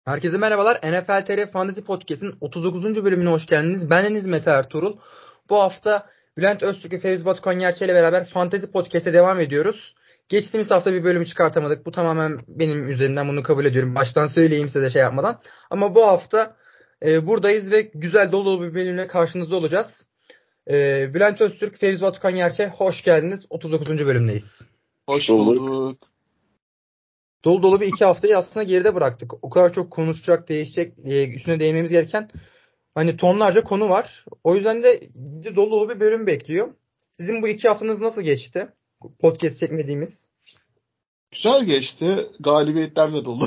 Herkese merhabalar. NFL TR Fantasy Podcast'in 39. bölümüne hoş geldiniz. Ben Deniz Mete Ertuğrul. Bu hafta Bülent Öztürk ve Fevzi Batukan Yerçe ile beraber Fantasy Podcast'e devam ediyoruz. Geçtiğimiz hafta bir bölümü çıkartamadık. Bu tamamen benim üzerimden, bunu kabul ediyorum. Baştan söyleyeyim size şey yapmadan. Ama bu hafta buradayız ve güzel dolu dolu bir bölümle karşınızda olacağız. Bülent Öztürk, Fevzi Batukan Yerçe, hoş geldiniz. 39. bölümdeyiz. Hoş bulduk. Dolu dolu bir iki haftayı aslında geride bıraktık. O kadar çok konuşacak, değişecek, üstüne değinmemiz gereken hani tonlarca konu var. O yüzden de bizi dolu dolu bir bölüm bekliyor. Sizin bu iki haftanız nasıl geçti? Podcast çekmediğimiz. Güzel geçti. Galibiyetlerle dolu.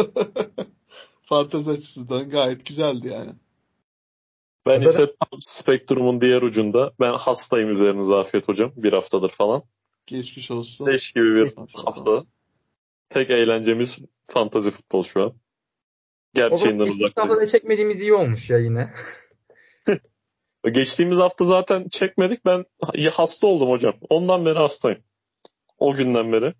Fantezi açısından gayet güzeldi yani. Ben Zaten ise tam spektrumun diğer ucunda. Ben hastayım, üzerinize afiyet hocam. Bir haftadır falan. Geçmiş olsun. Leş gibi bir Maşallah. hafta. Tek eğlencemiz fantazi futbol şu an. o zaman Gerçeğinden geçtiğimiz uzaktayız. haftada çekmediğimiz iyi olmuş ya yine. Geçtiğimiz hafta zaten çekmedik. Ben hasta oldum hocam. Ondan beri hastayım. O günden beri.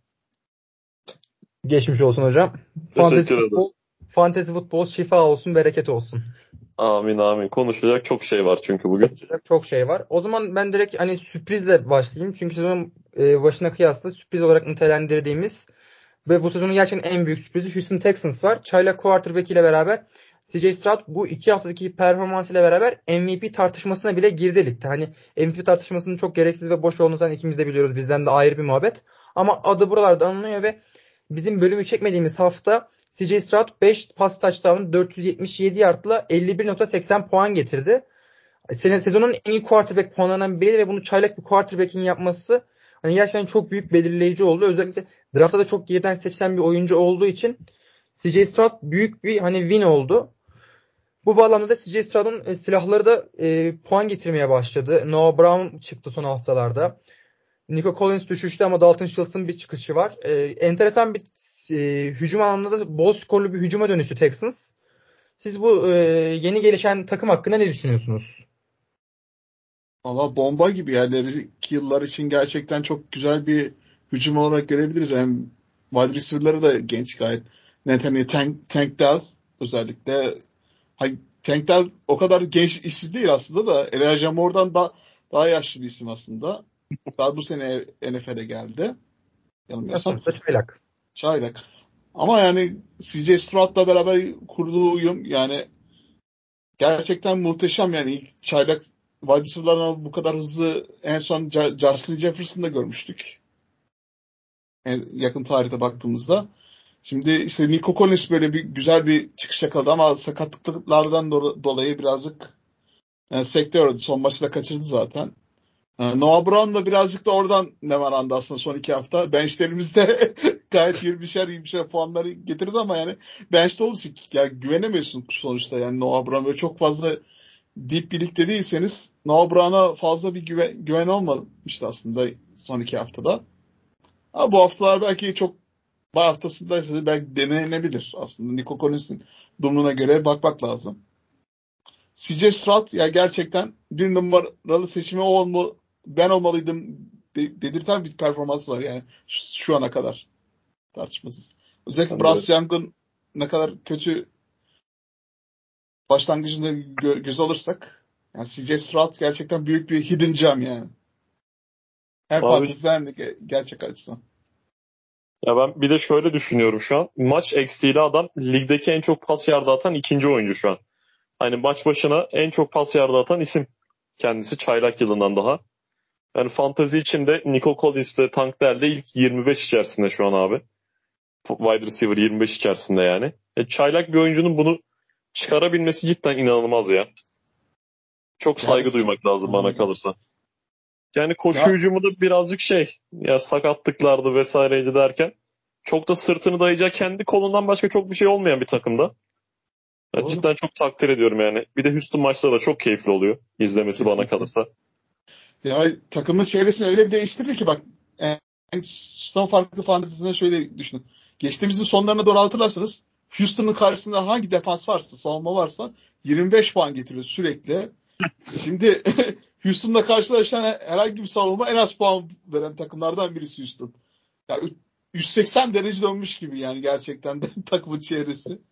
Geçmiş olsun hocam. Teşekkür ederim. Fantezi futbol şifa olsun, bereket olsun. Amin amin. Konuşacak çok şey var çünkü bugün. Konuşacak çok şey var. O zaman ben direkt hani sürprizle başlayayım. Çünkü sezonun başına kıyasla sürpriz olarak nitelendirdiğimiz ve bu sezonun gerçekten en büyük sürprizi Houston Texans var. Çaylak quarterback ile beraber CJ Stroud bu iki haftadaki performansıyla beraber MVP tartışmasına bile girdi ligde. Hani MVP tartışmasının çok gereksiz ve boş olduğunu ikimiz de biliyoruz. Bizden de ayrı bir muhabbet. Ama adı buralarda anılıyor ve bizim bölümü çekmediğimiz hafta CJ Stroud 5 pas touchdown 477 yardla 51.80 puan getirdi. Sezonun en iyi quarterback puanlarından biri ve bunu çaylak bir quarterback'in yapması hani gerçekten çok büyük belirleyici oldu. Özellikle draftta da çok geriden seçilen bir oyuncu olduğu için CJ Stroud büyük bir hani win oldu. Bu bağlamda da CJ Stroud'un silahları da puan getirmeye başladı. Noah Brown çıktı son haftalarda. Nico Collins düşüştü ama Dalton Schultz'ın bir çıkışı var. Enteresan bir hücum anlamında da bol skorlu bir hücuma dönüştü Texans. Siz bu yeni gelişen takım hakkında ne düşünüyorsunuz? Valla bomba gibi yani. İleriki yıllar için gerçekten çok güzel bir hücum olarak görebiliriz. Hem wide receiver'ları da genç gayet. Nathaniel Tank Dell özellikle. Tank Dell o kadar genç isim değil aslında da. Elijah Moore'dan daha yaşlı bir isim aslında. Daha bu sene NFL'e geldi. Yanılmıyorsam. Sonuçta çaylak. Çaylak. Ama yani CJ Stroud'la beraber kurduğu uyum yani gerçekten muhteşem yani. İlk çaylak wide receiver'larına bu kadar hızlı en son Justin Jefferson'da görmüştük. Yakın tarihte baktığımızda. Şimdi işte Nico Collins böyle bir güzel bir çıkış yakaladı ama sakatlıklardan dolayı birazcık sektör son maçı da kaçırdı zaten. Noah Brown da birazcık da oradan nemalandı aslında son iki hafta. Benchlerimizde gayet 20'şer puanları getirdi ama yani bench'te olduğu için ya güvenemiyorsun sonuçta. Yani Noah Brown böyle çok fazla dip birlikte değilseniz Noah Brown'a fazla bir güven olmamıştı aslında son iki haftada. Ama bu haftalar belki çok bu haftasında belki denenebilir aslında. Nico Collins'in durumuna göre bakmak lazım. CJ Stroud ya gerçekten bir numaralı seçimi ben olmalıydım dedirten bir performans var yani şu ana kadar tartışmasız. Özellikle Bryce Young'ın ne kadar kötü başlangıcını göz alırsak yani CJ Stroud gerçekten büyük bir hidden gem yani. Hem fanteziden hem de gerçek açısından. Ya ben bir de şöyle düşünüyorum şu an. Maç eksiğiyle adam ligdeki en çok pas yardı atan ikinci oyuncu şu an. Hani maç başına en çok pas yardı atan isim. Kendisi çaylak yılından daha. Yani fantezi içinde Nico Collins'le Tank Dell'de ilk 25 içerisinde şu an abi. Wide receiver 25 içerisinde yani. Çaylak bir oyuncunun bunu çıkarabilmesi cidden inanılmaz ya. Çok saygı duymak lazım bana kalırsa. Yani koşu hücumu da birazcık ya sakatlıklardı vesaireydi derken çok da sırtını dayayacağı kendi kolundan başka çok bir şey olmayan bir takımda. Ya cidden çok takdir ediyorum yani. Bir de Houston maçları da çok keyifli oluyor izlemesi. Kesinlikle. Bana kalırsa. Ya takımın çevresini öyle bir değiştirdi ki bak son farklı fantezisine şöyle düşünün. Geçtiğimizin sonlarına doğru hatırlarsanız Houston'ın karşısında hangi defans varsa, savunma varsa 25 puan getiriyor sürekli. Şimdi Houston'la karşılaşan herhangi bir savunma en az puan veren takımlardan birisi Houston. Ya 180 derece dönmüş gibi yani gerçekten de takımın çevresi.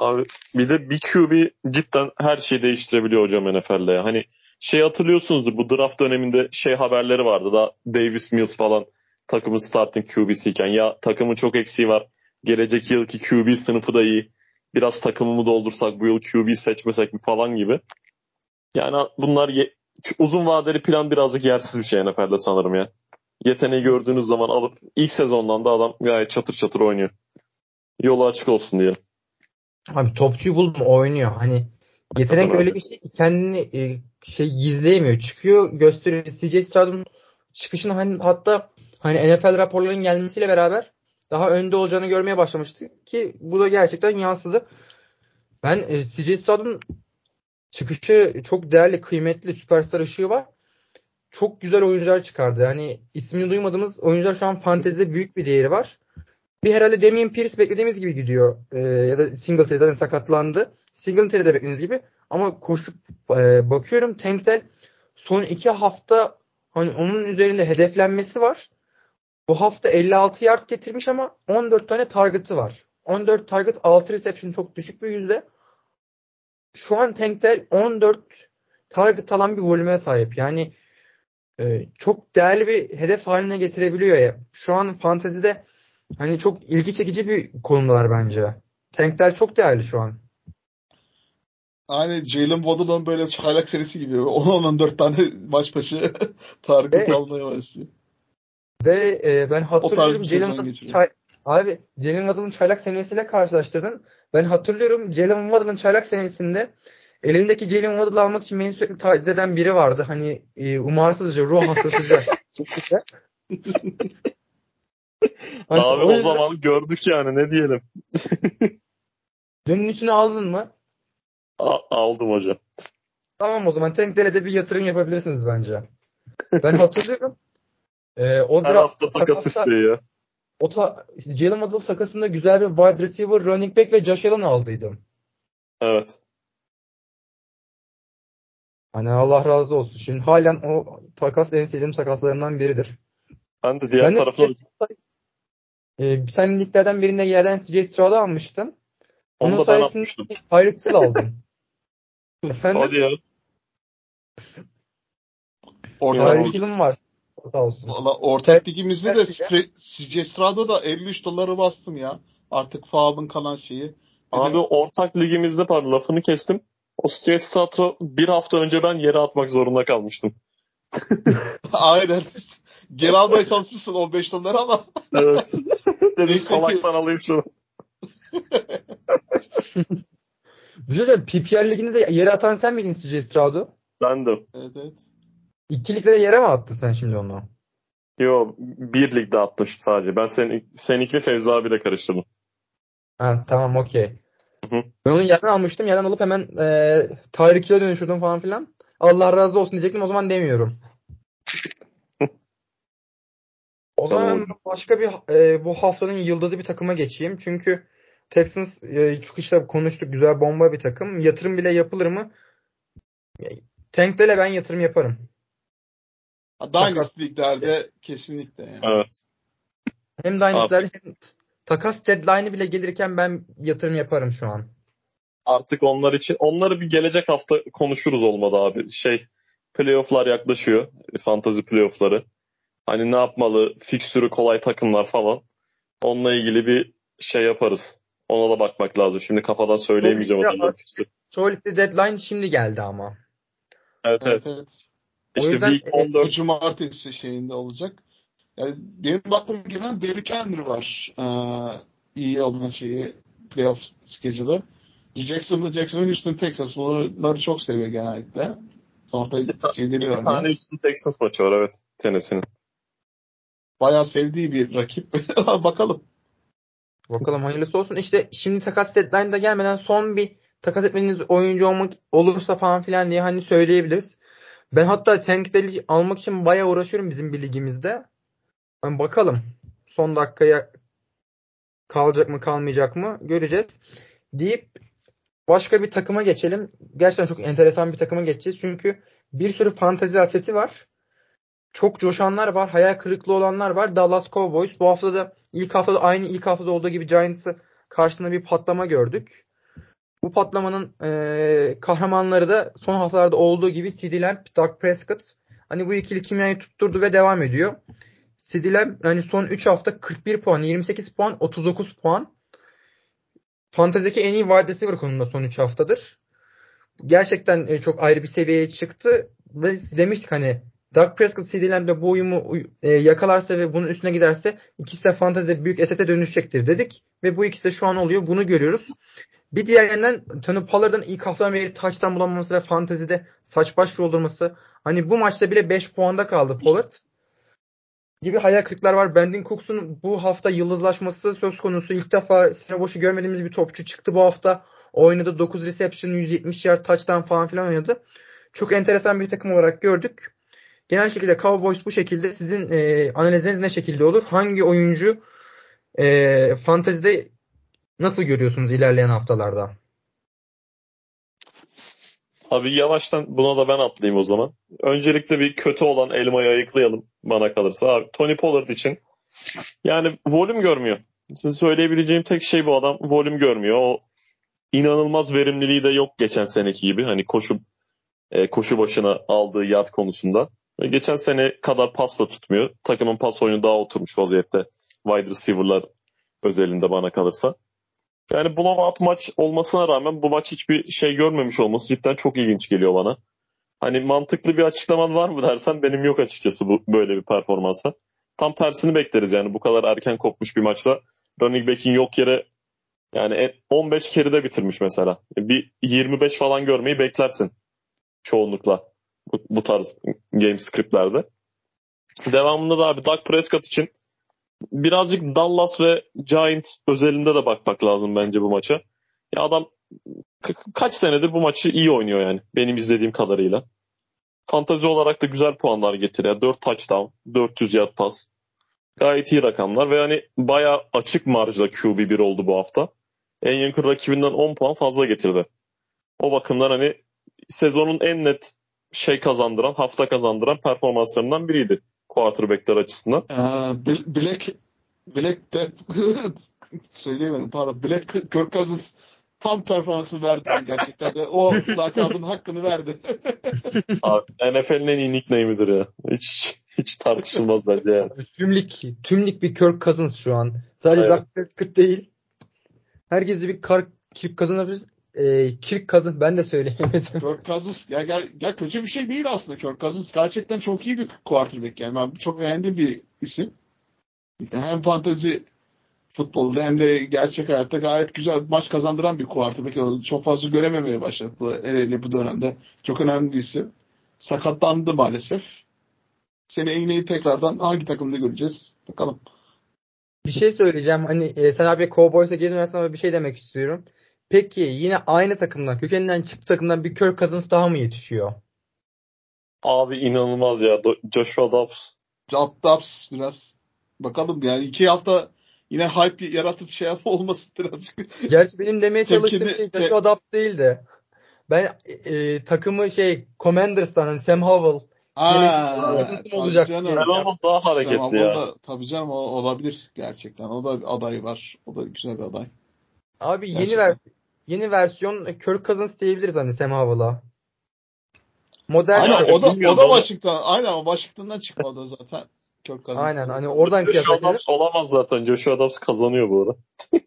Abi bir de bir QB cidden her şeyi değiştirebiliyor hocam NFL'de ya. Hani hatırlıyorsunuzdur, bu draft döneminde haberleri vardı da, Davis Mills falan takımın starting QB'siyken, ya takımın çok eksiği var, gelecek yılki QB sınıfı da iyi, biraz takımımı doldursak, bu yıl QB seçmesek mi falan gibi. Yani bunlar uzun vadeli plan birazcık yersiz bir şey NFL'de sanırım ya. Yeteneği gördüğünüz zaman alıp ilk sezondan da adam gayet çatır çatır oynuyor. Yolu açık olsun diyelim. Abi topçuyu buldum oynuyor. Hani Hakikaten yetenek öyle öyle. bir şey ki kendini gizleyemiyor. Çıkıyor gösteriyor. CJ Stroud'un çıkışını hatta hani NFL raporlarının gelmesiyle beraber daha önde olacağını görmeye başlamıştık ki bu da gerçekten yansıdı. Ben CJ Stroud'un çıkışı çok değerli, kıymetli, süperstar ışığı var. Çok güzel oyuncular çıkardı. Yani ismini duymadığımız oyuncular şu an fantezide büyük bir değeri var. Bir herhalde Damian Pierce beklediğimiz gibi gidiyor. Ya da Singletary zaten sakatlandı. Singletary de beklediğimiz gibi. Ama koşup bakıyorum Tank Dell son 2 hafta hani onun üzerinde hedeflenmesi var. Bu hafta 56 yard getirmiş ama 14 tane target'ı var. 14 target 6 reception çok düşük bir yüzde. Şu an Tank Dell 14 target alan bir volüme sahip. Yani çok değerli bir hedef haline getirebiliyor ya. Şu an fantezide hani çok ilgi çekici bir konumdalar bence. Tankler çok değerli şu an. Aynı Jalen Waddle'ın böyle çaylak serisi gibi. 10-14 tane maç başı target Ve almaya başlıyor. ben O tarz bir hatırlıyorum sezon geçiriyor. Jalen Waddle'ın çaylak senesiyle karşılaştırdın. Ben hatırlıyorum Jalen Waddle'ın çaylak senesinde elimdeki Jalen Waddle'ı almak için beni sürekli taciz eden biri vardı. Hani umarsızca, ruh hastasıca. Hani Abi o o yüzden zaman gördük yani, ne diyelim. dönüşünü aldın mı? Aldım hocam. Tamam, o zaman Tank'lere de bir yatırım yapabilirsiniz bence. Ben hatırlıyorum. O Her hafta takas takasta isteği ya. Jalen Waddle takasında güzel bir wide receiver, running back ve Josh Allen aldıydım. Evet. Hani Allah razı olsun. Şimdi halen o takas en sevdiğim takaslarımdan biridir. Ben de diğer Ben de tarafına bir tane liglerden birinde yerden CJ Stroud'u almıştım. onu Onun da ben sayesinde atmıştım. Tyreek Hill aldım. Hadi Efendim? ya. Tyreek İnanılmaz. Ortak Hill'im var. Sağ olsun. valla ortak ligimizde de CJ Stroud'a da 53 doları bastım ya. Artık Fav'ın kalan şeyi. Bir Abi de ortak ligimizde, pardon lafını kestim, o Stat'ı bir hafta önce ben yere atmak zorunda kalmıştım. aynen geri almaya çalışmışsın 15 doları ama Evet. Dedim neyse ki salaktan alayım şunu. Bir şey söyleyeyim, PPR liginde de yere atan sen miydin CJ Stroud'u? Ben de. evet, evet. İki ligde de yere mi attın sen şimdi onu? Yo, bir ligde attım sadece. Ben seninki Fevzi abiyle karıştırdım. Ha, tamam, okey. Hı hı. Ben onu yerden almıştım. Yerden alıp hemen Tyreek Hill'e dönüştürdüm falan filan. Allah razı olsun diyecektim, o zaman demiyorum. O Tamam zaman hocam. başka bir bu haftanın yıldızı bir takıma geçeyim. Çünkü Texans çok işte konuştuk. Güzel, bomba bir takım. Yatırım bile yapılır mı? Tank'le ben yatırım yaparım. Takas. Dynasty liglerde kesinlikle yani. Evet. Hem Dynasty'ler Artık hem takas deadline'ı bile gelirken ben yatırım yaparım şu an. artık onlar için, onları bir gelecek hafta konuşuruz olmadı abi. Playoff'lar yaklaşıyor. Fantasy playoff'ları. Hani ne yapmalı? Fikstürü kolay takımlar falan. Onunla ilgili bir yaparız. Ona da bakmak lazım. Şimdi kafadan Çoğu söyleyemeyeceğim ligde, adamların fikstürü. çoğu ligde deadline şimdi geldi ama. Evet, Evet, evet. evet. O İşte yüzden Week 14. Bu cumartesi şeyinde olacak. Yani benim aklıma gelen Derrick Henry var. İyi olan şeyi playoff schedule'ı. Jacksonville, Houston, Texas. Bunları çok seviyor genellikle. Sonuçta İki şeyleri oynuyor. tane Houston Texans maçı var, evet. Tennessee'nin. Bayağı sevdiği bir rakip. Bakalım. bakalım hayırlısı olsun. İşte şimdi takas deadline'da gelmeden son bir takas etmeniz oyuncu olmak olursa falan filan diye hani söyleyebiliriz. Ben hatta Tank Dell'i almak için bayağı uğraşıyorum bizim bir ligimizde. Ben bakalım. Son dakikaya kalacak mı kalmayacak mı göreceğiz. Deyip başka bir takıma geçelim. Gerçekten çok enteresan bir takıma geçeceğiz. Çünkü bir sürü fantezi aseti var. Çok coşanlar var. Hayal kırıklığı olanlar var. Dallas Cowboys. Bu hafta da ilk haftada aynı ilk haftada olduğu gibi Giants'ı karşısında bir patlama gördük. Bu patlamanın kahramanları da son haftalarda olduğu gibi CeeDee Lamb, Dak Prescott. Hani bu ikili kimyayı tutturdu ve devam ediyor. CeeDee Lamb hani son 3 hafta 41 puan, 28 puan, 39 puan. Fantezideki en iyi wide receiver konumunda son 3 haftadır. Gerçekten çok ayrı bir seviyeye çıktı. Ve demiştik hani Dak Prescott, CeeDee Lamb'le bu uyumu yakalarsa ve bunun üstüne giderse ikisi de fantezide büyük esete dönüşecektir dedik. Ve bu ikisi de şu an oluyor. Bunu görüyoruz. Bir diğer yandan Tony Pollard'ın ilk haftadan beri touchdown bulamaması ve fantezide saç baş yoldurması. Hani bu maçta bile 5 puanda kaldı Pollard. Gibi hayal kırıklar var. Brandon Cooks'un bu hafta yıldızlaşması söz konusu. İlk defa sene boşu görmediğimiz bir topçu çıktı bu hafta. Oynadı 9 reception, 170 yard touchdown falan filan oynadı. Çok enteresan bir takım olarak gördük. Genel şekilde Cowboys bu şekilde. Sizin analiziniz ne şekilde olur? Hangi oyuncu fantezide nasıl görüyorsunuz ilerleyen haftalarda? Abi yavaştan buna da ben atlayayım o zaman. Öncelikle bir kötü olan elmayı ayıklayalım bana kalırsa. Abi Tony Pollard için yani volüm görmüyor. Size söyleyebileceğim tek şey bu adam volüm görmüyor. O inanılmaz verimliliği de yok geçen seneki gibi. Hani koşu başına aldığı yard konusunda. Geçen sene kadar pas da tutmuyor. Takımın pas oyunu daha oturmuş vaziyette. Wide receiver'lar özelinde bana kalırsa. Yani blowout maç olmasına rağmen bu maç hiçbir şey görmemiş olması cidden çok ilginç geliyor bana. Hani mantıklı bir açıklaman var mı dersen benim yok açıkçası bu böyle bir performansa. Tam tersini bekleriz yani bu kadar erken kopmuş bir maçla. Running back'in yok yere yani 15 keride bitirmiş mesela. Bir 25 falan görmeyi beklersin çoğunlukla bu tarz game scriptlerde. Devamında da abi Dak Prescott için birazcık Dallas ve Giants özelinde de bakmak lazım bence bu maça. Ya adam kaç senedir bu maçı iyi oynuyor yani benim izlediğim kadarıyla. Fantazi olarak da güzel puanlar getiriyor. 4 touchdown, 400 yard pas. Gayet iyi rakamlar ve hani bayağı açık marjda QB1 oldu bu hafta. En yakın rakibinden 10 puan fazla getirdi. O bakımdan hani sezonun en net hafta kazandıran performanslarından biriydi quarterback'ler açısından. Black de söyleyemedim pardon. Black Kirk Cousins tam performansı verdi gerçekten de. O lakabın hakkını verdi. Abi, NFL'in en iyi nickname'idir ya. Hiç tartışılmaz bence yani. Abi, tümlik bir Kirk Cousins şu an. Sadece Evet. Dak Prescott değil. Herkesi bir Kirk Cousins yapıyoruz. Kirk Cousins ben de söyleyemedim. Kirk Cousins ya kötü bir şey değil aslında. Kirk Cousins gerçekten çok iyi bir quarterback yani. Ben çok beğendiğim bir isim. Hem fantezi futbolda hem de gerçek hayatta gayet güzel maç kazandıran bir quarterback. Çok fazla görememeye başladık bu dönemde. Çok önemli bir isim. Sakatlandı maalesef. Seni iğneyi tekrardan hangi takımda göreceğiz? Bakalım. Bir şey söyleyeceğim. Hani sen abi Cowboys'a geri dönersen ama bir şey demek istiyorum. Peki yine aynı takımdan, kökeninden çıktı takımdan bir Kirk Cousins daha mı yetişiyor? Abi inanılmaz ya. Joshua Dobbs. Daps biraz. Bakalım yani 2 hafta yine hype yaratıp şey olmasın birazcık. Gerçi benim demeye çalıştığım Temkinli. şey Joshua Dobbs değildi. Ben takımı Commanders'tan hani Sam Howell gelecek Aa, sıkıntım tabii olacak canım. diye şey Devamlı daha Sam hareketli Howell ya. da tabii canım o olabilir gerçekten. O da bir adayı var. O da güzel bir aday. Abi Gerçekten. yeni versiyon Kirk Cousins diyebiliriz hani Sam Howell'a. Modern Aynen Yani o bilmiyoruz da onu. Washington. Aynen o Washington'dan çıkmadı zaten. Kirk aynen Cousins'la. hani oradan kıyas Joshua edelim. Dobbs olamaz zaten. Joshua Dobbs kazanıyor bu arada.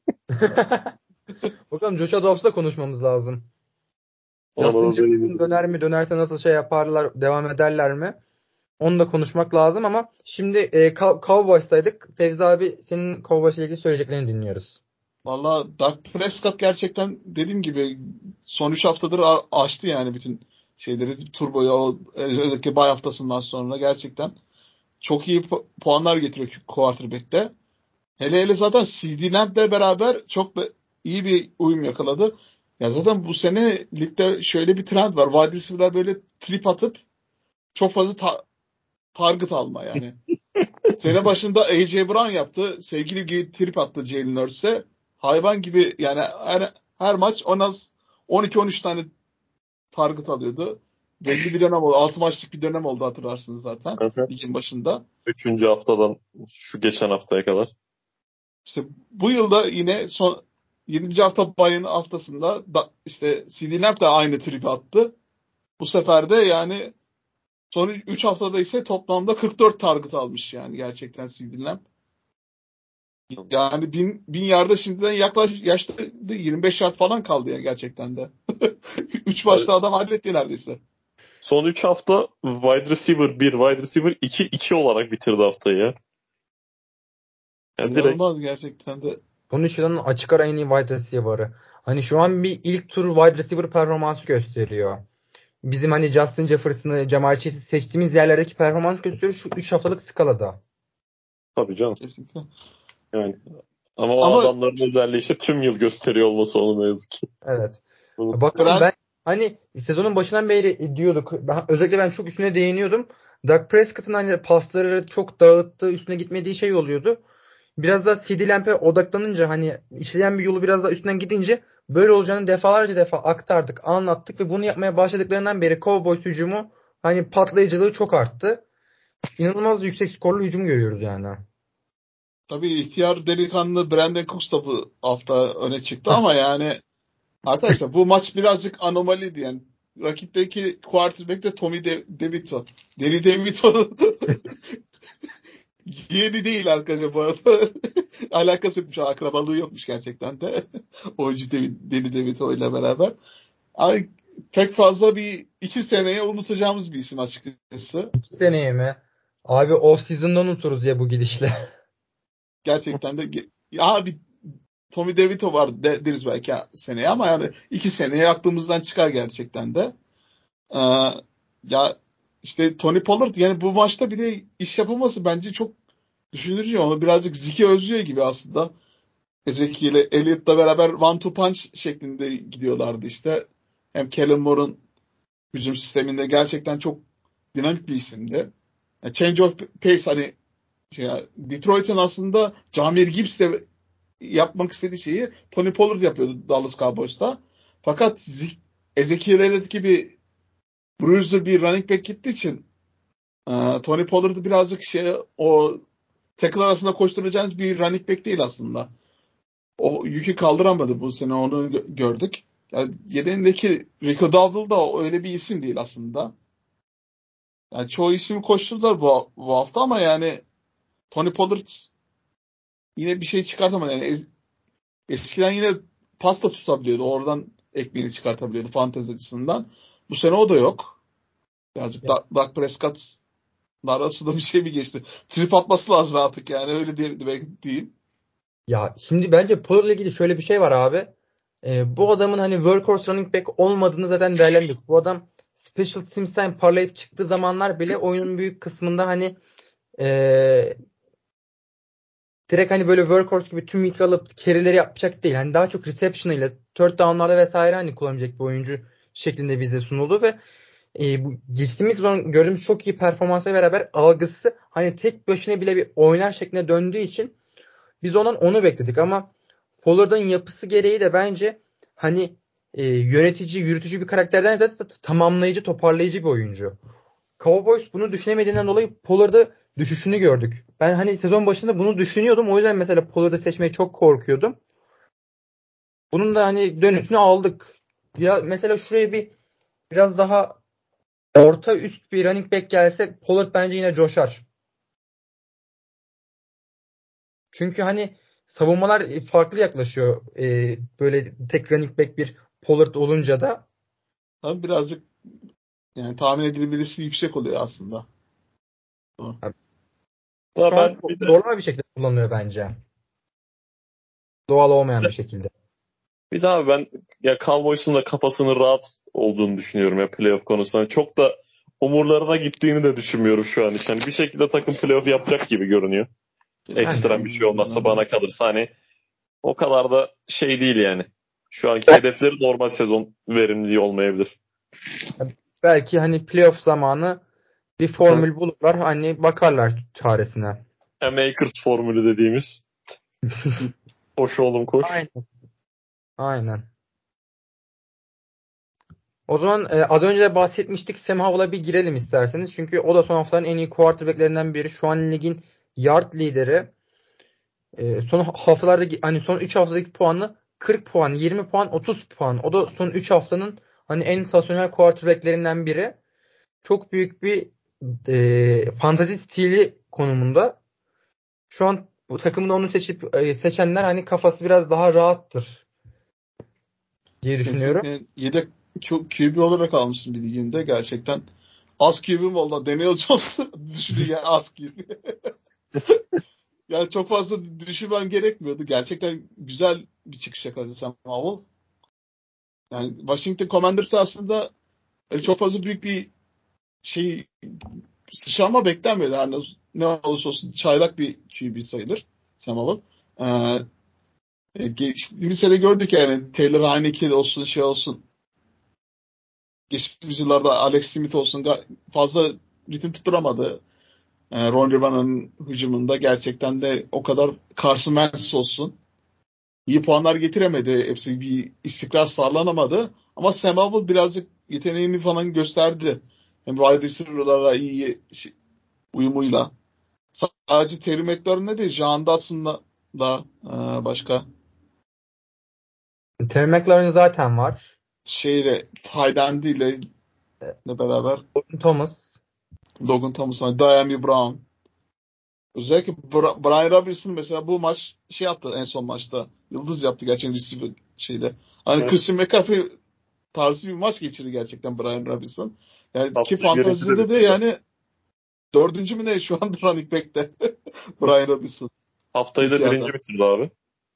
Bakalım Joshua Dobbs'la konuşmamız lazım. Justin Onu da Jefferson izledim. döner mi? Dönerse nasıl şey yaparlar? Devam ederler mi? Onu da konuşmak lazım ama şimdi Cowboys'taydık. Fevzi abi senin Cowboys'la ilgili söyleyeceklerini dinliyoruz. Valla Dak Prescott gerçekten dediğim gibi son 3 haftadır açtı yani bütün şeyleri turboyu özellikle bay haftasından sonra gerçekten çok iyi puanlar getiriyor quarterback'te. Hele zaten CeeDee Lamb'le beraber çok iyi bir uyum yakaladı. Ya zaten bu sene ligde şöyle bir trend var. Wide receiver'lar böyle trip atıp çok fazla target alma yani. Sene başında A.J. Brown yaptı. Sevgili gibi trip attı Jalen Hurts'e. Hayvan gibi yani her maç en az 12-13 tane target alıyordu. Belli bir dönem oldu. 6 maçlık bir dönem oldu hatırlarsınız zaten. Hı hı. Ligin başında. Üçüncü haftadan şu geçen haftaya kadar. İşte bu yılda yine 20. hafta bayın haftasında da, işte CeeDee Lamb de aynı tribi attı. Bu sefer de yani son 3 haftada ise toplamda 44 target almış yani gerçekten CeeDee Lamb. Yani 1000 yarda şimdiden yaşta 25 yard falan kaldı ya gerçekten de. 3 maçta adam halletti neredeyse. Son 3 hafta wide receiver 1, wide receiver 2, 2 olarak bitirdi haftayı ya. Yani direkt İnanılmaz gerçekten de. Bunun için açık ara en iyi wide receiver'ı. Hani şu an bir ilk tur wide receiver performansı gösteriyor. Bizim hani Justin Jefferson'ı, Ja'Marr Chase'i seçtiğimiz yerlerdeki performans gösteriyor şu 3 haftalık skalada. tabii canım. Kesinlikle. Yani ama o Ama adamların özelliği işte tüm yıl gösteriyor olması onu ne yazık ki. Evet. Bunu Bakalım Brand ben hani sezonun başından beri diyorduk. Özellikle ben çok üstüne değiniyordum. Dak Prescott'ın hani pasları çok dağıttığı, üstüne gitmediği şey oluyordu. Biraz da CeeDee Lamb'e odaklanınca hani işleyen bir yolu biraz daha üstünden gidince böyle olacağını defalarca defa aktardık, anlattık ve bunu yapmaya başladıklarından beri Cowboys hücumu hani patlayıcılığı çok arttı. İnanılmaz yüksek skorlu hücum görüyoruz yani. tabii ihtiyar delikanlı Brandon Cooks da bu hafta öne çıktı ama yani arkadaşlar bu maç birazcık anomaliydi yani. Rakipteki quarterback de Tommy DeVito. Danny DeVito yeğeni değil arkadaşlar bu arada. Alakası yokmuş, akrabalığı yokmuş gerçekten de. Oyuncu Danny DeVito ile beraber. Ay, pek fazla bir 2 seneye unutacağımız bir isim açıkçası. 2 seneye mi? Abi off season'dan unuturuz ya bu gidişle. Gerçekten de abi Tommy DeVito var deriz belki seneye ama yani 2 seneye aklımızdan çıkar gerçekten de. Ee, ya işte Tony Pollard yani bu maçta bir de iş yapılması bence çok düşündürücü. Onu birazcık Ziki özlüyor gibi aslında. Ezekiel Elliott'la beraber one two punch şeklinde gidiyorlardı işte. Hem Kellen Moore'un hücum sisteminde gerçekten çok dinamik bir isimdi. Yani change of pace hani Detroit'in aslında Jahmyr Gibbs'le yapmak istediği şeyi Tony Pollard yapıyordu Dallas Cowboys'ta. Fakat Ezekiel Elliott gibi bruiser bir running back gittiği için Tony Pollard'ı birazcık o tackle arasında koşturacağınız bir running back değil aslında. O yükü kaldıramadı bu sene onu gördük. Yani yedeğindeki Rico Dowdle da öyle bir isim değil aslında. Yani çoğu ismi koşturdular bu hafta ama yani Tony Pollard yine bir şey çıkartamadı. Yani eskiden yine pasta tutabiliyordu. Oradan ekmeğini çıkartabiliyordu fantezi açısından. Bu sene o da yok. Birazcık Dak Prescott arasında bir şey mi geçti? Trip atması lazım artık yani öyle diyeyim. Ya şimdi bence Pollard ile ilgili şöyle bir şey var abi. Bu adamın hani workhorse running back olmadığını zaten değerlendirdik. Bu adam special teams'ten parlayıp çıktığı zamanlar bile oyunun büyük kısmında hani ee, direkt hani böyle workhorse gibi tüm yükü alıp carry'leri yapacak değil. Hani daha çok reception ile third down'larda vesaire hani kullanabilecek bir oyuncu şeklinde bize sunuldu ve bu geçtiğimiz sezon gördüğümüz çok iyi performansla beraber algısı hani tek başına bile bir oynar şekline döndüğü için biz ondan onu bekledik ama Pollard'ın yapısı gereği de bence hani yönetici, yürütücü bir karakterden zaten tamamlayıcı, toparlayıcı bir oyuncu. Cowboys bunu düşünemediğinden dolayı Pollard'ı düşüşünü gördük. Ben hani sezon başında bunu düşünüyordum. O yüzden mesela Pollard'ı seçmeye çok korkuyordum. Bunun da hani dönütünü aldık. Ya mesela şuraya biraz daha orta üst bir running back gelse Pollard bence yine coşar. Çünkü hani savunmalar farklı yaklaşıyor. Böyle tek running back bir Pollard olunca da Tabii birazcık yani tahmin edilebilirliği yüksek oluyor aslında. şu ya an ben bir de zorlama bir şekilde kullanılıyor bence. Doğal olmayan bir şekilde. bir daha ben ya Cowboys'un da kafasının rahat olduğunu düşünüyorum ya playoff konusunda. Çok da umurlarına gittiğini de düşünmüyorum şu an. Yani bir şekilde takım playoff yapacak gibi görünüyor. Bence Ekstrem de. bir şey olmazsa Kesinlikle. bana kalırsa hani o kadar da şey değil yani. Şu anki hedefleri normal sezon verimliliği olmayabilir. Belki hani playoff zamanı bir Hı hı. formül bulurlar. Hani bakarlar çaresine. Makers formülü dediğimiz. Koş oğlum koş. Aynen. Aynen. O zaman az önce de bahsetmiştik. Sam Howell'a bir girelim isterseniz. Çünkü o da son haftaların en iyi quarterbacklerinden biri. Şu an ligin yard lideri. Son haftalardaki hani son 3 haftadaki puanı 40 puan, 20 puan, 30 puan. O da son 3 haftanın hani en sansasyonel quarterbacklerinden biri. Çok büyük bir fantazi stili konumunda. Şu an bu takımda onu seçenler hani kafası biraz daha rahattır diye düşünüyorum. Kesinlikle yedek QB olarak almışsın bir liginde. Gerçekten az QB'm oldu. Daniel Jones düşünün ya, az QB. Yani çok fazla düşünmem gerekmiyordu. Gerçekten güzel bir çıkış yakaladı Sam Howell. Yani Washington Commanders aslında çok fazla büyük bir şey sıçrama beklenmiyordu. Yani ne olursa olsun çaylak bir QB sayılır Sam Howell. Geçtiğimiz sene gördük yani Taylor Heinicke olsun şey olsun. Geçtiğimiz yıllarda Alex Smith olsun fazla ritim tutturamadı. Ron Rivana'nın hücumunda gerçekten de o kadar Carson Wentz olsun. İyi puanlar getiremedi. Hepsi bir istikrar sağlanamadı. Ama Sam Howell birazcık yeteneğini falan gösterdi. Hem wide receiver'lara iyi uyumuyla. Sadece Terry McLaurin değil, Jean Dotson'la da başka Terry McLaurin zaten var. Tight End ile beraber Thomas. Logan Thomas var, Diami Brown. Özellikle Brian Robinson mesela bu maç yaptı en son maçta. Yıldız yaptı gerçekten receiver şeyde. Hani Evet. Christian McCaffrey tarzı bir maç geçirdi gerçekten Brian Robinson. Yani ki Haftayı fantazide de bitirdi. yani 4. mü ne şu anda running back'te Brian Robinson. Haftayı da PPR'da. birinci bitirdi abi.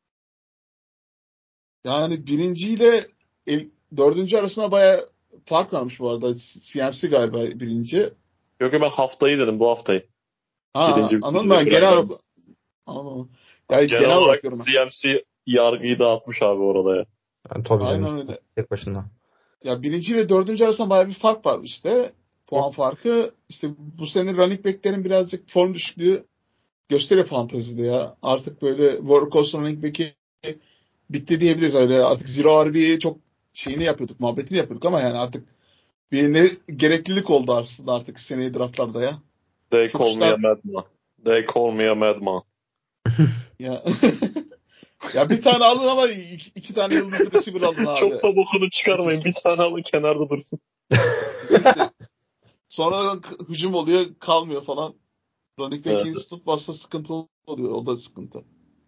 Yani birinciyle 4. arasında bayağı fark varmış bu arada. CMC galiba birinci. Yok ben haftayı dedim, bu haftayı. Ha, Birinci anladım bitirdi ben Brian genel olarak. Robinson. Anladım. Yani Genel genel olarak olarak diyorum ben. CMC yargıyı dağıtmış abi orada ya. Yani tabii canım. Aynen öyle. Tek başına. Ya birinci ile 4. arasında bayağı bir fark var işte. Puan farkı. İşte bu sene running back'lerin birazcık form düşüklüğü gösteriyor fantezide ya. Artık böyle workhorse running back'i bitti diyebiliriz. Öyle artık Zero RB'yi çok şeyini yapıyorduk, muhabbetini yapıyorduk ama yani artık bir ne gereklilik oldu aslında artık seneye draftlarda ya. They Çok call me üstten a madman. They call me a madman. ya. Ya bir tane alın ama iki tane yıldızlı receiver alın abi. Çok da bokunu çıkarmayın. Bir tane alın kenarda dursun. Kesinlikle. Sonra hücum oluyor, kalmıyor falan. Running Evet. back'in tutmazsa sıkıntı oluyor. O da sıkıntı.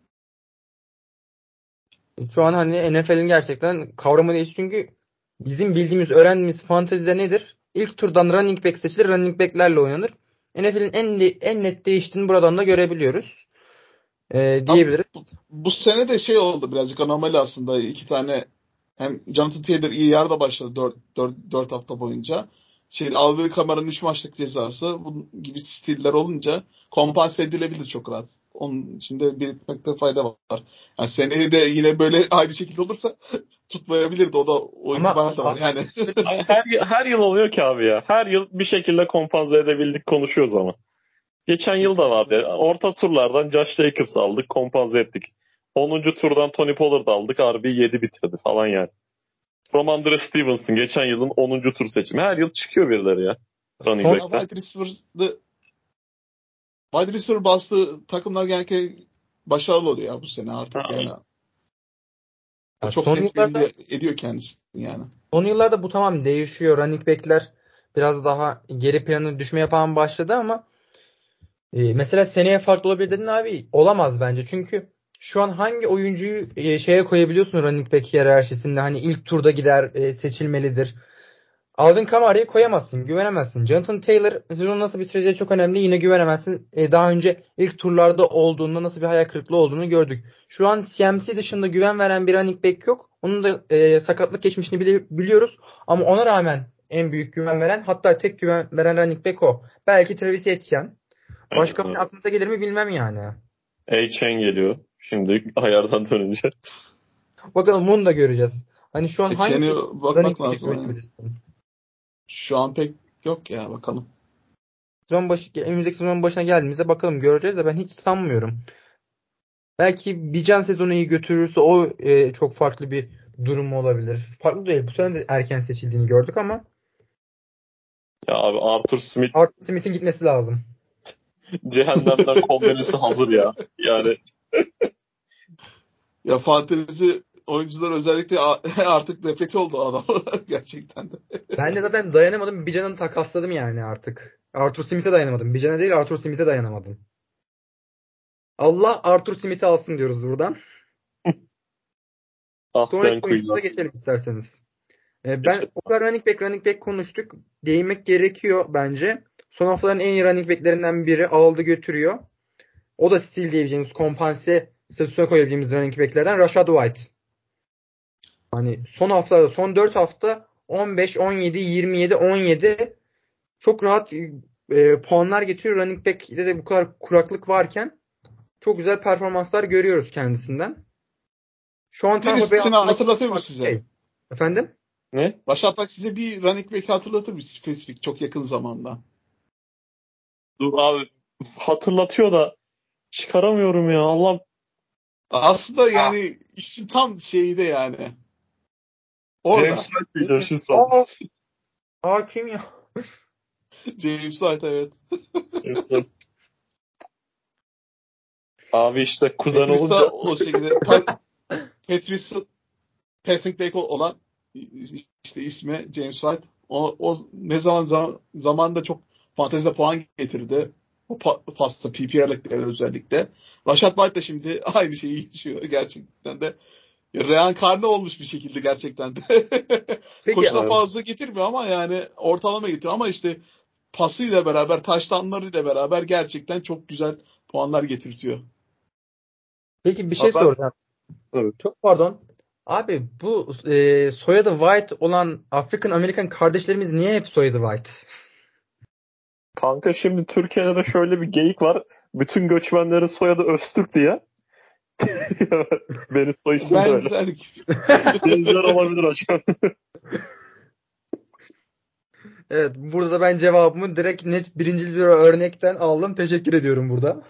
Şu an hani NFL'in gerçekten kavramı değişti. Çünkü bizim bildiğimiz, öğrendiğimiz fantezide nedir? İlk turdan running back seçilir. Running back'lerle oynanır. NFL'in en net değiştiğini buradan da görebiliyoruz. Ama Diyebiliriz. bu sene de oldu birazcık anomali aslında. İki tane hem Jonathan Taylor iyi yerde başladı 4 hafta boyunca. Alvin Kamara'nın 3 maçlık cezası bunun gibi stiller olunca kompanse edilebilir çok rahat. Onun için de belirtmekte fayda var. Yani seneye de yine böyle aynı şekilde olursa tutmayabilirdi. O Ama ihtimal de var yani. Her yıl oluyor ki abi ya. Her yıl bir şekilde kompanze edebildik, konuşuyoruz ama. Geçen yıl da vardı. Kesinlikle. Orta turlardan Josh Jacobs aldık, kompanze ettik. 10. turdan Tony Pollard aldık, RB 7 bitirdi falan yani. Ramondre Stevenson geçen yılın 10. tur seçimi. Her yıl çıkıyor birileri ya. Running Son, Ya back'ten. wide receiver bazlı takımlar genellikle başarılı oluyor ya bu sene artık yani. O yani çok net belli ediyor kendisini yani. son yıllarda bu tamam değişiyor. Running back'ler biraz daha geri plana düşmeye falan başladı ama mesela seneye farklı olabilir dedin abi. Olamaz bence. Çünkü şu an hangi oyuncuyu şeye koyabiliyorsun running back hiyerarşisinde? Hani ilk turda gider, seçilmelidir. Alvin Kamara'yı koyamazsın. Güvenemezsin. Jonathan Taylor sezonu nasıl bitireceği çok önemli. Yine güvenemezsin. Daha önce ilk turlarda olduğunda nasıl bir hayal kırıklığı olduğunu gördük. Şu an CMC dışında güven veren bir running back yok. Onun da sakatlık geçmişini biliyoruz. Ama ona rağmen en büyük güven veren, hatta tek güven veren running back o. Belki Travis Etienne. Başka hani aklınıza gelir mi bilmem yani. A-Chain geliyor. Şimdi ayardan dönünce. Bakalım bunu da göreceğiz. Hani şu an hangi Etienne'e running bakmak back'e lazım. Yani. güvenebilirsin? Şu an pek yok ya, bakalım. Önümüzdeki sezonun başına geldiğimizde bakalım göreceğiz de ben hiç sanmıyorum. Belki Bijan sezonu iyi götürürse o çok farklı bir durum olabilir. Farklı değil. Bu sene de erken seçildiğini gördük ama Ya abi Arthur Smith Arthur Smith'in gitmesi lazım. cehennemden kombinesi hazır ya. Yani Ya fantezi oyuncular özellikle artık nefret oldu adam gerçekten de. Ben de zaten dayanamadım. Bijan'ı takasladım yani artık. Arthur Smith'e dayanamadım. Bijan'a değil Arthur Smith'e dayanamadım. Allah Arthur Smith'i alsın diyoruz buradan. Ah Sonraki ben oyunculara kuyuyor. geçelim isterseniz. Ben Geçelim. o kadar running back konuştuk. Değinmek gerekiyor bence. Son haftaların en iyi running backlerinden biri aldı götürüyor. O da steal diyebileceğimiz kompanse statüsüne koyabileceğimiz running backlerden Rashad White. Hani son haftalarda son 4 hafta 15, 17, 27, 17 çok rahat puanlar getiriyor. Running back'te de bu kadar kuraklık varken çok güzel performanslar görüyoruz kendisinden. Şu an Tampa Bay Birisini hatırlatır mı farklı size? Efendim? Ne? Rashad White size bir running back hatırlatır mı spesifik çok yakın zamanda? Dur abi, hatırlatıyor da çıkaramıyorum ya. Allah. Aslında yani isim tam şeyde yani. Orada. James White diyeceğim şu son. Kim ya? James White evet. James White. Abi işte kuzen Patrice'da olunca o şekilde Patrice'ın passing back olan işte ismi James White. O ne zamanında çok fantezide puan getirdi. O pasta PPR'lıkları özellikle. Rashad White de şimdi aynı şeyi yaşıyor gerçekten de. Reenkarne olmuş bir şekilde gerçekten de. Peki Koşuda abi, fazla getirmiyor ama yani ortalama getiriyor ama işte pasıyla beraber, touchdownlarıyla beraber gerçekten çok güzel puanlar getirtiyor. peki bir şey abi ben soracağım. evet. Çok pardon. Abi bu soyadı White olan African American kardeşlerimiz niye hep soyadı White? Kanka şimdi Türkiye'de de şöyle bir geyik var. Bütün göçmenlerin soyadı Öztürk diye. Benim soy isim de öyle. Benzerlik. Benzer olabilir hocam. Evet, burada da ben cevabımı direkt net birincil bir örnekten aldım. Teşekkür ediyorum burada.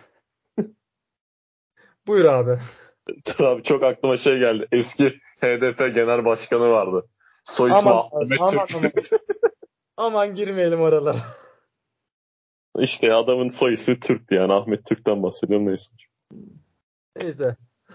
Buyur abi. Dur abi, çok aklıma şey geldi. Eski HDP Genel Başkanı vardı. Soy ismi Aman Ahmet aman Türk. aman. Aman girmeyelim oralara. İşte adamın soy ismi Türk'tü yani. Ahmet Türk'ten bahsediyorum, neyse. Neyse.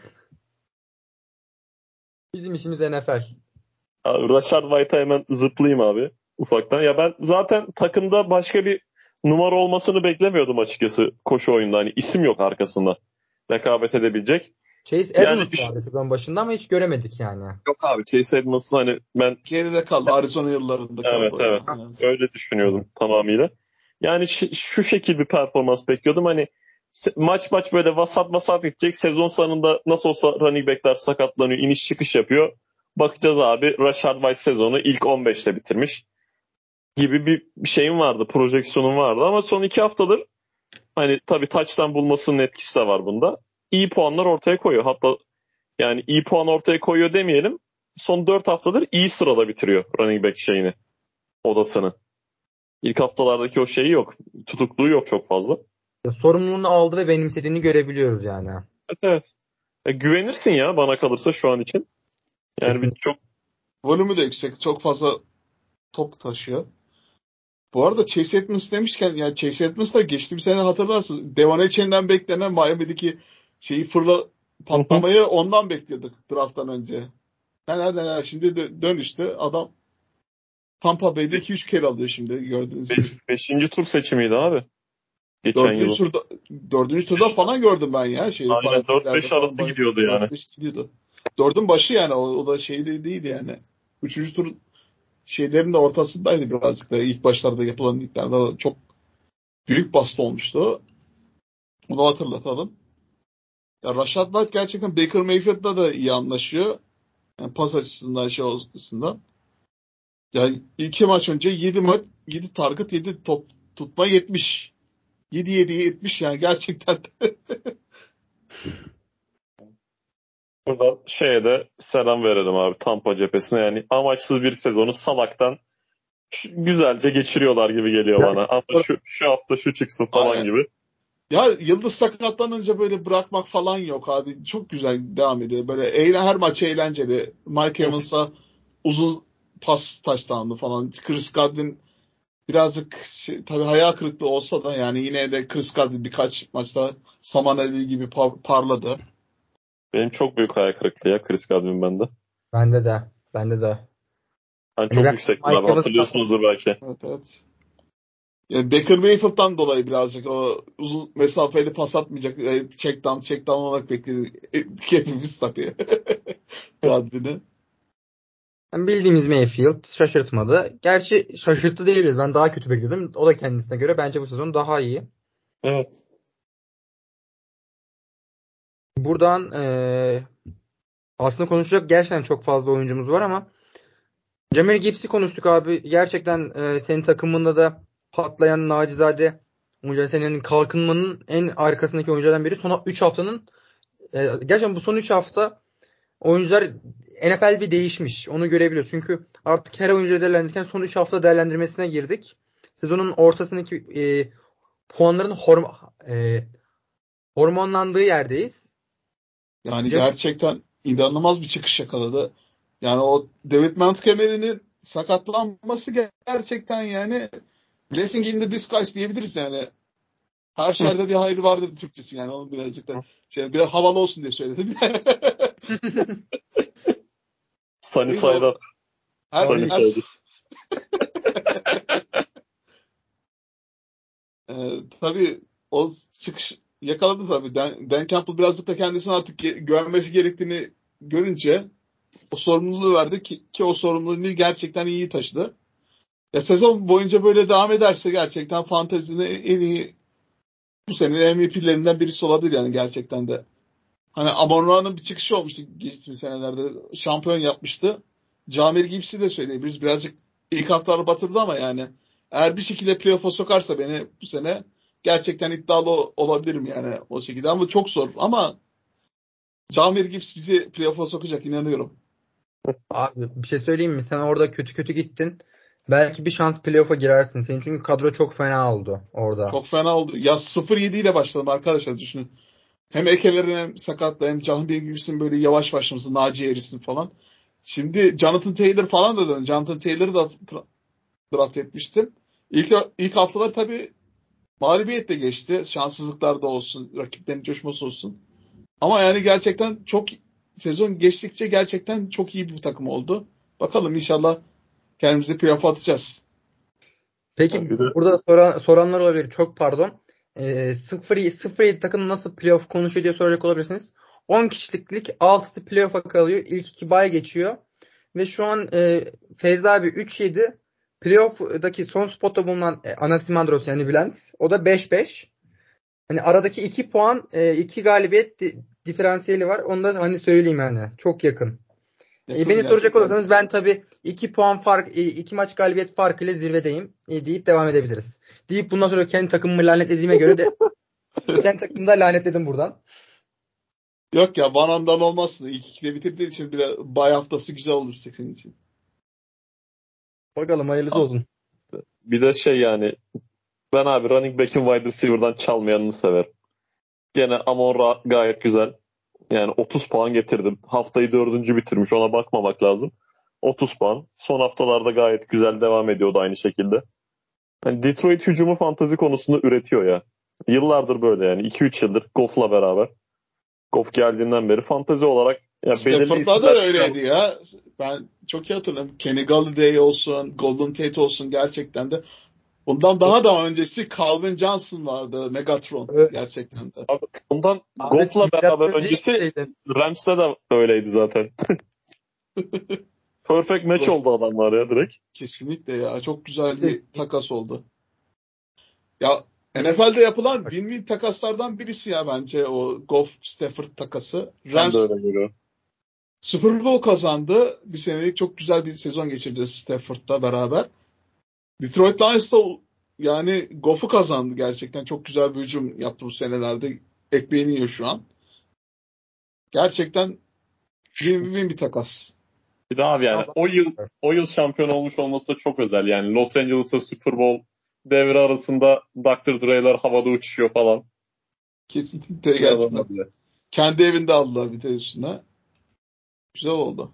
Bizim işimiz NFL. Abi, Rashad White'a hemen zıplayayım abi. Ufaktan. Ya ben zaten takımda başka bir numara olmasını beklemiyordum açıkçası koşu oyunda. Hani isim yok arkasında rekabet edebilecek. Chase Yani Edmonds vardı sezon başında ama hiç göremedik yani. yok abi, Chase Edmonds'ın hani ben Geride kaldı. Arizona yıllarında evet kaldı o evet yani. öyle düşünüyordum tamamıyla. Yani şu şekil bir performans bekliyordum. Hani maç böyle vasat gidecek. Sezon sonunda nasıl olsa running back'ler sakatlanıyor, iniş çıkış yapıyor. Bakacağız abi, Rashad White sezonu ilk 15'te bitirmiş gibi bir şeyim vardı, projeksiyonum vardı. Ama son 2 haftadır hani tabii touchdown bulmasının etkisi de var bunda. İyi puanlar ortaya koyuyor. Hatta yani iyi puan ortaya koyuyor demeyelim. Son 4 haftadır iyi sırada bitiriyor running back şeyini, odasını. İlk haftalardaki o şeyi yok. Tutukluğu yok çok fazla. Sorumluluğunu aldı ve benimsediğini görebiliyoruz yani. Evet evet. Güvenirsin ya bana kalırsa şu an için. Yani bir Kesinlikle. çok Volümü de yüksek. Çok fazla top taşıyor. Bu arada Chase Edmonds demişken yani Chase Edmonds da geçtiğim sene hatırlarsınız. Devon Etienne'den beklenen Miami'deki şeyi patlamayı ondan bekliyorduk drafttan önce. Neler şimdi dönüştü. Adam Tampa Bay'de 2-3 kere alıyor şimdi gördüğünüz gibi. beşinci tur seçimiydi abi. Geçen Dördüncü yıl. turda, dördüncü turda falan gördüm ben ya. Aynen Paralelliklerde 4-5 falan arası gidiyordu yani. 4-5 gidiyordu. Dördün başı yani o da şey değil yani. Üçüncü tur şeylerin de ortasındaydı birazcık da ilk başlarda yapılan liglerde çok büyük bastı olmuştu. Bunu hatırlatalım. Ya Rashad White gerçekten Baker Mayfield'la da iyi anlaşıyor. Yani pas açısından şey açısından. Yani 2 maç önce 7 target 7 top tutma 70. 7-7'ye 70 yani gerçekten. Buradan şeye de selam verelim abi, Tampa cephesine. Yani amaçsız bir sezonu salaktan güzelce geçiriyorlar gibi geliyor Ya, bana. Ama şu hafta şu çıksın falan Aynen. gibi. Ya Yıldız sakatlanınca böyle bırakmak falan yok abi. Çok güzel devam ediyor. Böyle her maç eğlenceli. Mike Evans'a uzun pas touchdown'lu falan. Chris Godwin birazcık tabii hayal kırıklığı olsa da yani yine de Chris Godwin birkaç maçta saman alevi gibi parladı. Benim çok büyük hayal kırıklığı ya Chris Godwin bende. Bende de. Bende de. Hani Hani çok ben yüksektir Mike abi, Evans hatırlıyorsunuzdur belki. Evet, evet. Ya Baker Mayfield'dan dolayı birazcık o uzun mesafeli pas atmayacak. Check down olarak bekledik. Hepimiz tabii. Godwin'i. yani bildiğimiz Mayfield şaşırtmadı. Gerçi şaşırttı değiliz. Ben daha kötü bekliyordum. O da kendisine göre bence bu sezon daha iyi. Evet. Buradan aslında konuşacak gerçekten çok fazla oyuncumuz var ama Jahmyr Gibbs'i konuştuk abi. Gerçekten senin takımında da patlayan nacizade oyuncular, senin kalkınmanın en arkasındaki oyunculardan biri. Son 3 haftanın gerçekten bu son 3 hafta oyuncular NFL bir değişmiş. Onu görebiliyoruz. Çünkü artık her oyuncuyu değerlendirirken son 3 hafta değerlendirmesine girdik. Sezonun ortasındaki puanların hormonlandığı yerdeyiz. Yani Jahmyr gerçekten inanılmaz bir çıkış yakaladı. Yani o David Montgomery'nin sakatlanması gerçekten yani blessing in the disguise diyebiliriz yani. Her şerde bir hayır vardır Türkçesi yani, onu birazcık da biraz havalı olsun diye söyledim. Sunny Neyse side o up. her, Sunny her side up. e, tabii o çıkış yakaladı tabii. Dan Campbell birazcık da kendisine artık güvenmesi gerektiğini görünce o sorumluluğu verdi ki o sorumluluğu gerçekten iyi taşıdı. Ya sezon boyunca böyle devam ederse gerçekten fantezinin en iyi bu sene MVP'lerinden birisi olabilir yani gerçekten de. Hani Amon-Ra'nın bir çıkışı olmuştu geçtiğimiz senelerde. Şampiyon yapmıştı. Jahmyr Gibbs'i de söyleyebiliriz. Birazcık ilk haftaları batırdı ama yani eğer bir şekilde playoff'a sokarsa beni bu sene gerçekten iddialı olabilirim yani o şekilde. Ama çok zor. Ama Jahmyr Gibbs bizi playoff'a sokacak, inanıyorum. Abi bir şey söyleyeyim mi? Sen orada kötü kötü gittin. Belki bir şans playoff'a girersin. Senin çünkü kadro çok fena oldu orada. Çok fena oldu. Ya 0-7 ile başladım arkadaşlar, düşünün. Hem Ekelerin hem sakatla hem Jahmyr Gibbs'in böyle yavaş başlaması, Naci Harris'in falan. Şimdi Jonathan Taylor falan da dön. Jonathan Taylor'ı da draft etmiştim. İlk haftalar tabii mağlubiyetle geçti. Şanssızlıklar da olsun, rakiplerin coşması olsun. Ama yani gerçekten çok, sezon geçtikçe gerçekten çok iyi bir takım oldu. Bakalım, inşallah kendimizi playoff'a atacağız. Peki Yani bir de burada soranlar olabilir. Çok pardon. 0-7 takım nasıl playoff konuşuyor diye soracak olabilirsiniz. 10 kişilik 6'sı playoff'a kalıyor. İlk 2 bye geçiyor. Ve şu an Feyza abi 3-7 playoff'daki son spotta bulunan Anaximandros yani Bülent. O da 5-5. Hani aradaki 2 puan 2 galibiyet diferansiyeli var. Onu da hani söyleyeyim yani. Çok yakın. Yakın Beni soracak gerçekten. olursanız ben tabii 2 puan fark 2 maç galibiyet farkıyla zirvedeyim deyip devam edebiliriz. Deyip bundan sonra kendi takımımı lanetlediğime göre de kendi takımımı da lanetledim buradan. Yok ya, Vanan'dan olmazsın. İlk ikide bitirdiğin için biraz bay haftası güzel olur senin için. Bakalım hayırlısı olsun. bir de şey yani ben abi running back'in wide receiver'dan çalmayanını severim. Gene Amon-Ra gayet güzel. Yani 30 puan getirdim. Haftayı 4. bitirmiş. Ona bakmamak lazım. 30 puan. Son haftalarda gayet güzel devam ediyordu aynı şekilde. Yani Detroit hücumu fantazi konusunda üretiyor ya. Yıllardır böyle yani. 2-3 yıldır Goff'la beraber. Goff geldiğinden beri fantazi olarak ya belirli Stafford'da da isimler öyleydi çıkardı. ya. Ben çok iyi hatırlıyorum. Kenny Galladay olsun, Golden Tate olsun, gerçekten de. Bundan daha öncesi Calvin Johnson vardı. Megatron. Evet. Gerçekten de. Abi, ondan Abi Goff'la milattan beraber önce öncesi şeydi. Rams'te de öyleydi zaten. Perfect match Of, oldu adamlar ya direkt. kesinlikle ya. Çok güzel İşte bir takas oldu. Ya NFL'de yapılan win-win takaslardan birisi ya bence o Goff Stafford takası. Ben de Rams öyle görüyorum. Super Bowl kazandı. Bir senelik çok güzel bir sezon geçirdi Stafford'la beraber. Detroit Lions da yani Goff'u kazandı gerçekten. Çok güzel bir hücum yaptı bu senelerde. Ekmeğini yiyor şu an. Gerçekten win-win bir takas. Bir de abi yani Allah. o yıl şampiyon olmuş olması da çok özel. Yani Los Angeles'a Super Bowl devre arasında Dr. Dre'ler havada uçuşuyor falan. Kesinlikle gerçekten. İnanılmaz ya. Kendi evinde aldılar bir de üstüne. Güzel oldu.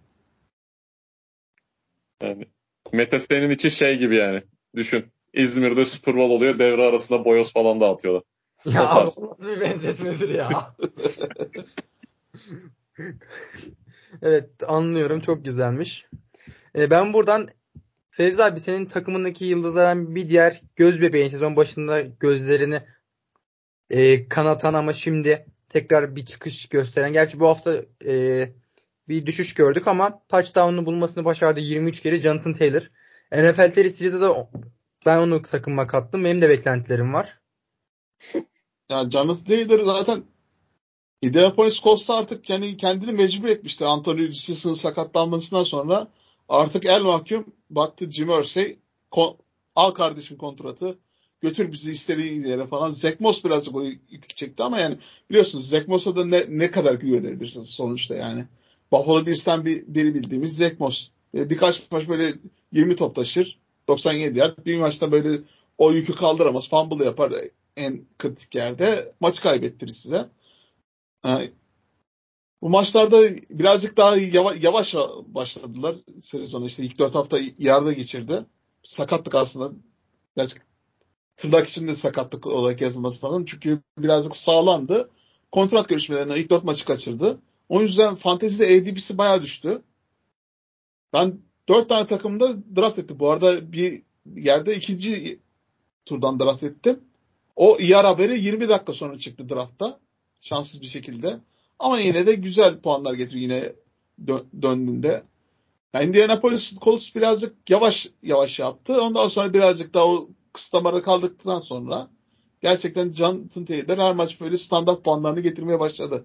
Yani Mete senin için şey gibi yani. Düşün. İzmir'de Super Bowl oluyor. Devre arasında boyoz falan dağıtıyorlar. Ya O abi tarz. o nasıl bir benzetmedir ya. Evet, anlıyorum. Çok güzelmiş. Ben buradan Fevzi abi, senin takımındaki yıldızlardan bir diğer göz bebeğin, sezon başında gözlerini kanatan ama şimdi tekrar bir çıkış gösteren. Gerçi bu hafta bir düşüş gördük ama touchdown'unu bulmasını başardı 23 kere Jonathan Taylor. NFL Series'de de ben onu takımıma kattım. Benim de beklentilerim var. Yani Jonathan Taylor zaten Indianapolis Colts'a artık yani kendini mecbur etmişti. Anthony Richardson'ın sakatlanmasından sonra artık el mahkum baktı Jim Irsay, al kardeşim kontratı, götür bizi istediğin yere falan. Zach Moss birazcık o yükü çekti ama yani biliyorsunuz Zach Moss'a da ne kadar güvenebilirsiniz sonuçta yani. Buffalo Bills'ten biri bildiğimiz Zach Moss. Birkaç maç böyle 20 top taşır, 97 yard. Bir maçta böyle o yükü kaldıramaz, fumble yapar en kritik yerde. Maçı kaybettirir size. Yani bu maçlarda birazcık daha yavaş başladılar sezona. İşte ilk 4 hafta yarıda geçirdi. Sakatlık aslında birazcık tırnak içinde sakatlık olarak yazılması lazım. Çünkü birazcık sağlamdı. Kontrat görüşmelerinde ilk 4 maçı kaçırdı. O yüzden fantezide ADP'si bayağı düştü. Ben 4 tane takımda draft ettim. Bu arada bir yerde ikinci turdan draft ettim. O IR haberi 20 dakika sonra çıktı draftta. Şanssız bir şekilde. Ama yine de güzel puanlar getiriyor yine döndüğünde. Yani Indianapolis Colts birazcık yavaş yavaş yaptı. Ondan sonra birazcık daha o kısıtlamaları kaldıktan sonra gerçekten Jonathan Taylor her maç böyle standart puanlarını getirmeye başladı.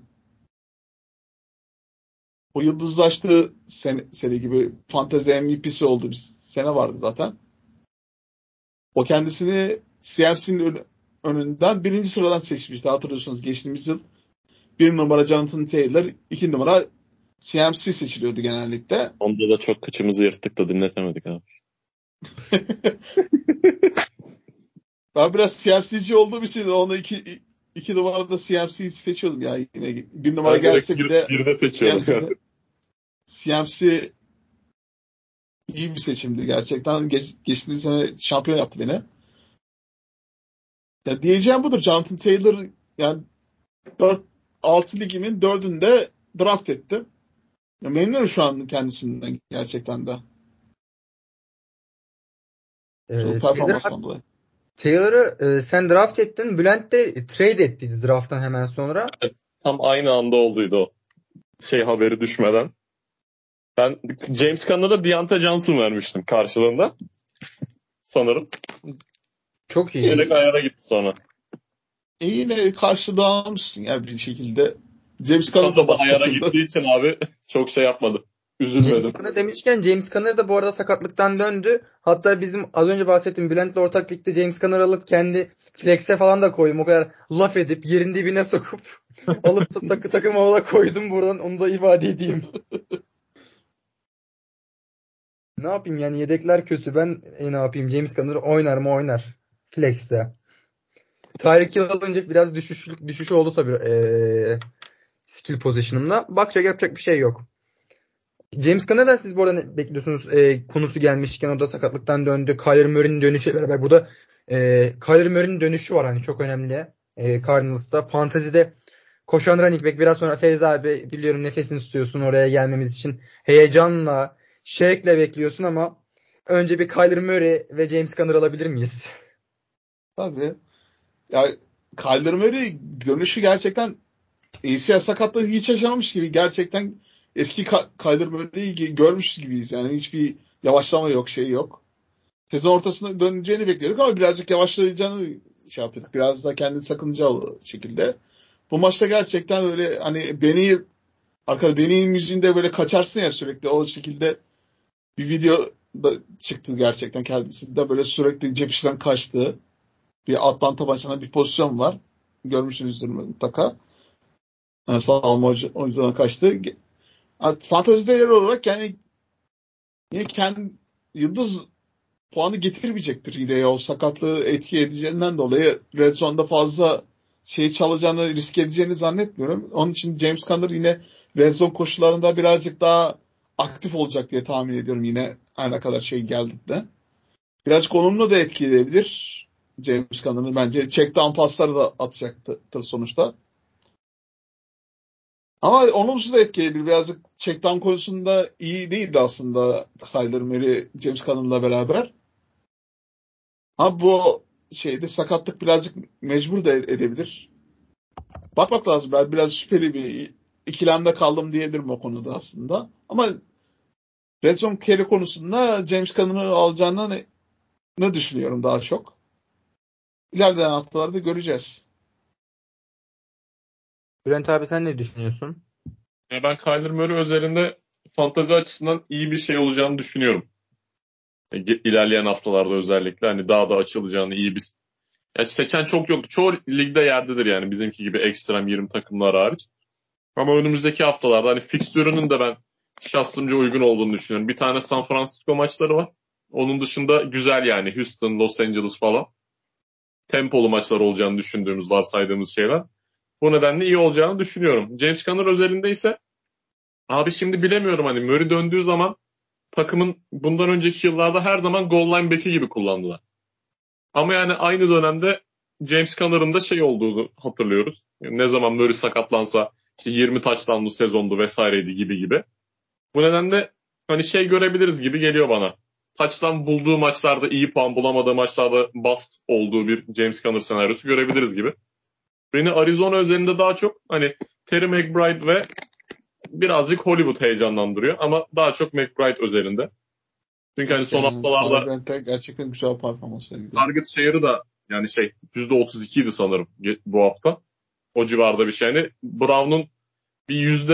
O yıldızlaştığı sene gibi fantezi MVP'si olduğu bir sene vardı zaten. O kendisini CMC'nin önünden birinci sıradan seçmişti. Hatırlıyorsunuz geçtiğimiz yıl. Bir numara Jonathan Taylor, iki numara CMC seçiliyordu genellikle. Onda da çok kıçımızı yırttık da dinletemedik abi. Ben biraz CMC'ci olduğum için onu iki numarada CMC seçiyordum ya. Yine bir numara Ben direkt gelse bile bir de seçiyordum. CMC iyi bir seçimdi gerçekten. Geçtiğimiz sene şampiyon yaptı beni. Ya diyeceğim budur. Jonathan Taylor yani 6 ligimin 4'ünde draft ettim. Ya memnunum şu an kendisinden gerçekten de. Şu Taylor, performanstan dolayı. Taylor'ı sen draft ettin. Bülent de trade etti draft'tan hemen sonra. Tam aynı anda olduydu o. Haberi düşmeden. Ben James Conner'a Deontay Johnson vermiştim karşılığında. Sanırım. Çok iyi. Direkt ayara gitti sonra. Yine karşılığı almışsın ya bir şekilde. James Conner Conner da da bas ayara kaçırdı. gittiği için abi çok yapmadı. James Üzülmedim. Conner demişken, James Conner da bu arada sakatlıktan döndü. Hatta bizim az önce bahsettiğim Bülent'le ortak ligde James Conner alıp kendi flex'e falan da koydum. O kadar laf edip yerin dibine sokup alıp da takım havla koydum, buradan onu da ifade edeyim. Ne yapayım yani, yedekler kötü. Ben ne yapayım? James Conner oynar mı oynar. Flex'te. Tyreek Hill alınca biraz düşüş oldu tabii skill position'ımda. Bakacak, yapacak bir şey yok. James Conner'dan siz bu arada ne bekliyorsunuz? Konusu gelmişken, o da sakatlıktan döndü. Kyler Murray'nin dönüşüyle beraber burada Kyler Murray'nin dönüşü var, hani çok önemli. Cardinals'ta. Fantasy'de koşan running back, biraz sonra Feyza abi biliyorum nefesini tutuyorsun oraya gelmemiz için. Heyecanla, şevkle bekliyorsun ama önce bir Kyler Murray ve James Conner alabilir miyiz? Tabii. Ya Kyler Murray dönüşü gerçekten ACL sakatlığı hiç yaşamamış gibi. Gerçekten eski Kyler Murray'i görmüş gibiyiz. Yani hiçbir yavaşlama yok, şey yok. Sezon ortasında döneceğini bekliyorduk ama birazcık yavaşlayacağını şey yapıyorduk. Biraz da kendini sakıncalı şekilde. Bu maçta gerçekten öyle hani Benny'in müziğinde böyle kaçarsın ya sürekli, o şekilde bir video da çıktı gerçekten kendisinde, böyle sürekli cep işten kaçtığı bir Atlanta maçına bir pozisyon var. Görmüşsünüzdür mutlaka. Yani savunma oyuncularına kaçtı. Fantezi değeri olarak yani yine kendi yıldız puanı getirmeyecektir yine ya. O sakatlığı etki edeceğinden dolayı Red Zone'da fazla şey çalacağını, risk edeceğini zannetmiyorum. Onun için James Conner yine Red Zone koşullarında birazcık daha aktif olacak diye tahmin ediyorum yine, her ne kadar şey geldi de. Birazcık olumlu da etki edebilir James Conner'ı bence. Check down pasları da atacaktır sonuçta. Ama olumsuz da etkileyebilir. Birazcık checkdown konusunda iyi değildi aslında Kyler Murray James Conner'la beraber. Ama bu şeyde sakatlık birazcık mecbur da edebilir. Bakmak lazım. Ben biraz şüpheli bir ikilemde kaldım diyebilirim o konuda aslında. Ama Red Zone carry konusunda James Conner'ı alacağını ne düşünüyorum daha çok. İlerleyen haftalarda göreceğiz. Bülent abi sen ne düşünüyorsun? Ya ben Kyler Murray özelinde fantezi açısından iyi bir şey olacağını düşünüyorum. İlerleyen haftalarda özellikle hani daha da açılacağını iyi bir... Ya seçen çok yoktu. Çoğu ligde yerdedir yani bizimki gibi ekstrem 20 takımlar hariç. Ama önümüzdeki haftalarda hani fikstürünün de ben şahsımca uygun olduğunu düşünüyorum. Bir tane San Francisco maçları var. Onun dışında güzel yani Houston, Los Angeles falan. Tempolu maçlar olacağını düşündüğümüz, varsaydığımız şeyler. Bu nedenle iyi olacağını düşünüyorum. James Conner özelinde ise abi şimdi bilemiyorum hani Murray döndüğü zaman takımın bundan önceki yıllarda her zaman goal line back'i gibi kullandılar. Ama yani aynı dönemde James Conner'ın da şey olduğunu hatırlıyoruz. Yani ne zaman Murray sakatlansa işte 20 touchdown'lu sezondu vesaireydi gibi gibi. Bu nedenle hani şey görebiliriz gibi geliyor bana. Touchdown bulduğu maçlarda iyi puan bulamadığı maçlarda bust olduğu bir James Conner senaryosu görebiliriz gibi. Beni Arizona özelinde daha çok hani Terry McBride ve birazcık Hollywood heyecanlandırıyor ama daha çok McBride özelinde. Çünkü hani Evet son yani haftalarda Calvin gerçekten güzel bir performans sergiledi. target share'ı da yani şey %32 idi sanırım bu hafta. O civarda bir şey. Yani Brown'un bir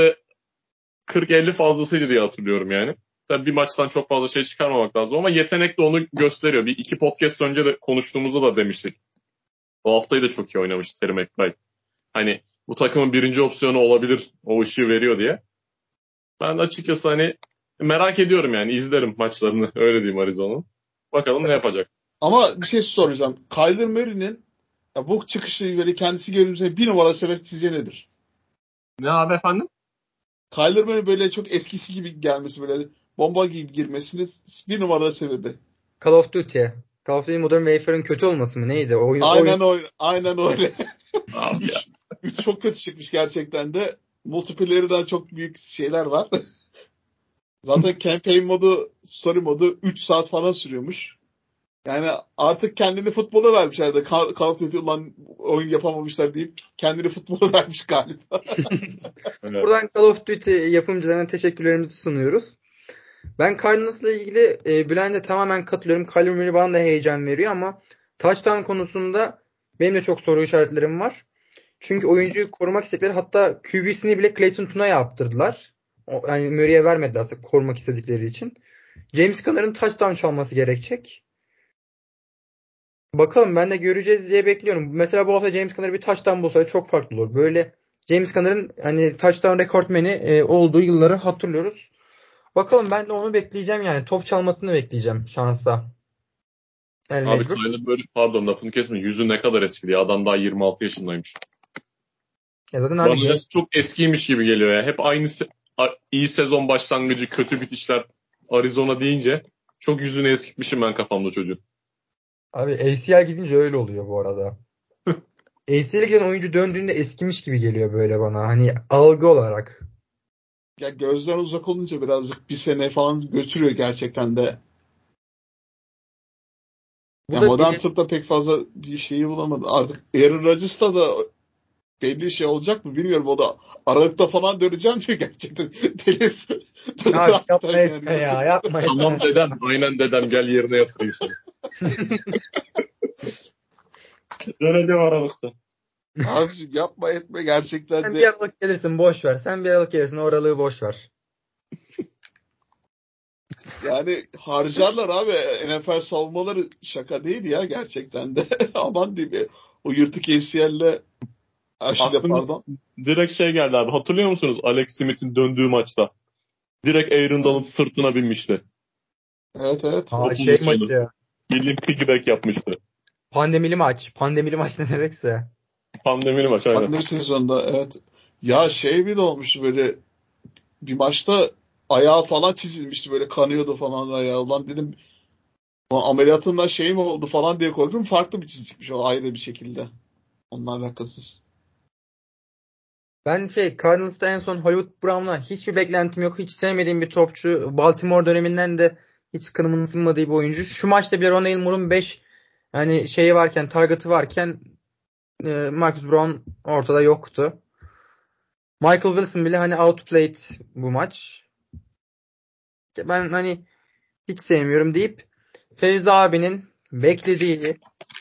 %40-50 fazlasıydı diye hatırlıyorum yani. Tabii bir maçtan çok fazla şey çıkarmamak lazım ama yetenek de onu gösteriyor. Bir iki podcast önce de konuştuğumuzda da demiştik. O haftayı da çok iyi oynamış Terry McBride. Hani bu takımın birinci opsiyonu olabilir. O ışığı veriyor diye. Ben de açıkçası hani merak ediyorum yani izlerim maçlarını öyle diyeyim Arizona'nın. Bakalım ne yapacak. Ama bir şey soracağım. Kyler Murray'nin ya bu çıkışı böyle kendisi görünümüzde bir numara sebep sizce nedir? Ne abi efendim? Kyler Murray böyle çok eskisi gibi gelmesi böyle bomba gibi girmesinin bir numara sebebi. Call of Duty. Call of Duty Modern Warfare'ın kötü olması mı? Neydi? Oyun Aynen öyle. Aynen öyle. Abi ya. 3 çok kötü çıkmış gerçekten de. Multiplayer'dan çok büyük şeyler var. Zaten campaign modu, story modu 3 saat falan sürüyormuş. Yani artık kendini futbola vermişler de Call of Duty olan oyun yapamamışlar deyip kendini futbola vermiş galiba. Evet. Buradan Call of Duty yapımcılarına teşekkürlerimizi sunuyoruz. Ben Cardinals'la ilgili Bülent'e tamamen katılıyorum. Kyler Murray bana da heyecan veriyor ama touchdown konusunda benim de çok soru işaretlerim var. Çünkü oyuncuyu korumak istedikleri hatta QB'sini bile Clayton Tuna'ya yaptırdılar. Yani Murray'e vermediler aslında korumak istedikleri için. James Conner'ın touchdown çalması gerekecek. Bakalım ben de göreceğiz diye bekliyorum. Mesela bu hafta James Conner bir touchdown bulsa çok farklı olur. Böyle James Conner'ın hani touchdown rekortmeni olduğu yılları hatırlıyoruz. Bakalım ben de onu bekleyeceğim yani. Top çalmasını bekleyeceğim şansa. El Abi mecbur. Kyler böyle pardon lafını kesme. Yüzü ne kadar eski diye. Adam daha 26 yaşındaymış. Ya zaten abi Bana genç. yaş çok eskiymiş gibi geliyor ya. Hep aynı iyi sezon başlangıcı, kötü bitişler Arizona deyince çok yüzünü eskitmişim ben kafamda çocuğun. Abi ACL gidince öyle oluyor bu arada. ACL'e giden oyuncu döndüğünde eskimiş gibi geliyor böyle bana. Hani algı olarak. Ya gözden uzak olunca birazcık bir sene falan götürüyor gerçekten de. Bu Ya da modern bir tıpta pek fazla bir şeyi bulamadı. Artık Aaron Rodgers'ta da belli şey olacak mı bilmiyorum. O da Aralık'ta falan döneceğim diyor gerçekten. Deli. Döner abi harbiden yapma yani etme ya. götürüyor. Yapma Tamam etme. dedem. Aynen dedem gel yerine yatırayım seni. Döneceğim Aralık'ta. Abiciğim yapma etme gerçekten Sen bir de. aralık gelirsin boş ver. Sen bir aralık gelirsin oralığı boş ver. Yani harcarlar abi. NFL savunmaları şaka değil ya gerçekten de. Aman diyeyim. O yırtık ACL'le Aşile Aklıma pardon. direkt şey geldi abi. Hatırlıyor musunuz Alex Smith'in döndüğü maçta? Direkt Aaron Evet Donald sırtına binmişti. evet. Evet. O Aa şey pozisyonu. maçı. Bildiğin piggyback yapmıştı. Pandemili maç. Pandemili maç ne demekse. Pandemili maç aynen. Pandemi sezonunda evet. Ya şey bile olmuştu böyle bir maçta ayağı falan çizilmişti böyle kanıyordu falan ayağı. Ulan dedim o ameliyatından şey mi oldu falan diye korktum. Farklı bir çizikmiş o ayrı bir şekilde. Onunla alakasız. Ben Cardinals'ta en son Hollywood Brown'la hiçbir beklentim yok. Hiç sevmediğim bir topçu. Baltimore döneminden de hiç kanımın ısınmadığı bir oyuncu. Şu maçta bile Ronald Moore'un 5 hani varken, target'ı varken Marcus Brown ortada yoktu. Michael Wilson bile hani outplayed bu maç. Ben hani hiç sevmiyorum deyip Fevzi abinin beklediği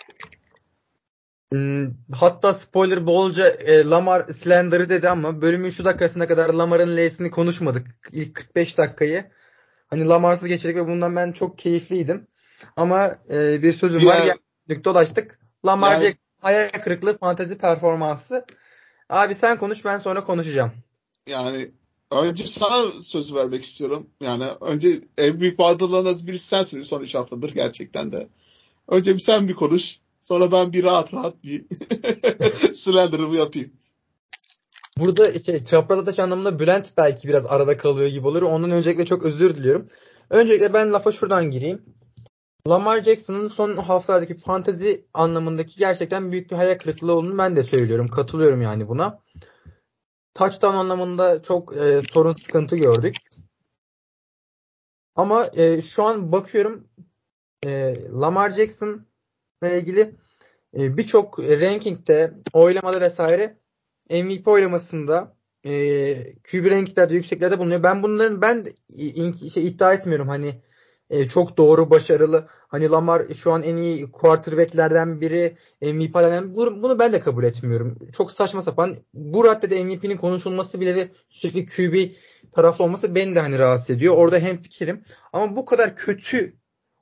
hatta spoiler bolca Lamar Slender'ı dedi ama bölümün şu dakikasına kadar Lamar'ın L'sini konuşmadık. İlk 45 dakikayı. Hani Lamar'sız geçirdik ve bundan ben çok keyifliydim. Ama bir sözüm var. Diğer Dolaştık. Lamar yani Jackson hayal kırıklığı fantezi performansı. Abi sen konuş, ben sonra konuşacağım. yani önce sana söz vermek istiyorum. Yani önce en büyük varlığından birisi sensin son 3 haftadır gerçekten de. Önce bir sen bir konuş. Sonra ben bir rahat rahat bir Slender'ımı yapayım. Burada çapraz atış anlamında Bülent belki biraz arada kalıyor gibi olur. Ondan öncelikle çok özür diliyorum. Öncelikle ben lafa şuradan gireyim. Lamar Jackson'ın son haftalardaki fantezi anlamındaki gerçekten büyük bir hayal kırıklığı olduğunu ben de söylüyorum. Katılıyorum yani buna. Touchdown anlamında çok sorun sıkıntı gördük. Ama şu an bakıyorum Lamar Jackson'la ilgili birçok rankingde, oylamada vesaire MVP oylamasında QB rankinglerde yükseklerde bulunuyor. Ben bunların iddia etmiyorum hani çok doğru, başarılı. Hani Lamar şu an en iyi quarterback'lerden biri, MVP'lerden bunu ben de kabul etmiyorum. Çok saçma sapan. Bu raddede MVP'nin konuşulması bile ve sürekli QB taraflı olması beni de hani rahatsız ediyor. Orada hemfikirim. Ama bu kadar kötü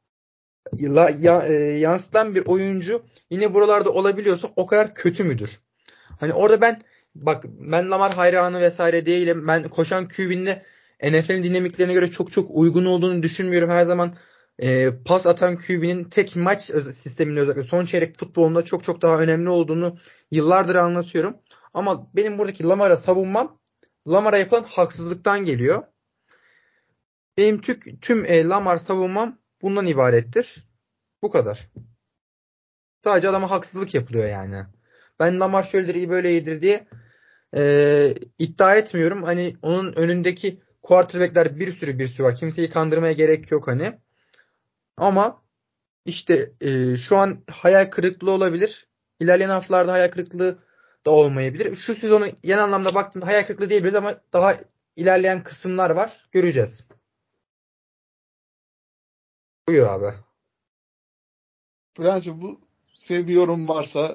yansıtan bir oyuncu yine buralarda olabiliyorsa o kadar kötü müdür? Hani orada ben Lamar hayranı vesaire değilim. Ben koşan QB'nin NFL'in dinamiklerine göre çok çok uygun olduğunu düşünmüyorum. Her zaman pas atan QB'nin tek maç sisteminde özellikle son çeyrek futbolunda çok çok daha önemli olduğunu yıllardır anlatıyorum. Ama benim buradaki Lamar'a savunmam Lamar'a yapılan haksızlıktan geliyor. Benim tüm Lamar savunmam bundan ibarettir. Bu kadar. Sadece adama haksızlık yapılıyor yani. Ben Lamar şöyledir iyi böyle iyidir diye iddia etmiyorum. Hani onun önündeki quarterback'ler bir sürü var. Kimseyi kandırmaya gerek yok hani. Ama işte şu an hayal kırıklığı olabilir. İlerleyen haftalarda hayal kırıklığı da olmayabilir. Şu sezonu genel anlamda baktığımda hayal kırıklığı diyebiliriz ama daha ilerleyen kısımlar var. Göreceğiz. Buyur abi. Bülent'ciğim bu senin bir yorum varsa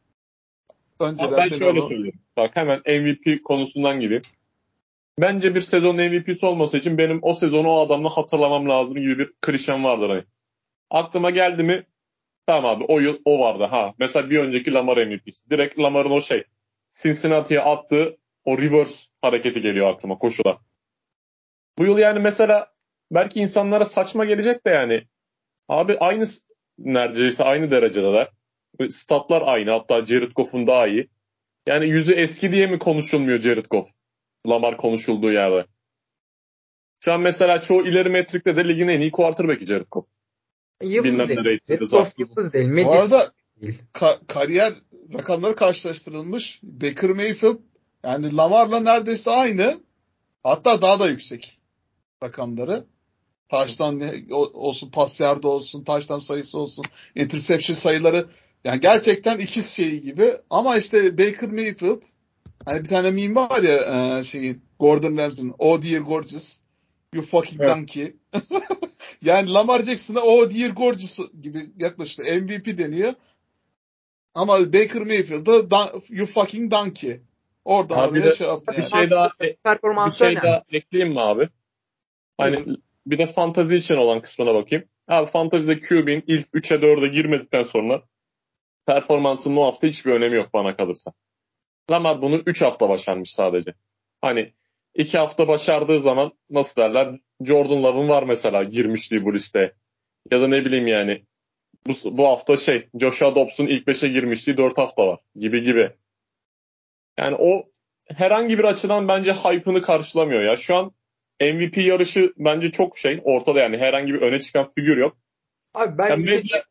Abi önceden ben seni şöyle alalım. söyleyeyim. Bak hemen MVP konusundan gireyim. Bence bir sezonun MVP'si olması için benim o sezonu o adamla hatırlamam lazım gibi bir klişem vardır hani. Aklıma geldi mi tamam abi o yıl o vardı ha. Mesela bir önceki Lamar MVP'si. Direkt Lamar'ın o Cincinnati'ye attığı o reverse hareketi geliyor aklıma koşuda. Bu yıl yani mesela belki insanlara saçma gelecek de yani. Abi aynı neredeyse aynı derecedeler. Statlar aynı. Hatta Jared Goff'un daha iyi. Yani yüzü eski diye mi konuşulmuyor Jared Goff? Lamar konuşulduğu yerde. Şu an mesela çoğu ileri metrikte de ligin en iyi quarterback'i Jared Goff. Yıldız Bilmem değil. ne rating'de Goff zaten. yıldız değil. Bu Medyası arada değil. kariyer rakamları karşılaştırılmış. Baker Mayfield yani Lamar'la neredeyse aynı. Hatta daha da yüksek rakamları. Touchdown olsun, pas yardı olsun, touchdown sayısı olsun, interception sayıları. Yani gerçekten ikiz şeyi gibi. Ama işte Baker Mayfield hani bir tane meme var ya Gordon Ramsay'ın Oh dear gorgeous, you fucking Evet. donkey. Yani Lamar Jackson'a Oh dear gorgeous gibi yaklaşıyor. MVP deniyor. Ama Baker Mayfield'a you fucking donkey. Oradan Abi oraya şey yaptı bir yani. şey daha bir Performansı şey önemli. daha ekleyeyim mi abi? Buyur. Hani bir de fantazi için olan kısmına bakayım. Abi fantazide QB'nin ilk 3'e 4'e girmedikten sonra performansının o hafta hiçbir önemi yok bana kalırsa. Lamar bunu 3 hafta başarmış sadece. Hani 2 hafta başardığı zaman nasıl derler? Jordan Love'ın var mesela girmişliği bu listeye. Ya da ne bileyim yani bu hafta Joshua Dobbs'un ilk 5'e girmişliği 4 hafta var gibi gibi. Yani o herhangi bir açıdan bence hype'ını karşılamıyor ya. Şu an MVP yarışı bence çok ortada yani herhangi bir öne çıkan figür yok. Abi ben Yani bir şey medya,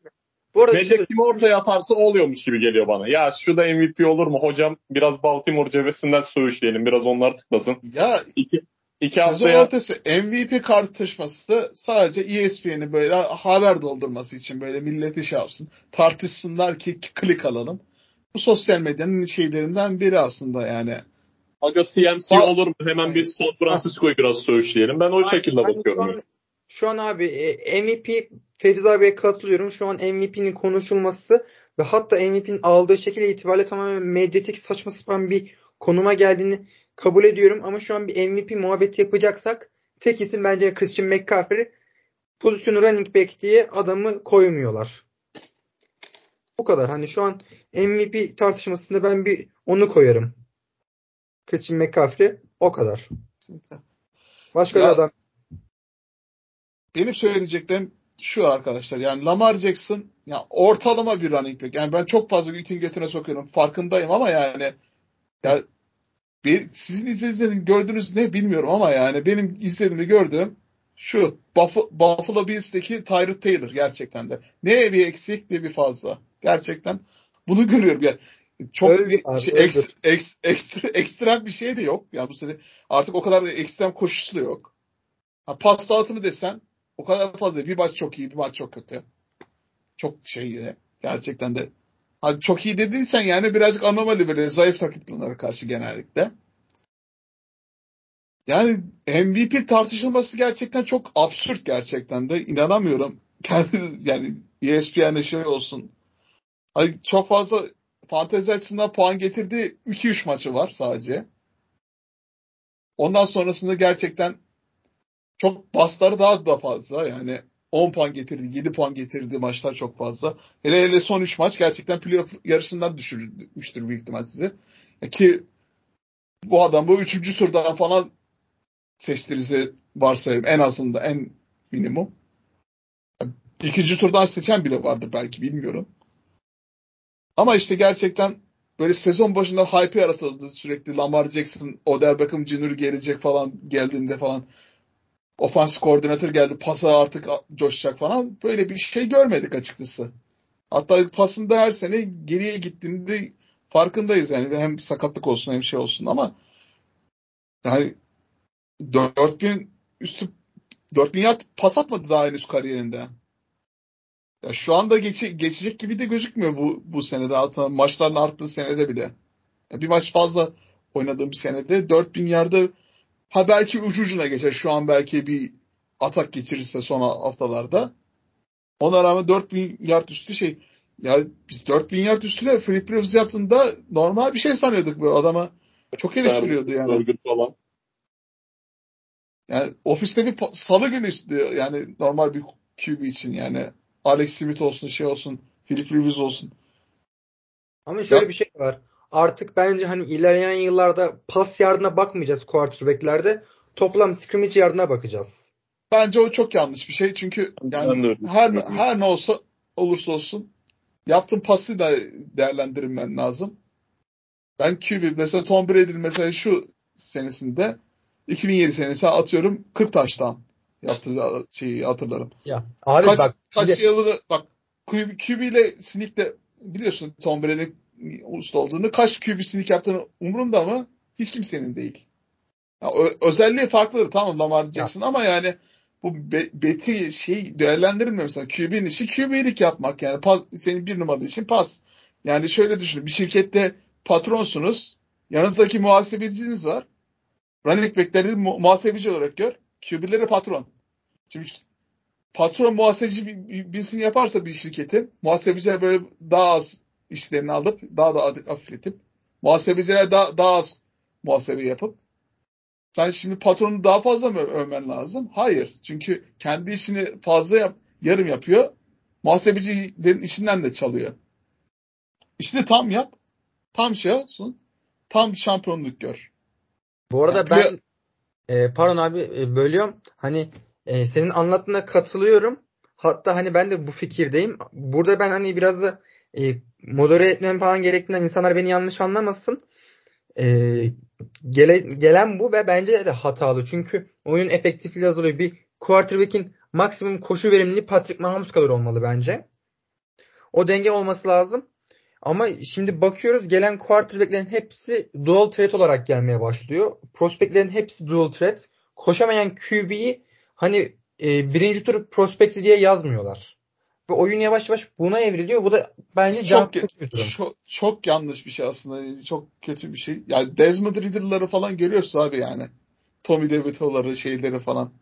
Bu arada Medya kimi ortaya atarsa oluyormuş gibi geliyor bana. Ya şu da MVP olur mu? Hocam biraz Baltimore cephesinden söğüşleyelim. Biraz onlar tıklasın. Ya İki sezon haftaya ortası MVP tartışması sadece ESPN'i böyle haber doldurması için böyle milleti şey yapsın. Tartışsınlar ki klik alalım. Bu sosyal medyanın şeylerinden biri aslında yani. aga CMC olur mu? Hemen bir San Francisco'yu biraz söğüşleyelim. Ben o şekilde bakıyorum. Şu an abi MVP Feriz abiye katılıyorum. Şu an MVP'nin konuşulması ve hatta MVP'nin aldığı şekil itibariyle tamamen medyatik saçma sapan bir konuma geldiğini kabul ediyorum. Ama şu an bir MVP muhabbeti yapacaksak tek isim bence Christian McCaffrey. Pozisyonu running back diye adamı koymuyorlar. Bu kadar. Hani şu an MVP tartışmasında ben bir onu koyarım. Christian McCaffrey o kadar. Başka bir Ya, adam. benim söyleyeceklerim şu arkadaşlar. Yani Lamar Jackson ya ortalama bir running back. Yani ben çok fazla itin götüne sokuyorum. Farkındayım ama yani ya sizin izlediğiniz gördüğünüz ne bilmiyorum ama yani benim izlediğimi gördüğüm şu Buffalo Bills'teki Tyrod Taylor gerçekten de. Ne bir eksik ne bir fazla. Gerçekten bunu görüyorum. Yani çok ekstrem bir şey de yok. Yani bu sene artık o kadar da ekstrem koşusu da yok. Pas dağıtımı desen o kadar fazla değil. Bir maç çok iyi, bir maç çok kötü. Çok şey gerçekten de. Hadi çok iyi dediysen yani birazcık anomali böyle zayıf rakiplerine karşı genellikle. Yani MVP tartışılması gerçekten çok absürt gerçekten de. İnanamıyorum. Yani ESPN'de şey olsun. Hani çok fazla fantezi açısından puan getirdiği 2-3 maçı var sadece. Ondan sonrasında gerçekten çok basları daha da fazla. Yani 10 puan getirdi, 7 puan getirdiği maçlar çok fazla. Hele son 3 maç gerçekten playoff yarışından düşürmüştür büyük ihtimal sizi. Ki bu adam bu 3. turdan falan seçtirirse varsayıyorum en azından en minimum. 2. turdan seçen bile vardı belki bilmiyorum. Ama işte gerçekten böyle sezon başında hype yaratıldı sürekli Lamar Jackson, Odell Beckham Jr. gelecek falan geldiğinde falan. Ofansif koordinatör geldi pasa artık coşacak falan. Böyle bir şey görmedik açıkçası. Hatta pasında her sene geriye gittiğinde farkındayız yani. Hem sakatlık olsun hem şey olsun ama yani 4000 üstü 4000 yard pas atmadı daha henüz kariyerinde. Ya şu anda geçecek gibi de gözükmüyor bu senede. Hatta maçların arttığı senede bile. Ya bir maç fazla oynadığım bir senede 4000 yarda belki ucuna geçer. Şu an belki bir atak geçirirse son haftalarda. Ona rağmen 4000 yard üstü şey. Ya biz 4000 yard üstüne free practice yaptığında normal bir şey sanıyorduk bu adama. Çok eleştiriyordu yani. Falan. Yani ofiste bir salı günü yani normal bir QB için yani Alex Smith olsun şey olsun Philip Rivers olsun. Ama şöyle Ya bir şey var. Artık bence hani ilerleyen yıllarda pas yardına bakmayacağız quarterback'lerde. Toplam scrimmage yardına bakacağız. bence o çok yanlış bir şey çünkü yani Ben de öyle her ne olursa olsun yaptığın pası da değerlendirmen lazım. Ben QB mesela Tom Brady'nin mesela şu senesinde 2007 senesi atıyorum 40 taştan yaptığı şeyi hatırlarım. Ya abi bak Kaç yılını bak QB ile Sneak'le biliyorsun Tom Brady'nin usta olduğunu kaç QB Sneak yaptığını umurumda ama hiç kimsenin değil. Ya, özelliği farklıdır tamam Lamar ya Jackson ama yani bu beti şey değerlendirilmiyor mesela QB'nin işi QB'lik yapmak yani senin bir numaralı için pas. Yani şöyle düşünün bir şirkette patronsunuz yanınızdaki muhasebeciniz var. Running back'leri muhasebeci olarak gör. QB'leri patron. Şimdi patron muhasebeci birisini yaparsa bir şirketin muhasebeciler böyle daha az işlerini alıp daha da hafifletip muhasebeciler daha az muhasebe yapıp sen şimdi patronu daha fazla mı övmen lazım? Hayır. Çünkü kendi işini fazla yarım yapıyor. Muhasebecilerin işinden de çalıyor. İşini tam yap. Tam şey olsun. Tam şampiyonluk gör. bu Yani arada ben pardon abi bölüyorum. Hani senin anlattığına katılıyorum. Hatta hani ben de bu fikirdeyim. Burada ben hani biraz da modere etmem falan gerektiğinden insanlar beni yanlış anlamasın. E, gelen bu ve bence de hatalı. Çünkü oyunun efektifliği azalıyor. Bir quarterback'in maksimum koşu verimliliği Patrick Mahomes kadar olmalı bence. O denge olması lazım. Ama şimdi bakıyoruz gelen quarterback'lerin hepsi dual threat olarak gelmeye başlıyor. Prospect'lerin hepsi dual threat. Koşamayan QB'yi hani birinci tur prospect'i diye yazmıyorlar. Ve oyun yavaş yavaş buna evriliyor. Bu da bence can Çok sıkıcı bir durum. çok yanlış bir şey aslında. Çok kötü bir şey. Yani Desmond Ridder'ları falan görüyorsun abi yani. Tommy DeVito'ları, şeyleri falan.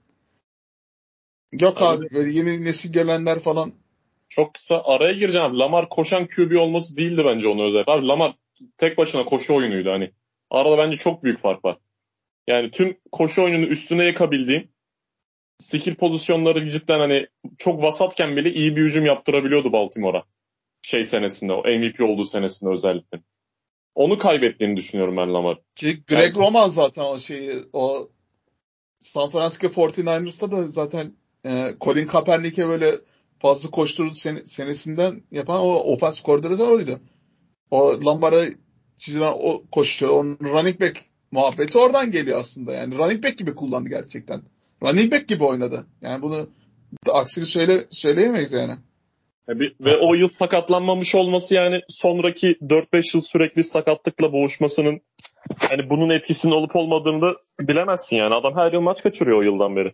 Yok Abi abi böyle yeni nesil gelenler falan. çok kısa araya gireceğim abi. Lamar koşan QB olması değildi bence onu özel. Abi Lamar tek başına koşu oyunuydu hani. Arada bence çok büyük fark var. Yani tüm koşu oyununu üstüne yıkabildiğin skill pozisyonları cidden hani çok vasatken bile iyi bir hücum yaptırabiliyordu Baltimore'a. Şey senesinde, o MVP olduğu senesinde özellikle. Onu kaybettiğini düşünüyorum ben Lamar. Ki Yani Greg Roman zaten o şeyi o San Francisco 49ers'ta da zaten Colin Kaepernick'e böyle fazla koşturduğu senesinden yapan o ofans koordinatörü oydu. O Lambar'a çizilen o koşuyor. Onun running back muhabbeti oradan geliyor aslında. Yani running back gibi kullandı gerçekten. Running back gibi oynadı. Yani bunu aksini söyleyemeyiz yani. ve o yıl sakatlanmamış olması yani sonraki 4-5 yıl sürekli sakatlıkla boğuşmasının hani bunun etkisinin olup olmadığını da bilemezsin yani. Adam her yıl maç kaçırıyor o yıldan beri.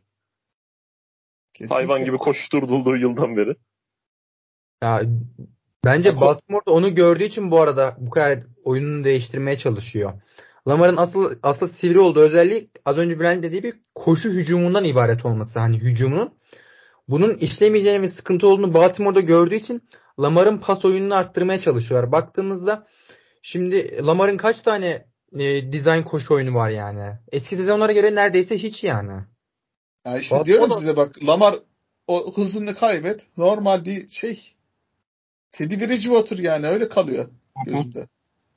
Hayvan Kesinlikle. gibi koşturulduğu yıldan beri. Ya, Ya, bence Baltimore'da onu gördüğü için bu arada bu kadar oyununu değiştirmeye çalışıyor. Lamar'ın asıl sivri olduğu özellik az önce Bülent dediği bir koşu hücumundan ibaret olması. Hani hücumunun bunun işlemeyeceğini ve sıkıntı olduğunu Baltimore'da gördüğü için Lamar'ın pas oyununu arttırmaya çalışıyorlar. Baktığınızda şimdi Lamar'ın kaç tane design koşu oyunu var yani. Eski sezonlara göre neredeyse hiç yani. ya işte diyorum Baltimore'da size bak Lamar o hızını kaybet. Normal bir şey. Teddy Bridgewater yani öyle kalıyor gözümde.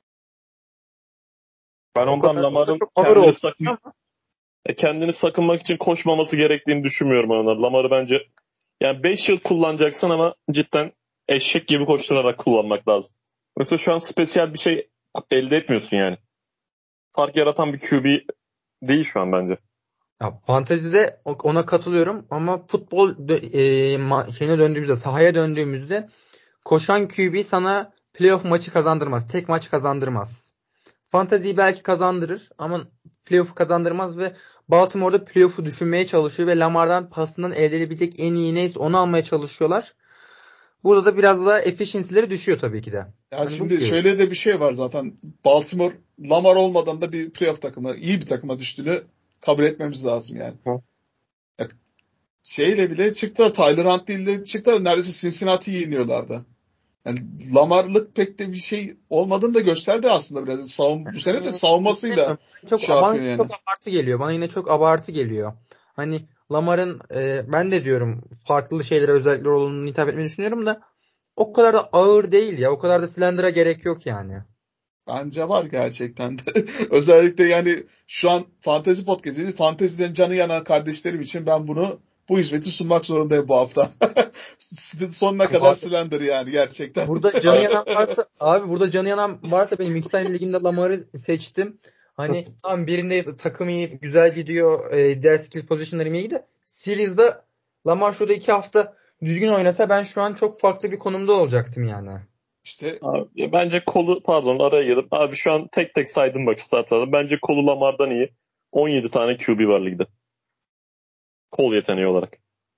Ben o ondan kadar da Lamar'ın çok ağır oldu. kendini sakınmak için koşmaması gerektiğini düşünmüyorum ona. Lamar'ı bence yani 5 yıl kullanacaksın ama cidden eşek gibi koşturarak kullanmak lazım. Yoksa şu an spesiyel bir şey elde etmiyorsun yani. Fark yaratan bir QB değil şu an bence. Ya, fantezide ona katılıyorum ama futbol şeyine döndüğümüzde, sahaya döndüğümüzde koşan QB sana playoff maçı kazandırmaz. Tek maç kazandırmaz. Fanteziyi belki kazandırır ama playoff'u kazandırmaz ve Baltimore'da playoff'u düşünmeye çalışıyor ve Lamar'dan pasından elde edebilecek en iyi neyse onu almaya çalışıyorlar. Burada da biraz daha efficiency'leri düşüyor tabii ki de. Ya Hani bu şimdi bir. şöyle de bir şey var zaten. Baltimore Lamar olmadan da bir playoff takımı, iyi bir takıma düştüğünü kabul etmemiz lazım yani. Hı. Ya şeyle bile çıktılar. Tyler Huntley ile çıktılar. Neredeyse Cincinnati'yi yeniyorlardı. Yani Lamar'lık pek de bir şey olmadığını da gösterdi aslında biraz. Bu sene de savunmasıyla şey Bana yapıyor yani. çok abartı geliyor. Bana yine çok abartı geliyor. Hani Lamar'ın ben de diyorum farklı şeylere özellikler olduğunu hitap etmeyi düşünüyorum da o kadar da ağır değil ya. O kadar da Slender'a gerek yok yani. Bence var gerçekten de. Özellikle yani şu an Fantezi Podcast'ı, Fantezi'den canı yanan kardeşlerim için ben bu hizmeti sunmak zorundayım bu hafta. Sonuna kadar Abi, Slender yani gerçekten. burada canı yanan varsa abi burada canı yanan varsa benim Mixline ligimde Lamar'ı seçtim. Hani tam birinde takım iyi güzel gidiyor. Diğer skill position'larım iyi de Series'de Lamar şurada 2 hafta düzgün oynasa ben şu an çok farklı bir konumda olacaktım yani. İşte Abi, bence kolu pardon araya girip abi şu an tek tek saydım bak startlarda. Bence kolu Lamar'dan iyi. 17 tane QB var ligde. Kol yeteneği olarak.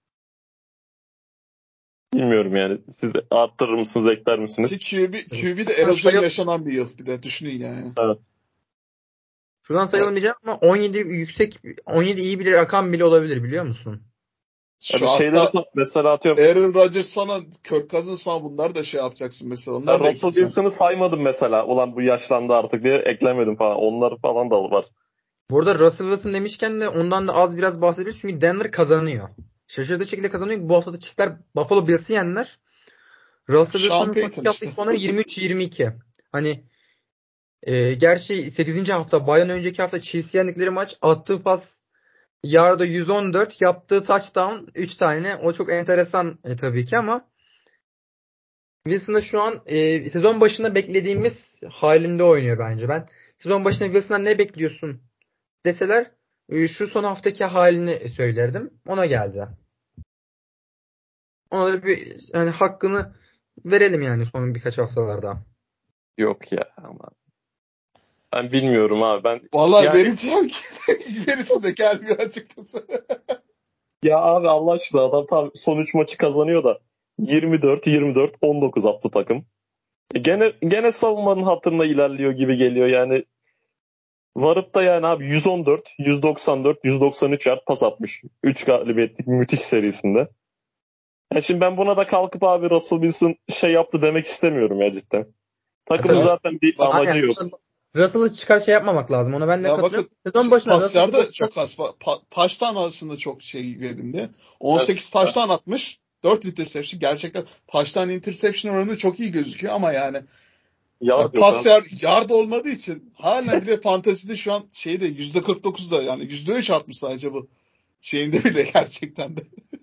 Bilmiyorum yani. Siz arttırır mısınız, ekler ki misiniz? QB de Şuradan erozyon sayalım, yaşanan bir yıl bir de düşünün yani. Evet. şuradan Ya, sayalım diyeceğim ama 17 iyi bir rakam bile olabilir biliyor musun? Ya bir şu şeyleri hatta mesela atıyorum. Aaron Rodgers falan, Kirk Cousins falan bunlar da şey yapacaksın mesela. Ya Onlar da Russell ekleyeceksin. Wilson'ı saymadım mesela. Ulan bu yaşlandı artık diye eklemedim falan. Onlar falan da var. Burada Russell Wilson demişken de ondan da az biraz bahsedebiliriz. Çünkü Denver kazanıyor. Şaşırtıcı şekilde kazanıyor. Bu hafta da Chiefs'ler Buffalo Bills'i yendiler. Russell Sean Wilson'ın son Payton 2 hafta işte. sonları 23-22. Hani gerçi 8. hafta baydan önceki hafta Chiefs'i yendikleri maç attığı pas yarda 114 yaptığı touchdown 3 tane. O çok enteresan tabii ki ama Wilson da şu an sezon başında beklediğimiz halinde oynuyor bence. Ben sezon başında Wilson'dan ne bekliyorsun deseler şu son haftaki halini söylerdim. Ona geldi. Ona da bir yani hakkını verelim yani son birkaç haftalarda. Yok ya ama. Ben bilmiyorum abi. Vallahi Yani vereceğim ki gerisi de gelmiyor açıkçası. ya abi Allah aşkına adam tam son 3 maçı kazanıyor da 24-19 attı takım. Gene savunmanın hatırına ilerliyor gibi geliyor yani. Varıp da yani abi 114, 194, 193 yard pas atmış. 3 galibiyetlik müthiş serisinde. Yani şimdi ben buna da kalkıp abi Russell Wilson şey yaptı demek istemiyorum ya cidden. Takımın Tabii. zaten bir Bak, amacı Aynen. yok. Russell'ı çıkar şey yapmamak lazım. Ona ben de ya katılıyorum. bakın Sezon başına pas Russell yardı çok çok az. Taştan arasında çok şey verimli. 18 Evet. taştan atmış. 4 interception. Gerçekten taştan interception oranı çok iyi gözüküyor ama yani Yard yok pas abi. yard olmadığı için halen bile fantezide şu an şeyde %49'da yani %3 artmış sadece bu şeyinde bile gerçekten de.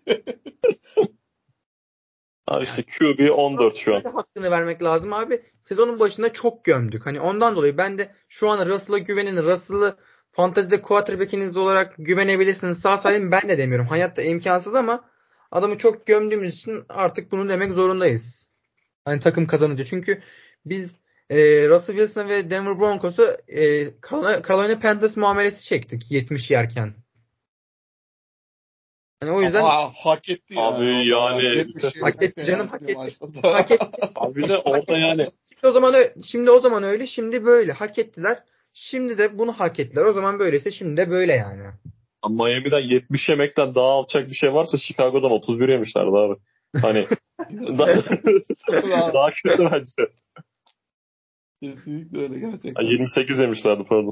Abi yani işte QB 14 şu an. şöyle hakkını vermek lazım abi. Sezonun başında çok gömdük. Hani ondan dolayı ben de şu an Russell'a güvenin. Russell'ı fantezide quarterback'iniz olarak güvenebilirsiniz. Sağ salim ben de demiyorum. Hayatta imkansız ama adamı çok gömdüğümüz için artık bunu demek zorundayız. Hani takım kazanınca. Çünkü biz Russell Wilson ve Denver Broncos'u Carolina Panthers muamelesi çektik 70 yerken. Hani o yüzden Ama hak etti yani Abi o da yani yani 70 hak yemek de etti canım, yani hak bir etti. maçta da. Hak etti. abi de Hak orada yani etti. Şimdi o zaman öyle, şimdi böyle. Hak ettiler. Şimdi de bunu hak ettiler. O zaman böyleyse şimdi de böyle yani. Miami'den 70 yemekten daha alçak bir şey varsa Chicago'dan 31 yemişlerdi abi. Hani daha, daha kötü bence. Kesinlikle öyle Ha, gerçekten. 28 yemişlerdi pardon.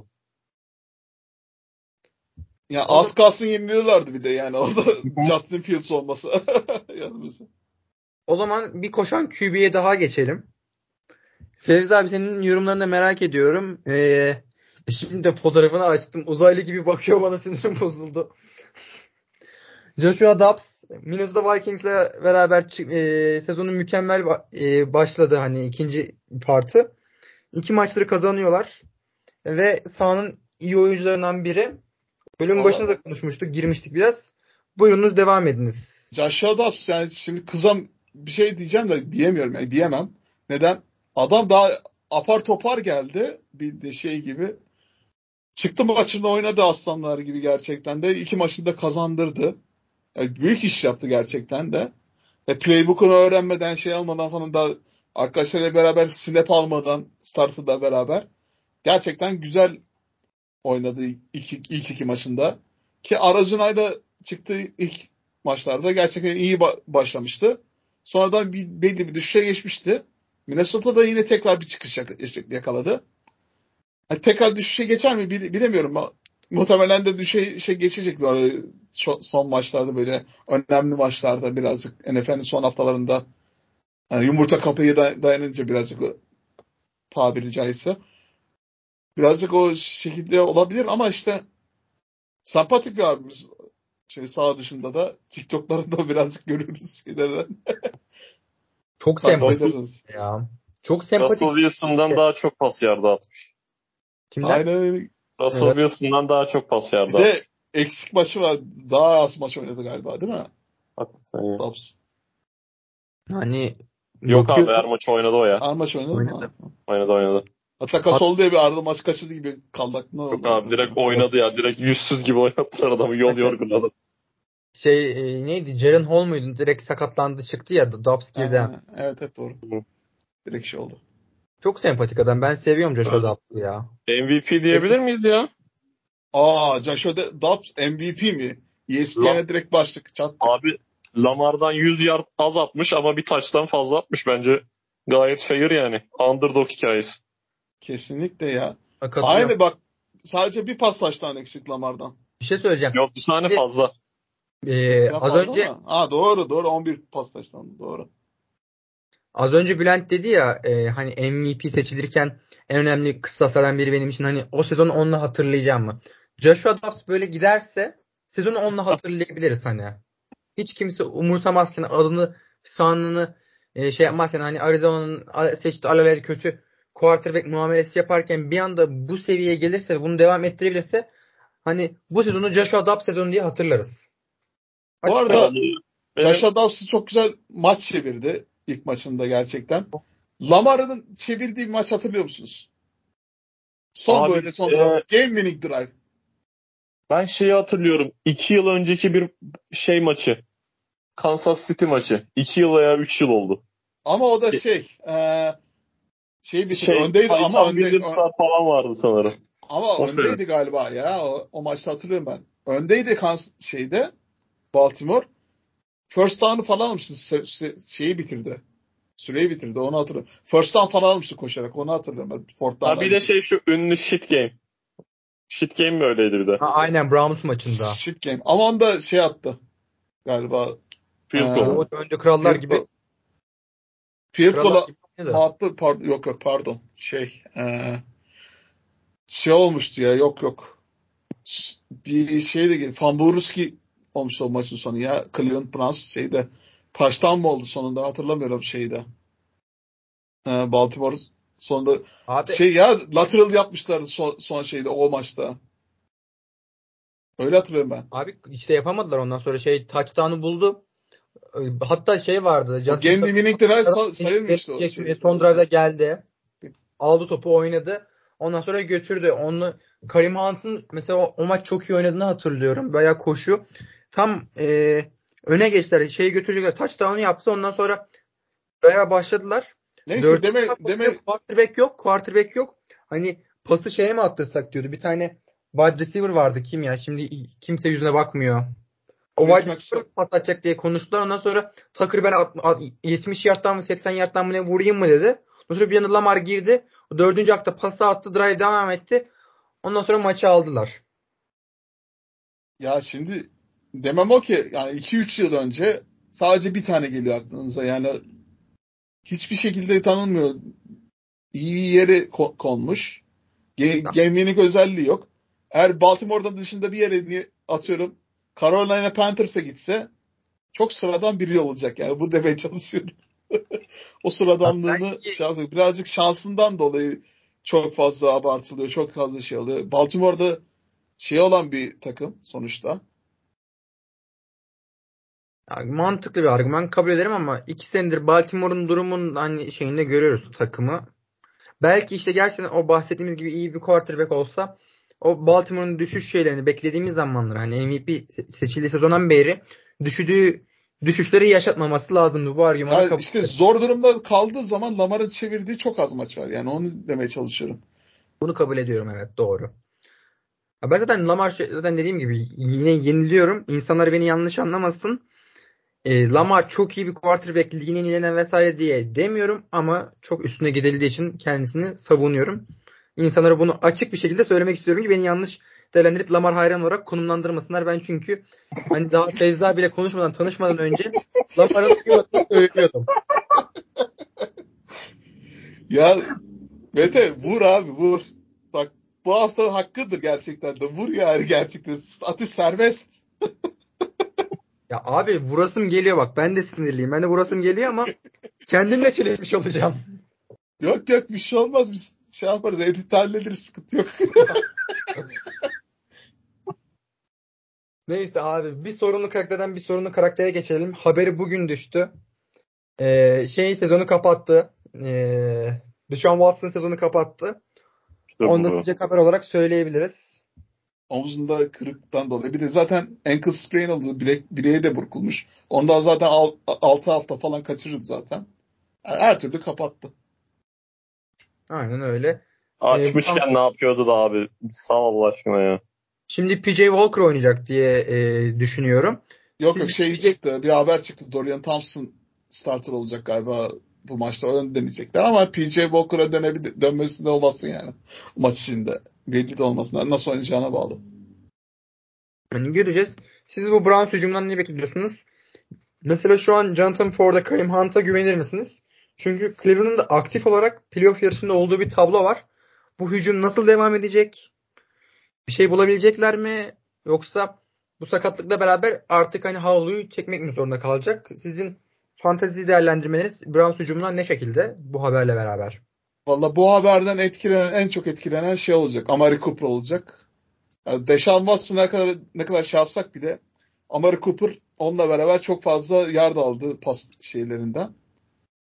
Ya O az zaman, kalsın yeniliyorlardı bir de yani orada Justin Fields olması. Yanımızda. o zaman bir koşan QB'ye daha geçelim. Fevzi abi senin yorumlarını da merak ediyorum. Şimdi de fotoğrafını açtım. Uzaylı gibi bakıyor bana, sinirim bozuldu. Joshua Dobbs Minnesota Vikings'le beraber sezonun mükemmel başladı, hani ikinci partı. İki maçları kazanıyorlar ve sahanın iyi oyuncularından biri. Bölümün Valla başında da konuşmuştuk, girmiştik biraz. Buyurunuz, devam ediniz. Joshua Dobbs yani şimdi kızım bir şey diyeceğim de diyemiyorum yani diyemem. Neden? Adam daha apar topar geldi bir de şey gibi. Çıktı maçında oynadı aslanlar gibi gerçekten de. İki maçını da kazandırdı. Yani büyük iş yaptı gerçekten de. Playbook'unu öğrenmeden şey almadan falan da arkadaşlarıyla beraber snap almadan startı da beraber. Gerçekten güzel oynadı ilk iki maçında. Ki Aracınay'da çıktığı ilk maçlarda gerçekten iyi başlamıştı. Sonradan belli bir düşüşe geçmişti. Minnesota'da yine tekrar bir çıkış yakaladı. Tekrar düşüşe geçer mi bilemiyorum. Muhtemelen de düşüşe geçecekler son maçlarda böyle önemli maçlarda birazcık NFL'in son haftalarında yani yumurta kapıyı dayanınca birazcık tabiri caizse birazcık o şekilde olabilir ama işte sempatik bir abimiz. Sağ dışında da TikTok'larında birazcık görürüz. Neden? Çok Takip Russell, sempatik edersiniz. ya. Çok Russell sempatik. Wilson'dan daha çok pas yardı atmış. Kimden? Aynen öyle. Russell Evet. Wilson'dan daha çok pas Bir yardı de atmış. eksik maçı var. Daha az maç oynadı galiba değil mi? Hakikaten ya. Dobbs. Hani Yok abi her bakıyorum, maçı oynadı o ya. Her maç oynadı mı? oynadı. Ha, tamam. Oynadı. Hatta Hat Gasol diye bir arada maç kaçırdı gibi kaldı. Ne Yok oldu abi orada? direkt Ha. oynadı ya. Direkt yüzsüz gibi oynattılar adamı. Yol Evet. yorgun adam. Neydi? Jaren Hall muydu? Direkt sakatlandı çıktı ya. Dobbs girdi. Evet doğru. Direkt şey oldu. Çok sempatik adam. Ben seviyorum Joshua Öyle. Dobbs'ı ya. MVP diyebilir miyiz ya? Joshua Dobbs MVP mi? La, ESPN'e direkt başlık çattık. abi Lamar'dan 100 yard az atmış ama bir taçtan fazla atmış bence. Gayet fair yani. Underdog hikayesi. Kesinlikle ya. Katılıyorum. Aynı bak sadece bir pas taştan eksik Lamar'dan. Bir şey söyleyeceğim. Yok bir tane Şimdi, fazla. Ya az fazla önce mı? Doğru 11 pas taştan doğru. az önce Bülent dedi ya, hani MVP seçilirken en önemli kıstaslardan biri benim için, hani o sezonu onunla hatırlayacağım mı? Joshua Dobbs böyle giderse sezonu onunla hatırlayabiliriz hani. Hiç kimse umursamazken, adını sanını şey yapmazken, hani Arizona'nın seçtiği alelade kötü quarterback muamelesi yaparken bir anda bu seviyeye gelirse ve bunu devam ettirebilirse, hani bu sezonu Joshua Dobbs sezonu diye hatırlarız. Bu Açık ve net. arada Yani benim Joshua Dobbs çok güzel maç çevirdi. ilk maçında gerçekten. Lamar'ın çevirdiği bir maç hatırlıyor musunuz? Son Abi, game winning drive. ben şeyi hatırlıyorum. 2 yıl önceki bir maçı. Kansas City maçı. 2 yıl veya 3 yıl oldu. Ama o da bitirdi. Öndeydi ama Tyson Williams'lar falan vardı sanırım. ama O öndeydi galiba ya. O maçta hatırlıyorum ben. Öndeydi Baltimore. First down'u falan almıştı. Bitirdi. Süreyi bitirdi. Onu hatırlıyorum. First down falan almıştı koşarak. Onu hatırlıyorum ben. Fourth down'dan Bir de şu ünlü shit game. Shit game mi öyleydi bir de? Aynen Browns maçında. Shit game. Ama onda attı. Galiba. Field goal. Önce krallar gibi. Field goal'a attı. Pardon. Olmuştu ya. Yok. Bir şey de geldi. Famburuski olmuş o maçın sonu ya. Cleveland Browns taştan mı oldu sonunda hatırlamıyorum Baltimore sonunda Abi, lateral yapmışlardı son o maçta. Öyle hatırlıyorum ben. Abi işte yapamadılar, ondan sonra touchdown'u buldu. Hatta vardı. O game winning drive sayılmıştı o Son drive'da geldi. Aldı topu, oynadı. Ondan sonra götürdü. Kareem Hunt'ın mesela o maç çok iyi oynadığını hatırlıyorum. Bayağı koşu. Tam öne geçtiler. Götürecekler. Touchdown'u yaptı. Ondan sonra bayağı başladılar. Neyse Quarterback yok. Hani pası mi attırsak diyordu. Bir tane wide receiver vardı. Kim ya? Şimdi kimse yüzüne bakmıyor. O wide receiver pas atacak diye konuştular. Ondan sonra Tucker ben 70 yardtan mı 80 yardtan mı ne vurayım mı dedi. Ondan sonra bir yana Lamar girdi. 4. akta pası attı. Drive devam etti. Ondan sonra maçı aldılar. Ya şimdi demem o ki yani 2-3 yıl önce sadece bir tane geliyor aklınıza. Yani hiçbir şekilde tanınmıyor. İyi bir yere konmuş. Game winning özelliği yok. Eğer Baltimore'dan dışında bir yere atıyorum Carolina Panthers'a gitse çok sıradan biri olacak. Yani bu demeye çalışıyorum. O sıradanlığını birazcık şansından dolayı çok fazla abartılıyor. Çok fazla oluyor. Baltimore'da olan bir takım sonuçta. Yani mantıklı bir argüman, kabul ederim ama 2 senedir Baltimore'un durumun şeyinde görüyoruz takımı. Belki işte gerçekten o bahsettiğimiz gibi iyi bir quarterback olsa o Baltimore'un düşüş beklediğimiz zamanlar MVP seçildiği sezondan beri düşüşleri yaşatmaması lazımdı. Bu argümanı kabul ederim. Zor durumda kaldığı zaman Lamar'ın çevirdiği çok az maç var. Yani onu demeye çalışıyorum. Bunu kabul ediyorum, evet, doğru. Ben zaten Lamar zaten dediğim gibi yine yeniliyorum. İnsanlar beni yanlış anlamasın. Lamar çok iyi bir quarterback, ligin en iyilerinden vesaire diye demiyorum ama çok üstüne gidildiği için kendisini savunuyorum. İnsanlara bunu açık bir şekilde söylemek istiyorum ki beni yanlış değerlendirip Lamar hayran olarak konumlandırmasınlar. Ben çünkü daha Feyza bile tanışmadan önce Lamar'ın iyi söylüyordum. Ya Mete vur abi vur. Bak bu hafta hakkıdır gerçekten de. Vur yani gerçekten. Atış serbest. Ya abi, vurasım geliyor bak. Ben de sinirliyim. Ben de vurasım geliyor ama kendimle çelişmiş olacağım. Yok bir şey olmaz. Biz yaparız. Edit hallederiz. Sıkıntı yok. Neyse abi, bir sorunlu karakterden bir sorunlu karaktere geçelim. Haberi bugün düştü. Sezonu kapattı. Deshaun Watson sezonu kapattı. Onu da sıcak haber olarak söyleyebiliriz. Omzunda kırıktan dolayı. Bir de zaten ankle sprain oldu. Bileği de burkulmuş. Ondan zaten 6 hafta falan kaçırırdı zaten. Yani her türlü kapattı. Aynen öyle. Açmışken ne yapıyordu da abi? Sağ ol Allah aşkına ya. Şimdi PJ Walker oynayacak diye düşünüyorum. Yok çıktı. Bir haber çıktı. Dorian Thompson starter olacak galiba bu maçta. Ön deneyecekler ama PJ Walker'a dönmesi de olmasın yani. Maç içinde. Belli de olmasın. Nasıl oynayacağına bağlı. Yani göreceğiz. Siz bu Browns hücumundan ne bekliyorsunuz? Mesela şu an Jonathan Ford'a, Kareem Hunt'a güvenir misiniz? Çünkü Cleveland'ın da aktif olarak playoff yarışında olduğu bir tablo var. Bu hücum nasıl devam edecek? Bir şey bulabilecekler mi? Yoksa bu sakatlıkla beraber artık havluyu çekmek mi zorunda kalacak? Sizin fantezi değerlendirmeleriniz Browns hücumundan ne şekilde bu haberle beraber? Valla bu haberden en çok etkilenen şey olacak. Amari Cooper olacak. Yani Deshaun Watson'a ne kadar yapsak bile Amari Cooper onunla beraber çok fazla yard aldı pas şeylerinden.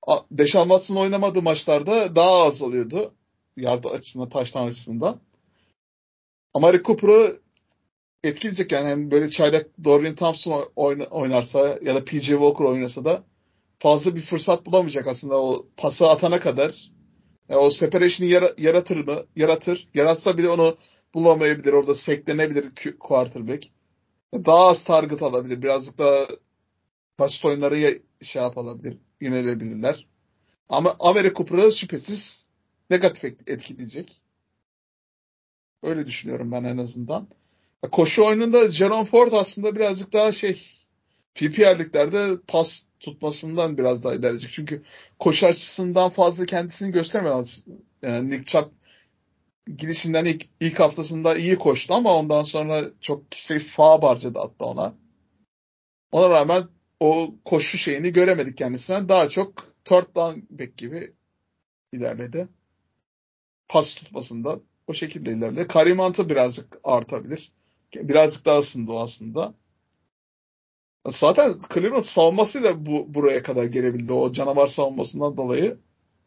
Deshaun Watson oynamadığı maçlarda daha az alıyordu. Yardı açısından, touchdown açısından. Amari Cooper'ı etkileyecek yani. Hem böyle çaylak Dorian Thompson oynarsa ya da P.J. Walker oynasa da fazla bir fırsat bulamayacak aslında o pası atana kadar. Yani o separation'ı yaratır mı? Yaratır. Yaratsa bile onu bulamayabilir. Orada seklenebilir quarterback. Daha az target alabilir. Birazcık daha basit oyunları şey yapabilir. Yönelebilirler. Ama Amari Cooper'ı şüphesiz negatif etkileyecek. Öyle düşünüyorum ben en azından. Koşu oyununda Jerome Ford aslında birazcık daha PPR'liklerde pas tutmasından biraz daha ilerleyecek. Çünkü koşu açısından fazla kendisini göstermedi. Yani Nick Chubb girişinden ilk haftasında iyi koştu ama ondan sonra çok faul harcadı hatta ona. Ona rağmen o koşu şeyini göremedik kendisinden. Daha çok third down back gibi ilerledi. Pas tutmasında o şekilde ilerledi. Kareem Hunt'ı birazcık artabilir. Birazcık daha ısındı o aslında. Zaten Cleveland savunmasıyla buraya kadar gelebildi. O canavar savunmasından dolayı.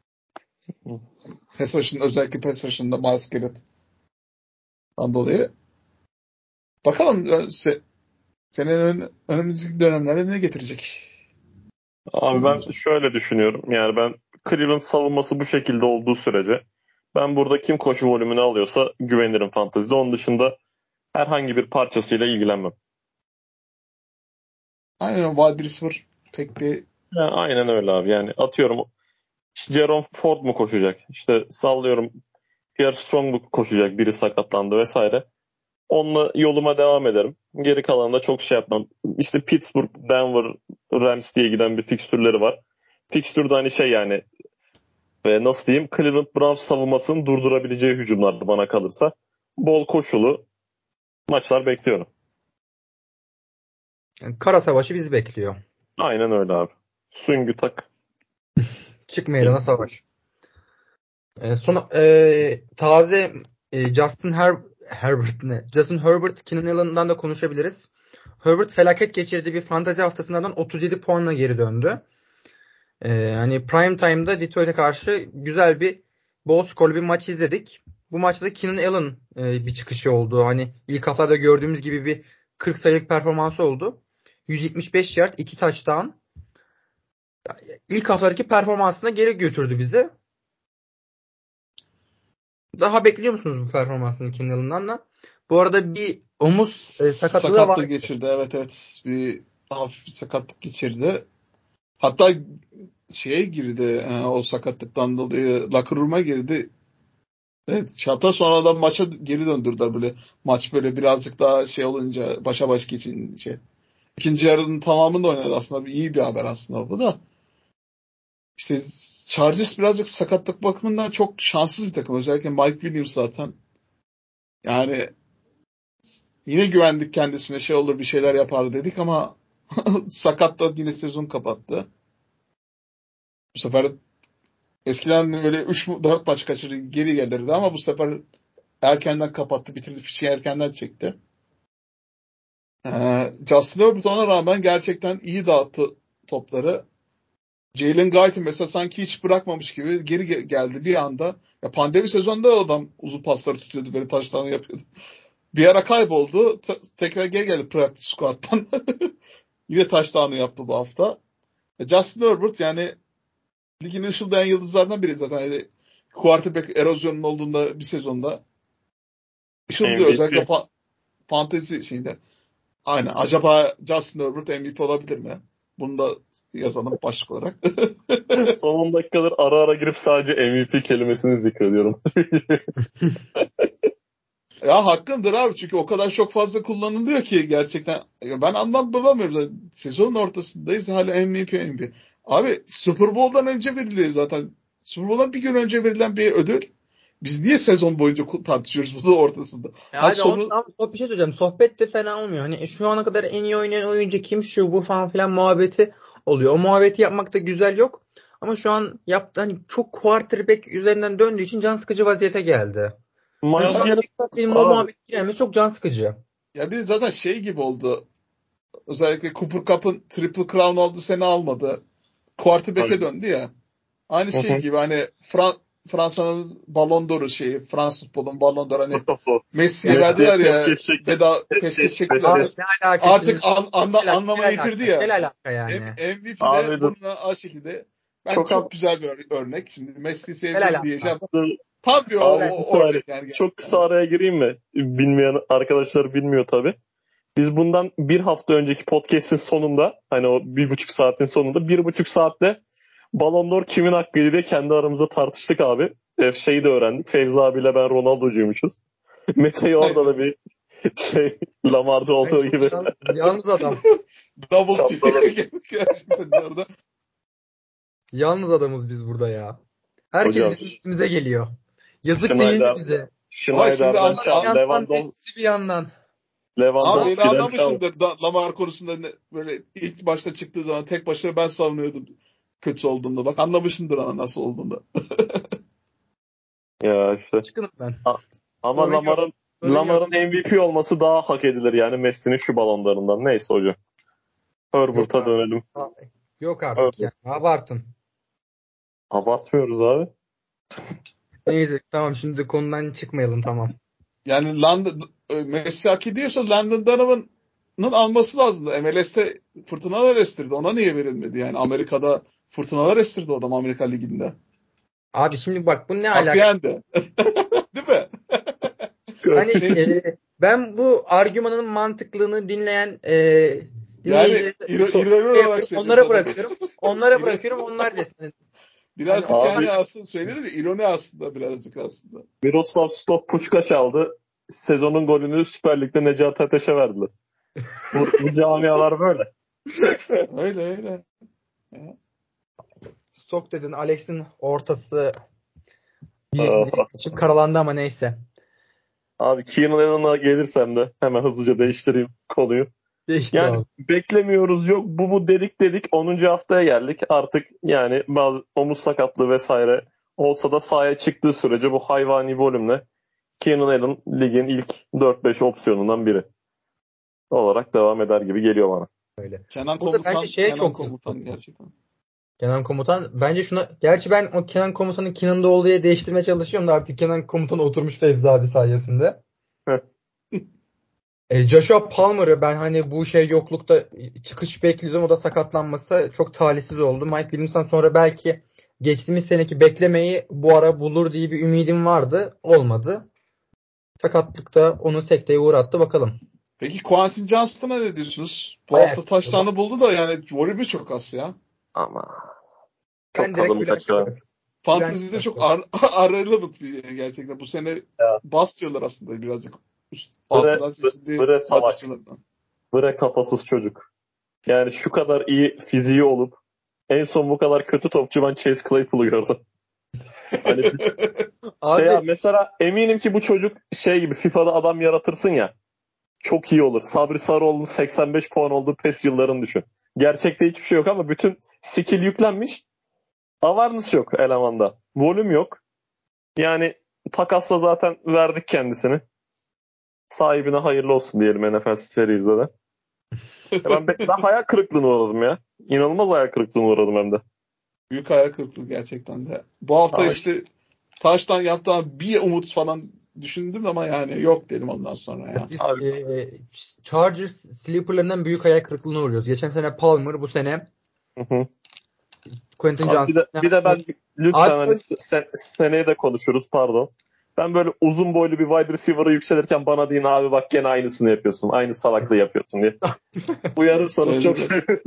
Özellikle pass rush'ında Myles Garrett'tan dolayı. Bakalım senin önümüzdeki dönemlerde ne getirecek? Abi ben şöyle düşünüyorum. Yani ben Cleveland savunması bu şekilde olduğu sürece ben burada kim koşu volümünü alıyorsa güvenirim fantezide. Onun dışında herhangi bir parçasıyla ilgilenmem. Aynen wide receiver pek bir Aynen öyle abi. Yani atıyorum Jerome Ford mu koşacak? İşte sallıyorum Pierre Strong mu koşacak? Biri sakatlandı vesaire. Onunla yoluma devam ederim. Geri kalanında çok şey yapmam. İşte Pittsburgh, Denver, Rams diye giden bir fikstürleri var. Fikstürde hani yani nasıl diyeyim Cleveland Browns savunmasını durdurabileceği hücumlar bana kalırsa. Bol koşulu maçlar bekliyorum. Yani kara savaşı bizi bekliyor. Aynen öyle abi. Süngü tak. Çık meydana savaş. Taze Justin Herbert, Keenan Allen'dan da konuşabiliriz. Herbert felaket geçirdiği bir fantezi haftasından 37 puanla geri döndü. Hani prime time'da Detroit'e karşı güzel bir bol skorlu bir maç izledik. Bu maçta da Keenan Allen bir çıkışı oldu. Hani ilk haftada gördüğümüz gibi bir 40 sayılık performansı oldu. 175 yard, 2 touchdown. İlk haftalardaki performansına geri götürdü bizi. Daha bekliyor musunuz bu performansını Keenan Allen'dan da? Bu arada bir omuz sakatlığı da var. geçirdi. Evet. Bir hafif bir sakatlık geçirdi. Hatta girdi o sakatlıktan dolayı locker room'a girdi. Evet, hatta sonradan maça geri döndürdüler böyle. Maç böyle birazcık daha olunca başa baş geçince. İkinci yarının tamamında oynadı aslında. İyi bir haber aslında bu da. İşte Chargers birazcık sakatlık bakımından çok şanssız bir takım. Özellikle Mike Williams zaten. Yani yine güvendik kendisine olur bir şeyler yapar dedik ama sakatla yine sezon kapattı. Bu sefer eskiden böyle 3-4 maç kaçırır geri gelirdi ama bu sefer erkenden kapattı, bitirdi, fişi erkenden çekti. Justin Herbert ona rağmen gerçekten iyi dağıttı topları. Jalen Guyton mesela sanki hiç bırakmamış gibi geri geldi bir anda. Ya pandemi sezonunda adam uzun pasları tutuyordu, böyle taşlarını yapıyordu. Bir ara kayboldu, tekrar geri geldi practice squad'tan. Yine taşlarını yaptı bu hafta. Justin Herbert yani ligin ışıldayan yıldızlardan biri zaten. Yani quarterback erozyonunun olduğunda bir sezonda ışıldıyor. MVP. Özellikle fantezi şeyinde. Aynen. Acaba Justin Herbert MVP olabilir mi? Bunu da yazalım başlık olarak. Son 10 dakikadır ara ara girip sadece MVP kelimesini zikrediyorum. Ya hakkındır abi, çünkü o kadar çok fazla kullanılıyor ki gerçekten. Ya ben anlam bulamıyorum. Sezonun ortasındayız hala MVP. Abi Super Bowl'dan önce veriliyor zaten. Super Bowl'dan bir gün önce verilen bir ödül. Biz niye sezon boyunca tartışıyoruz bunu ortasında? Maç Abi sonu bir şey söyleyeceğim. Sohbet de fena olmuyor. Hani şu ana kadar en iyi oynayan oyuncu kim, şu bu falan filan muhabbeti oluyor. O muhabbeti yapmakta güzel yok. Ama şu an yaptı hani çok quarterback üzerinden döndüğü için can sıkıcı vaziyete geldi. Hani Miles şu an Garrett benim o abi. muhabbet girmemiz çok can sıkıcı. ya bir zaten gibi oldu. Özellikle Cooper Cup'ın Triple Crown aldı, sene almadı. Quarterback'e Aynen. döndü ya. Aynı şey gibi hani Fransa'nın Ballon d'Or'u şeyi, Fransız futbolun Ballon d'Or hani Messi'ye verdiler ya peşkeş çektiler. Abi ne alaka Artık şimdi? anlamını yitirdi ya. Ne alaka yani? MVP Abi de bununla aynı şekilde. Ben çok çok güzel bir örnek. Şimdi Messi'yi Ne sevdim alaka? diyeceğim. Tam bir Abi o örnek yani. çok kısa araya gireyim mi? Bilmeyen arkadaşlar bilmiyor tabii. Biz bundan bir hafta önceki podcast'in sonunda hani o 1,5 saatin sonunda 1,5 saatte Ballon d'Or kimin hakkıydı diye kendi aramızda tartıştık abi. Şeyi de öğrendik. Fevzi abiyle ben Ronaldo'cuymuşuz. Mete'yi orada da bir Lamar'da olduğu gibi. Yalnız adam. Double tick. Gerçekten orada. Yalnız adamız biz burada ya. Herkes Hocam, bizim üstümüze geliyor. Yazık Schneider- değil mi bize? Schneider'den Bir çal. yandan Messi bir yandan. Abi beni Lewandowski'den çal. anlamışsındır Lamar konusunda böyle ilk başta çıktığı zaman tek başına ben savunuyordum kötü olduğunda. Bak anlamışsındır ama nasıl olduğunda. Ya işte. Çıkın ben. Ama Sorun yok. Lamar'ın MVP olması daha hak edilir yani Messi'nin şu balonlarından. Neyse hocam. Herbert'a Yok abi. dönelim. Yok artık ya. Abartın. Abartmıyoruz abi. Neyse tamam şimdi konudan çıkmayalım tamam. Yani Messi hak ediyorsa Landon Donovan'ın alması lazımdı. MLS'te fırtınalar estirdi. Ona niye verilmedi? Yani Amerika'da fırtınalar estirdi adam Amerika Ligi'nde. Abi şimdi bak bu ne Hakkı alaka? yendi. Değil mi? Hani ben bu argümanın mantıklılığını dinleyen Yani ironi olarak onlara bırakıyorum. Onlara bırakıyorum. Onlar desin. Birazcık Abi- yani aslında söyledi mi? İroni aslında birazcık aslında. Miroslav Stoch Puskás aldı. Sezonun golünü Süper Lig'de Necati Ateş'e verdiler. Bu camialar böyle. Öyle. Stok dedin. Alex'in ortası Aa, içim karalandı ama neyse. Abi Keenan Allen'a gelirsem de hemen hızlıca değiştireyim konuyu. Değiştir Yani abi. beklemiyoruz yok bu dedik 10. haftaya geldik. Artık yani bazı omuz sakatlığı vesaire olsa da sahaya çıktığı sürece bu hayvani volümle Keenan Allen ligin ilk 4-5 opsiyonundan biri olarak devam eder gibi geliyor bana. Öyle. Kenan Burada bence Komutan gerçekten. Kenan Komutan bence şuna gerçi ben o Kenan Komutan'ın Kenan'da olduğu diye değiştirmeye çalışıyorum da artık Kenan Komutan oturmuş Fevzi abi sayesinde. Joshua Palmer'ı ben hani bu yoklukta çıkış bekliyordum. O da sakatlanması çok talihsiz oldu. Mike Williams'tan sonra belki geçtiğimiz seneki beklemeyi bu ara bulur diye bir ümidim vardı. Olmadı. Sakatlıkta onu sekteye uğrattı bakalım. Peki Quentin Johnston'a ne diyorsunuz? Bu Ayak. hafta taşlarını buldu da yani volümü çok az ya. Ama Ben çok direkt tadımı kaçıyor. Fantezide çok ararlı bir gerçekten. Bu sene Ya. bas diyorlar aslında birazcık. Altından seçildiği Bre salak. sınırdan. Bre kafasız çocuk. Yani şu kadar iyi fiziği olup en son bu kadar kötü topçu ben Chase Claypool'u gördüm. Hani Abi mesela eminim ki bu çocuk gibi FIFA'da adam yaratırsın ya. Çok iyi olur. Sabri Sarıoğlu'nun 85 puan olduğu PES yıllarını düşün. Gerçekte hiçbir şey yok ama bütün skill yüklenmiş. Awareness yok elemanda. Volüm yok. Yani takasla zaten verdik kendisini. Sahibine hayırlı olsun diyelim NFL serisinde de. Ben hayal kırıklığına uğradım ya. İnanılmaz hayal kırıklığına uğradım hem de. Büyük hayal kırıklığı gerçekten de. Bu hafta işte taştan yaptığı bir umut falan düşündüm ama yani yok dedim ondan sonra ya. biz Chargers sleeper'larından büyük hayal kırıklığına uğruyoruz. Geçen sene Palmer, bu sene Quentin Johnson. Bir de ben lütfen Abi, seneye de konuşuruz pardon. Ben böyle uzun boylu bir wide receiver'a yükselirken bana deyin abi bak gene aynısını yapıyorsun. Aynı salaklığı yapıyorsun diye. Uyarırsanız çok sevinirim.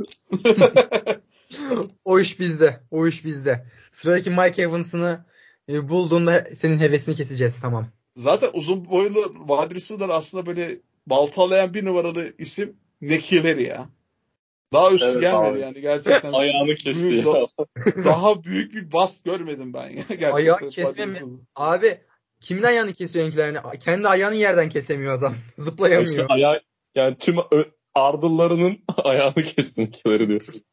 O iş bizde. O iş bizde. Sıradaki Mike Evans'ını bulduğunda senin hevesini keseceğiz. Tamam. Zaten uzun boylu wide receiver aslında böyle baltalayan bir numaralı isim Nekileri ya. Daha üstü gelmedi abi. Yani gerçekten. Ayağını kesti ya. Daha büyük bir bas görmedim ben ya. Gerçekten. Ayağı kesme mi? Abi kimin ayağını kesiyor enkilerini? Kendi ayağını yerden kesemiyor adam. Zıplayamıyor. İşte yani tüm ardıllarının ayağını kestinkileri diyorsun.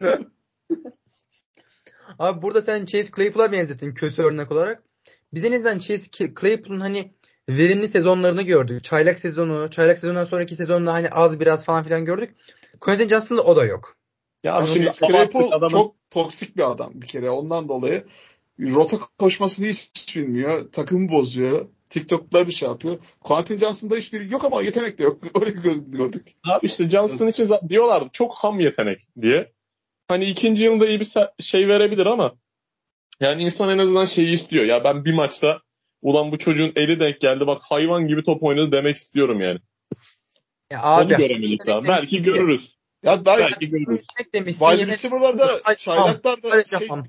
Abi burada sen Chase Claypool'a benzettin kötü örnek olarak. Biz en azından Chase Claypool'un hani verimli sezonlarını gördük. Çaylak sezondan sonraki sezonda hani az biraz falan filan gördük. Quentin Johnston'da o da yok. Ya şimdi Claypool çok toksik bir adam bir kere. Ondan dolayı rota koşmasını hiç bilmiyor. Takımı bozuyor. TikTok'ları şey yapıyor. Quentin Johnson'da hiçbir yok ama yetenek de yok. Öyle gördük. Abi işte Johnson için diyorlardı çok ham yetenek diye. Hani ikinci yılında iyi bir şey verebilir ama yani insan en azından şeyi istiyor. Ya ben bir maçta ulan bu çocuğun eli denk geldi bak hayvan gibi top oynadı demek istiyorum yani. Ya Onu abi göremedik daha. demişsin Belki ki görürüz. Ya ben Belki görürüz. demişsin wide yemin receiver'larda, ham. çaylaklarda Sadece ham.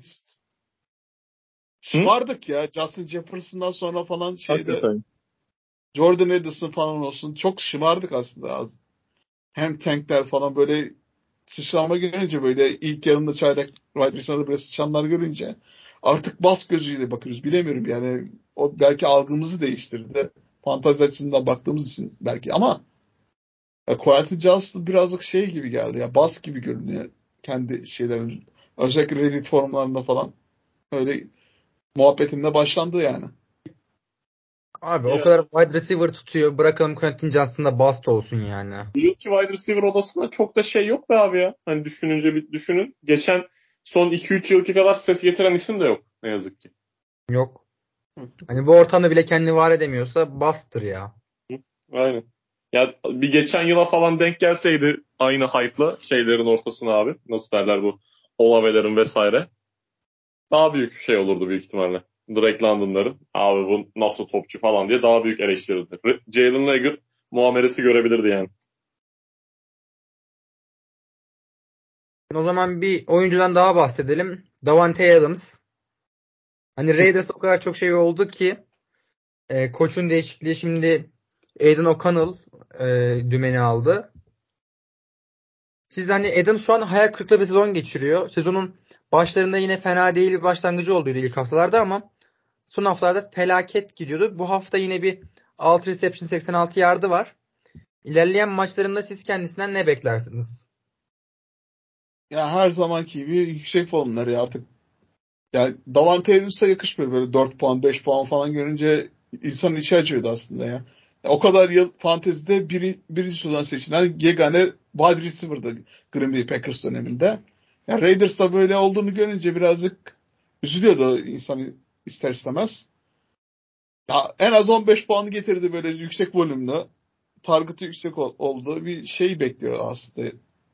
Hı? şımardık ya. Justin Jefferson'dan sonra falan şeyde Hakikaten. Jordan Addison falan olsun. Çok şımardık aslında. Hem tankler falan böyle sıçrama görünce böyle ilk yarımda çaylak wide receiver'da böyle sıçanlar görünce artık bas gözüyle bakıyoruz. Bilemiyorum yani o belki algımızı değiştirdi. Fantezi açısından baktığımız için belki ama Quality Justin birazcık şey gibi geldi ya bas gibi görünüyor kendi şeylerin. Özellikle Reddit forumlarında falan öyle muhabbetinde başlandı yani. Abi o Ya, kadar wide receiver tutuyor. Bırakalım Quentin Johnson'da bust olsun yani. bu yılki wide receiver odasında çok da şey yok be abi ya. Hani düşününce bir düşünün. Geçen son 2-3 yılki kadar ses getiren isim de yok ne yazık ki. Yok. Hani bu ortamda bile kendini var edemiyorsa bastır ya. Aynen. Ya bir geçen yıla falan denk gelseydi aynı hype'la şeylerin ortasına abi. Nasıl derler bu Olave'lerin vesaire. Daha büyük şey olurdu büyük ihtimalle. Drake London'ların abi bu nasıl topçu falan diye daha büyük eleştirirdi. Jalen Reagor muamelesi görebilirdi yani. O zaman bir oyuncudan daha bahsedelim. Davante Adams. Hani Raiders o kadar çok şey oldu ki koçun değişikliği şimdi Aidan O'Connell dümeni aldı. Siz hani Adam şu an hayal kırıklığı bir sezon geçiriyor. Sezonun başlarında yine fena değil bir başlangıcı olduydu ilk haftalarda ama son haftalarda felaket gidiyordu. Bu hafta yine bir 6 reception 86 yardı var. İlerleyen maçlarında siz kendisinden ne beklersiniz? Ya her zamanki gibi yüksek formları artık. Yani Davante Adams'a yakışmıyor böyle 4 puan 5 puan falan görünce insanın içi acıyordu aslında ya. O kadar yıl fantezide birinci sıradan seçilen yegane wide receiver'dı Green Bay Packers döneminde. Ya Raiders'ta böyle olduğunu görünce birazcık üzülüyordu insan ister istemez. Ya en az 15 puanı getirdi böyle yüksek volümlü. Target'ı yüksek oldu. Bir şey bekliyor aslında.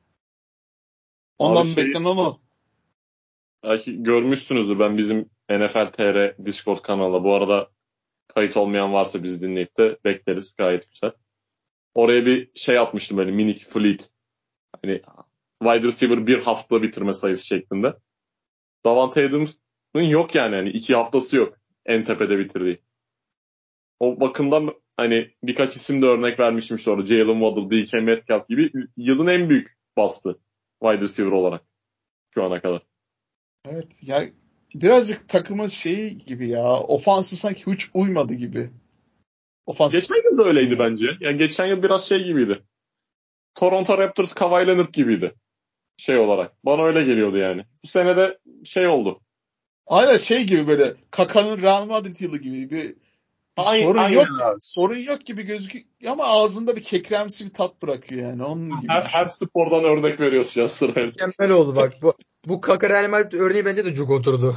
Abi Ondan beklenen o. belki görmüşsünüzdür ben bizim NFL TR Discord kanalına. Bu arada kayıt olmayan varsa bizi dinleyip de bekleriz gayet güzel. Oraya bir şey atmıştım böyle minik fleet. Hani wide receiver bir hafta bitirme sayısı şeklinde. Davante Adams'ın yok yani. Hani 2 haftası yok en tepede bitirdiği. O bakımdan hani birkaç isim de örnek vermişim sonra. Jalen Waddle, DK Metcalf gibi yılın en büyük bastı wide receiver olarak şu ana kadar. Evet ya birazcık takımın şeyi gibi ya. Ofansı sanki hiç uymadı gibi. Ofans Geçen yıl da öyleydi scheme. bence. Yani geçen yıl biraz şey gibiydi. Toronto Raptors Kawhi Leonard gibiydi. Şey olarak. Bana öyle geliyordu yani. Bu sene de şey oldu. Aynen şey gibi böyle Kaka'nın Real Madrid yılı gibi bir sorun Aynen yok. abi. Sorun yok gibi gözüküyor ama ağzında bir kekremsi bir tat bırakıyor yani. Onun gibi Her düşün. spordan örnek veriyorsun ya sırayla. Mükemmel oldu bak. Bu Kaka Real Madrid örneği bence de cuk oturdu.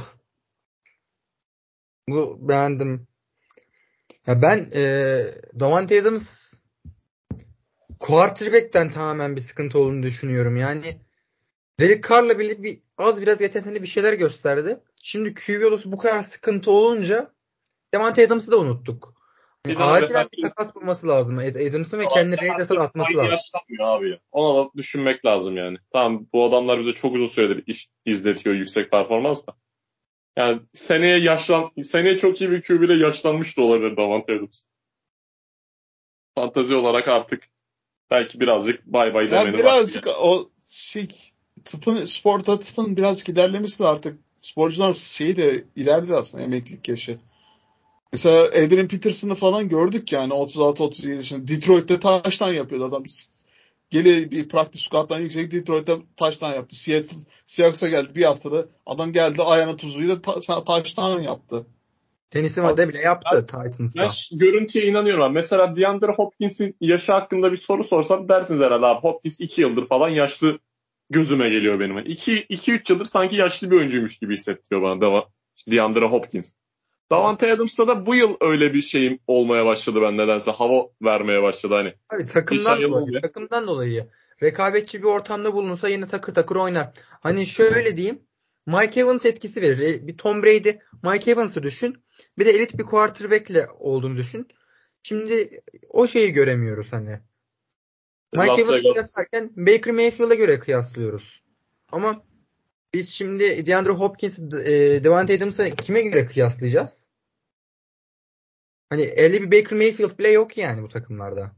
Bu beğendim. Ya ben Davante Adams quarterback'ten tamamen bir sıkıntı olduğunu düşünüyorum. Yani Derek Carr'la birlikte az biraz geçen sene bir şeyler gösterdi. Şimdi QB odası bu kadar sıkıntı olunca Davante Adams'ı da unuttuk. Yani Bir de abi acilen bir herkes takas bulması lazım. Adams'ın ve herkes kendini Raiders'a da atması aynı lazım. yaşlanmıyor abi ya. Ona da düşünmek lazım yani. Tamam bu adamlar bize çok uzun süredir iş izletiyor yüksek performans da. Yani seneye çok iyi bir QB ile yaşlanmış da olabilir Davante Adams. Fantazi olarak artık belki birazcık bay bay Ya demenin vakti birazcık geldi. o şey sporda tıpın birazcık ilerlemesi de artık sporcular şeyi de ilerledi aslında emeklilik yaşı. Mesela Adrian Peterson'ı falan gördük yani 36-37 yaşında. Detroit'te taştan yapıyordu adam. Geli bir practice squad'dan yüksek Detroit'te taştan yaptı. Seahawks'a geldi bir haftada. Adam geldi ayağına tuzuyla taştan yaptı. Tenisi Abi, de bile ben, yaptı ben Titans'ta. görüntüye inanıyorum abi. Mesela DeAndre Hopkins'in yaşı hakkında bir soru sorsam dersiniz herhalde abi. Hopkins 2 yıldır falan yaşlı gözüme geliyor benim. 2-3 yıldır sanki yaşlı bir oyuncuymuş gibi hissettiriyor bana DeAndre Hopkins. Davante Adams'ta da bu yıl öyle bir şeyim olmaya başladı, ben nedense hava vermeye başladı hani. Abi Geçen takımdan yıl dolayı, oldu. takımdan dolayı rekabetçi bir ortamda bulunursa yine takır takır oynar. Hani şöyle diyeyim, Mike Evans etkisi verir. Bir Tom Brady, Mike Evans'ı düşün. Bir de elit bir quarterback'le olduğunu düşün. Şimdi o şeyi göremiyoruz hani. Mike Las Evans'ı Vegas. kıyaslarken Baker Mayfield'a göre kıyaslıyoruz. Ama biz şimdi DeAndre Hopkins'i, Davante Adams'ı kime göre kıyaslayacağız? Hani 50 bir Baker Mayfield bile yok yani bu takımlarda.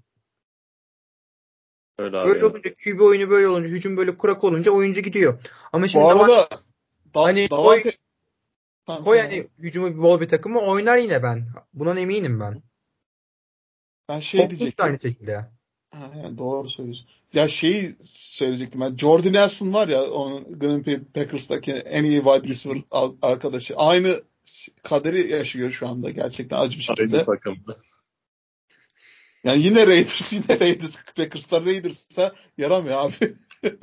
Öyle abi Böyle ya. olunca, QB oyunu böyle olunca, hücum böyle kurak olunca oyuncu gidiyor. Ama şimdi Bu arada hani Davante tamam, koy söyle abi. hani hücumu bol bir takımı oynar yine ben. Bundan eminim ben. Ben Hopkins de diyecektim. aynı şekilde. Ha, yani doğru söylüyorsun. Ya şeyi söyleyecektim ben. Jordan Nelson var ya, onun Green Bay Packers'taki en iyi wide receiver arkadaşı. Aynı kaderi yaşıyor şu anda gerçekten acı bir Aynı şekilde. takımda. Yani yine Raiders, yine Raiders. Packers'lar Raiders'a yaramıyor abi.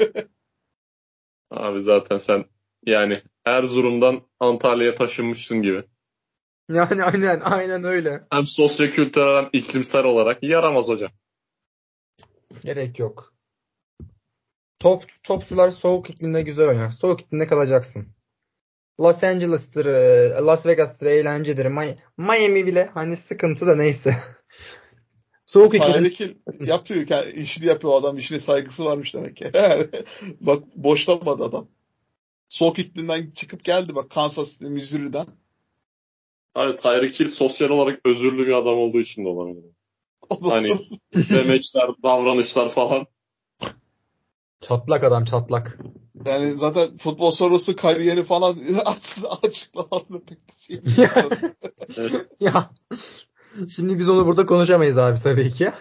Abi zaten sen yani Erzurum'dan Antalya'ya taşınmışsın gibi. Yani aynen öyle. Hem sosyokültürel hem iklimsel olarak yaramaz hocam. Gerek yok. Topçular soğuk iklimde güzel oynar. Soğuk iklimde kalacaksın. Los Angeles'tır, Las Vegas'tır, eğlencedir. Miami bile hani sıkıntı da neyse. Soğuk iklimde Tyreek Hill yapıyor. İşini yapıyor adam. İşine saygısı varmış demek ki. Bak boşlamadı adam. Soğuk iklimden çıkıp geldi bak, Kansas City, Missouri'den. Abi Tyreek Hill sosyal olarak özürlü bir adam olduğu için de olabilir. Hani Ondan demeçler, davranışlar falan. çatlak adam çatlak. yani zaten futbol sonrası kariyeri falan açıklamadı pek de şey değil. Evet. Ya şimdi biz onu burada konuşamayız abi tabii ki.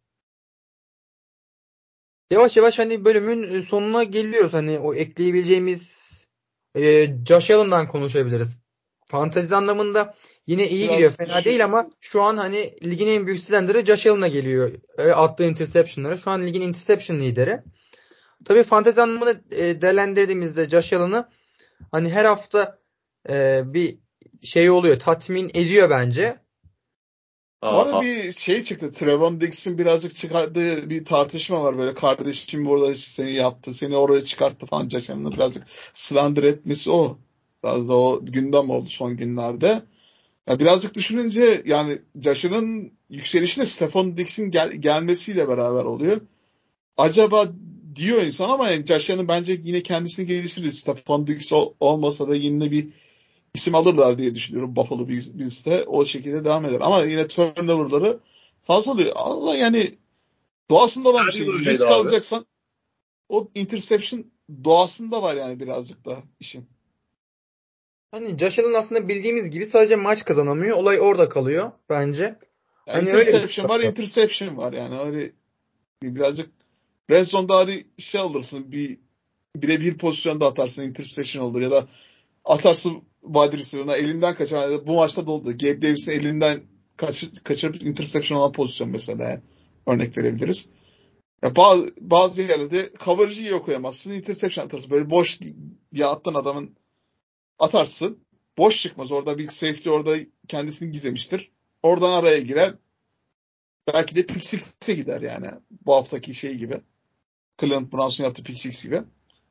Yavaş yavaş hani bölümün sonuna geliyoruz. Hani o ekleyebileceğimiz Josh Allen'dan konuşabiliriz. Fantezi anlamında yine iyi gidiyor. Biraz Fena değil ama şu an hani ligin en büyük silendir'i Josh Allen'a geliyor. Attığı interception'lara. Şu an ligin interception lideri. Tabii fantezi anlamında değerlendirdiğimizde Josh Allen'ı hani her hafta bir şey oluyor. Tatmin ediyor bence. bu arada Aha. bir şey çıktı. Trevon Diggs'in birazcık çıkardığı bir tartışma var. Böyle kardeşim burada seni yaptı, seni oraya çıkarttı falan. Josh Allen'ı birazcık slander etmesi o. Biraz da o gündem oldu son günlerde. Ya birazcık düşününce yani Josh'ın yükselişi de Stephon Diggs'in gelmesiyle beraber oluyor. Acaba diyor insan ama yani Josh Allen bence yine kendisini geliştirir. Stephon Diggs olmasa da yine bir isim alırlar diye düşünüyorum Buffalo Bills'te. O şekilde devam eder. Ama yine turnover'ları fazla oluyor. Allah yani doğasında olan bir Her yıl şey. öyleydi Risk abi. alacaksan o interception doğasında var yani birazcık da işin. Hani Josh Allen aslında bildiğimiz gibi sadece maç kazanamıyor. Olay orada kalıyor bence. Yani Hani öyle bir interception var, interception var yani. Öyle birazcık red zone'da hadi şey alırsın, birebir pozisyonda atarsın, interception olur ya da atarsın wide receiver'ına elinden kaçan, yani bu maçta da oldu. Gabe Davis'in elinden kaçırıp interception olan pozisyon mesela, yani örnek verebiliriz. Ya bazı yerlerde coverage'ı iyi okuyamazsın, interception atarsın. Böyle boş ya attın adamın, atarsın. Boş çıkmaz. Orada bir safety orada kendisini gizlemiştir. Oradan araya girer. Belki de pick six'e gider yani. Bu haftaki şey gibi. Cleveland Browns'un yaptığı pick six gibi.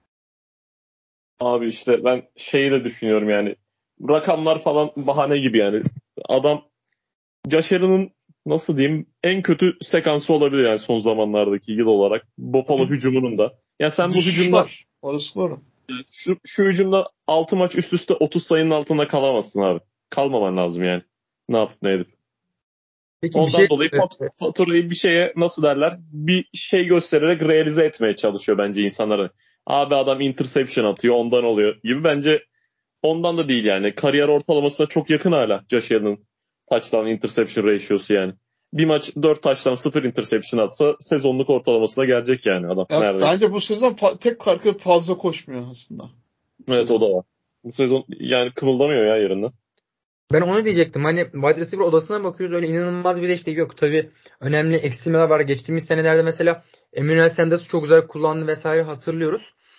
Abi işte ben şeyi de düşünüyorum yani. Rakamlar falan bahane gibi yani. Adam Josh Allen'ın nasıl diyeyim en kötü sekansı olabilir yani son zamanlardaki yıl olarak. Buffalo Bir hücumunun da. Ya sen bu düşüş hücumda var. Orası doğru. şu hücumda 6 maç üst üste 30 sayının altında kalamazsın abi. Kalmaman lazım yani. Ne yapıp ne edip. Peki bir şey Ondan dolayı faturayı bir şeye nasıl derler? Bir şey göstererek realize etmeye çalışıyor bence insanlara. Abi adam interception atıyor ondan oluyor gibi, bence ondan da değil yani. Kariyer ortalamasına çok yakın hala Josh Allen'ın touchdown interception ratio'su yani. Bir maç 4 touchdown 0 interception atsa sezonluk ortalamasına gelecek yani adam Ya neredeyse. bence bu sezon tek farkı fazla koşmuyor aslında. Bu Evet, o sezon. da var. Bu sezon yani kımıldamıyor ya yerinden. Ben onu diyecektim. Hani wide receiver odasına bakıyoruz. Öyle inanılmaz bir desteği yok. Tabii önemli eksilmeler var. Geçtiğimiz senelerde mesela Emmanuel Sanders'ı çok güzel kullandı vesaire hatırlıyoruz.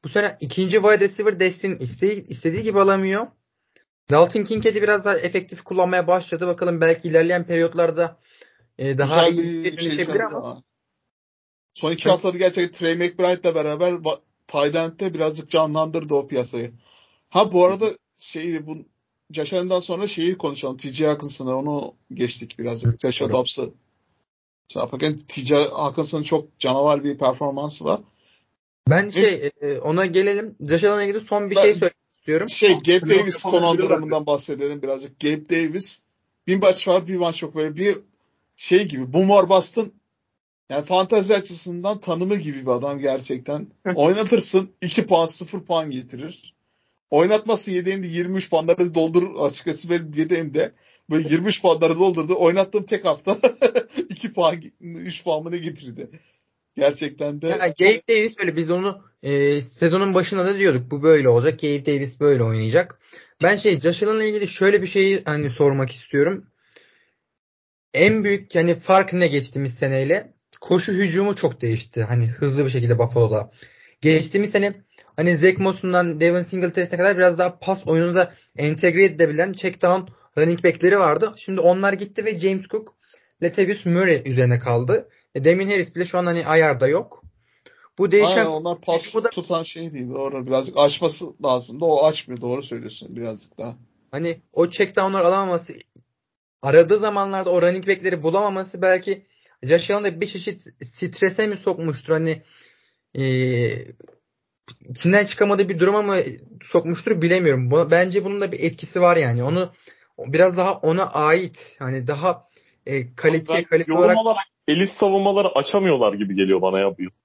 bu sene ikinci wide receiver desteğini istediği gibi alamıyor. Dalton Kincaid'i biraz daha efektif kullanmaya başladı. Bakalım belki ilerleyen periyotlarda daha Güzel iyi bir bir şey dönüşebilir çaldı ama ama. Son iki hani haftaları gerçekten Trey McBride'la beraber tight end'de birazcık canlandırdı o piyasayı. Ha bu arada bu Josh Allen'dan sonra şeyi konuşalım. T.J. Hawkinson'a onu geçtik birazcık. Josh doğru. Dobbs'ı şey yaparken T.J. Hawkinson'ın çok canavar bir performansı var. Ben Neyse, ona gelelim. Josh Allen'la ilgili son bir şey ben söylemek istiyorum. Gabe Playoff Davis yapamayabilirler. konumlarından bahsedelim birazcık. Gabe Davis bir maç var bir maç yok, böyle bir şey gibi. Boomer Bust'ın yani fantezi açısından tanımı gibi bir adam gerçekten. Oynatırsın 2 puan 0 puan getirir. Oynatmasın yedeğinde 23 puanları doldurur. Açıkçası benim yedeğimde böyle 23 puanları doldurdu. Oynattığım tek hafta 2 puan 3 puan mı ne getirdi. Gerçekten Ya de Gabe Davis böyle biz onu sezonun başında da diyorduk. Bu böyle olacak. Gabe Davis böyle oynayacak. Ben Josh Allen'la ilgili şöyle bir şeyi hani sormak istiyorum. En büyük yani fark ne geçtiğimiz seneyle? Koşu hücumu çok değişti. Hani hızlı bir şekilde Buffalo'da. Geçtiğimiz sene hani Zach Moss'undan Devin Singletary'sine kadar biraz daha pas oyununu da entegre edebilen check down running back'leri vardı. Şimdi onlar gitti ve James Cook, Latavius Murray üzerine kaldı. Damien Harris bile şu an hani ayarda yok. Bu aynen değişen onlar pas hücumu da tutan şey değil. Doğru. Birazcık açması lazımdı. O açmıyor. Doğru söylüyorsun birazcık daha. hani o check down'lar alamaması, aradığı zamanlarda o running back'leri bulamaması belki Josh Allen'ı bir çeşit strese mi sokmuştur? Hani e, içinden çıkamadığı bir duruma mı sokmuştur bilemiyorum. Bence bunun da bir etkisi var yani. Onu biraz daha ona ait hani daha Abi ben kalite yorum olarak olarak elit savunmaları açamıyorlar gibi geliyor bana ya bu yıl.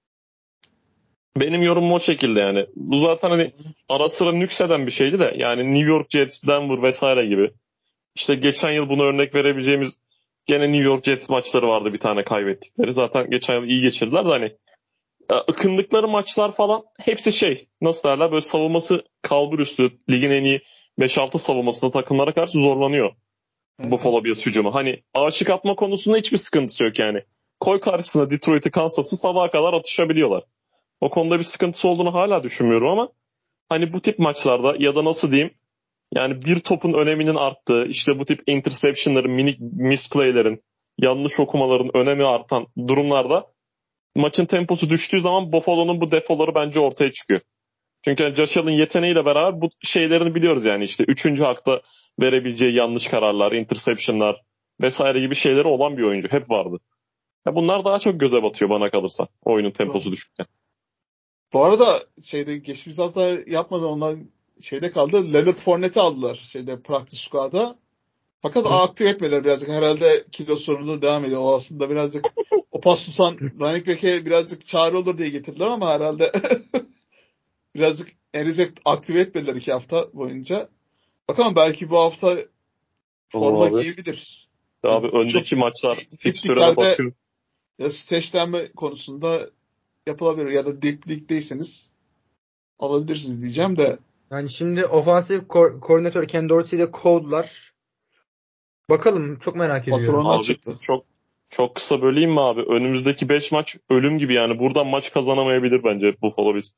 Benim yorumum o şekilde yani. Bu zaten hani ara sıra nükseden bir şeydi de yani New York Jets, Denver vesaire gibi. İşte geçen yıl buna örnek verebileceğimiz gene New York Jets maçları vardı bir tane kaybettikleri. Zaten geçen yıl iyi geçirdiler de hani ıkındıkları maçlar falan hepsi nasıl derler böyle savunması kalbur üstü ligin en iyi 5-6 savunmasında takımlara karşı zorlanıyor Evet, evet. Buffalo Bills hücumu. Hani aşık atma konusunda hiçbir sıkıntısı yok yani. Koy karşısına Detroit'i, Kansas'ı sabaha kadar atışabiliyorlar. O konuda bir sıkıntısı olduğunu hala düşünmüyorum ama hani bu tip maçlarda ya da nasıl diyeyim yani bir topun öneminin arttığı işte bu tip interceptionların, minik misplaylerin, yanlış okumaların önemi artan durumlarda maçın temposu düştüğü zaman Buffalo'nun bu defoları bence ortaya çıkıyor. Çünkü yani Josh Allen yeteneğiyle beraber bu şeylerini biliyoruz yani işte 3. hakta verebileceği yanlış kararlar, interceptionlar vesaire gibi şeyleri olan bir oyuncu. Hep vardı. Ya bunlar daha çok göze batıyor bana kalırsa oyunun temposu düşükken. Bu arada geçtiğimiz hafta yapmadan onlar kaldı. Leonard Fournette'i aldılar practice squad'a. Fakat aktif etmediler birazcık. Herhalde kilo sorunu devam ediyor. O aslında birazcık o pas tutan running back'e birazcık çare olur diye getirdiler ama herhalde birazcık henüz aktif etmediler 2 hafta boyunca. Bakalım belki bu hafta forma Vallahi abi. giyebilir. Abi Çok öndeki maçlar dip fikstüre de liglerde bakıyorum. ya stage'lenme konusunda yapılabilir ya da dip ligdeyseniz alabilirsiniz diyeceğim de yani şimdi ofansif koordinatör Ken Dorsey'i de kovdular. Bakalım çok merak ediyorum. patronlar Abi çıktı. çok kısa böleyim mi abi? Önümüzdeki 5 maç ölüm gibi yani. Buradan maç kazanamayabilir bence Buffalo Bills.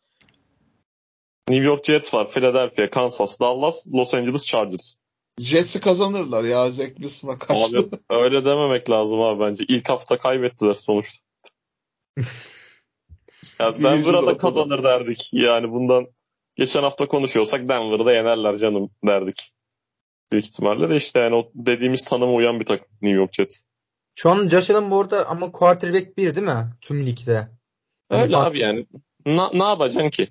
New York Jets var, Philadelphia, Kansas, Dallas, Los Angeles Chargers. Jets'i kazanırlar ya Zach Wilson'a Abi karşı. öyle dememek lazım abi bence. İlk hafta kaybettiler sonuçta. Ya Division Denver'a da ortada. kazanır derdik. Yani bundan geçen hafta konuşuyorsak Denver'ı da yenerler canım derdik. Büyük ihtimalle de işte yani o dediğimiz tanıma uyan bir takım New York Jets. Şu an Josh Allen bu arada ama quarterback 1 değil mi? Tüm ligde. Hani Öyle abi yani. Ne yapacaksın ki?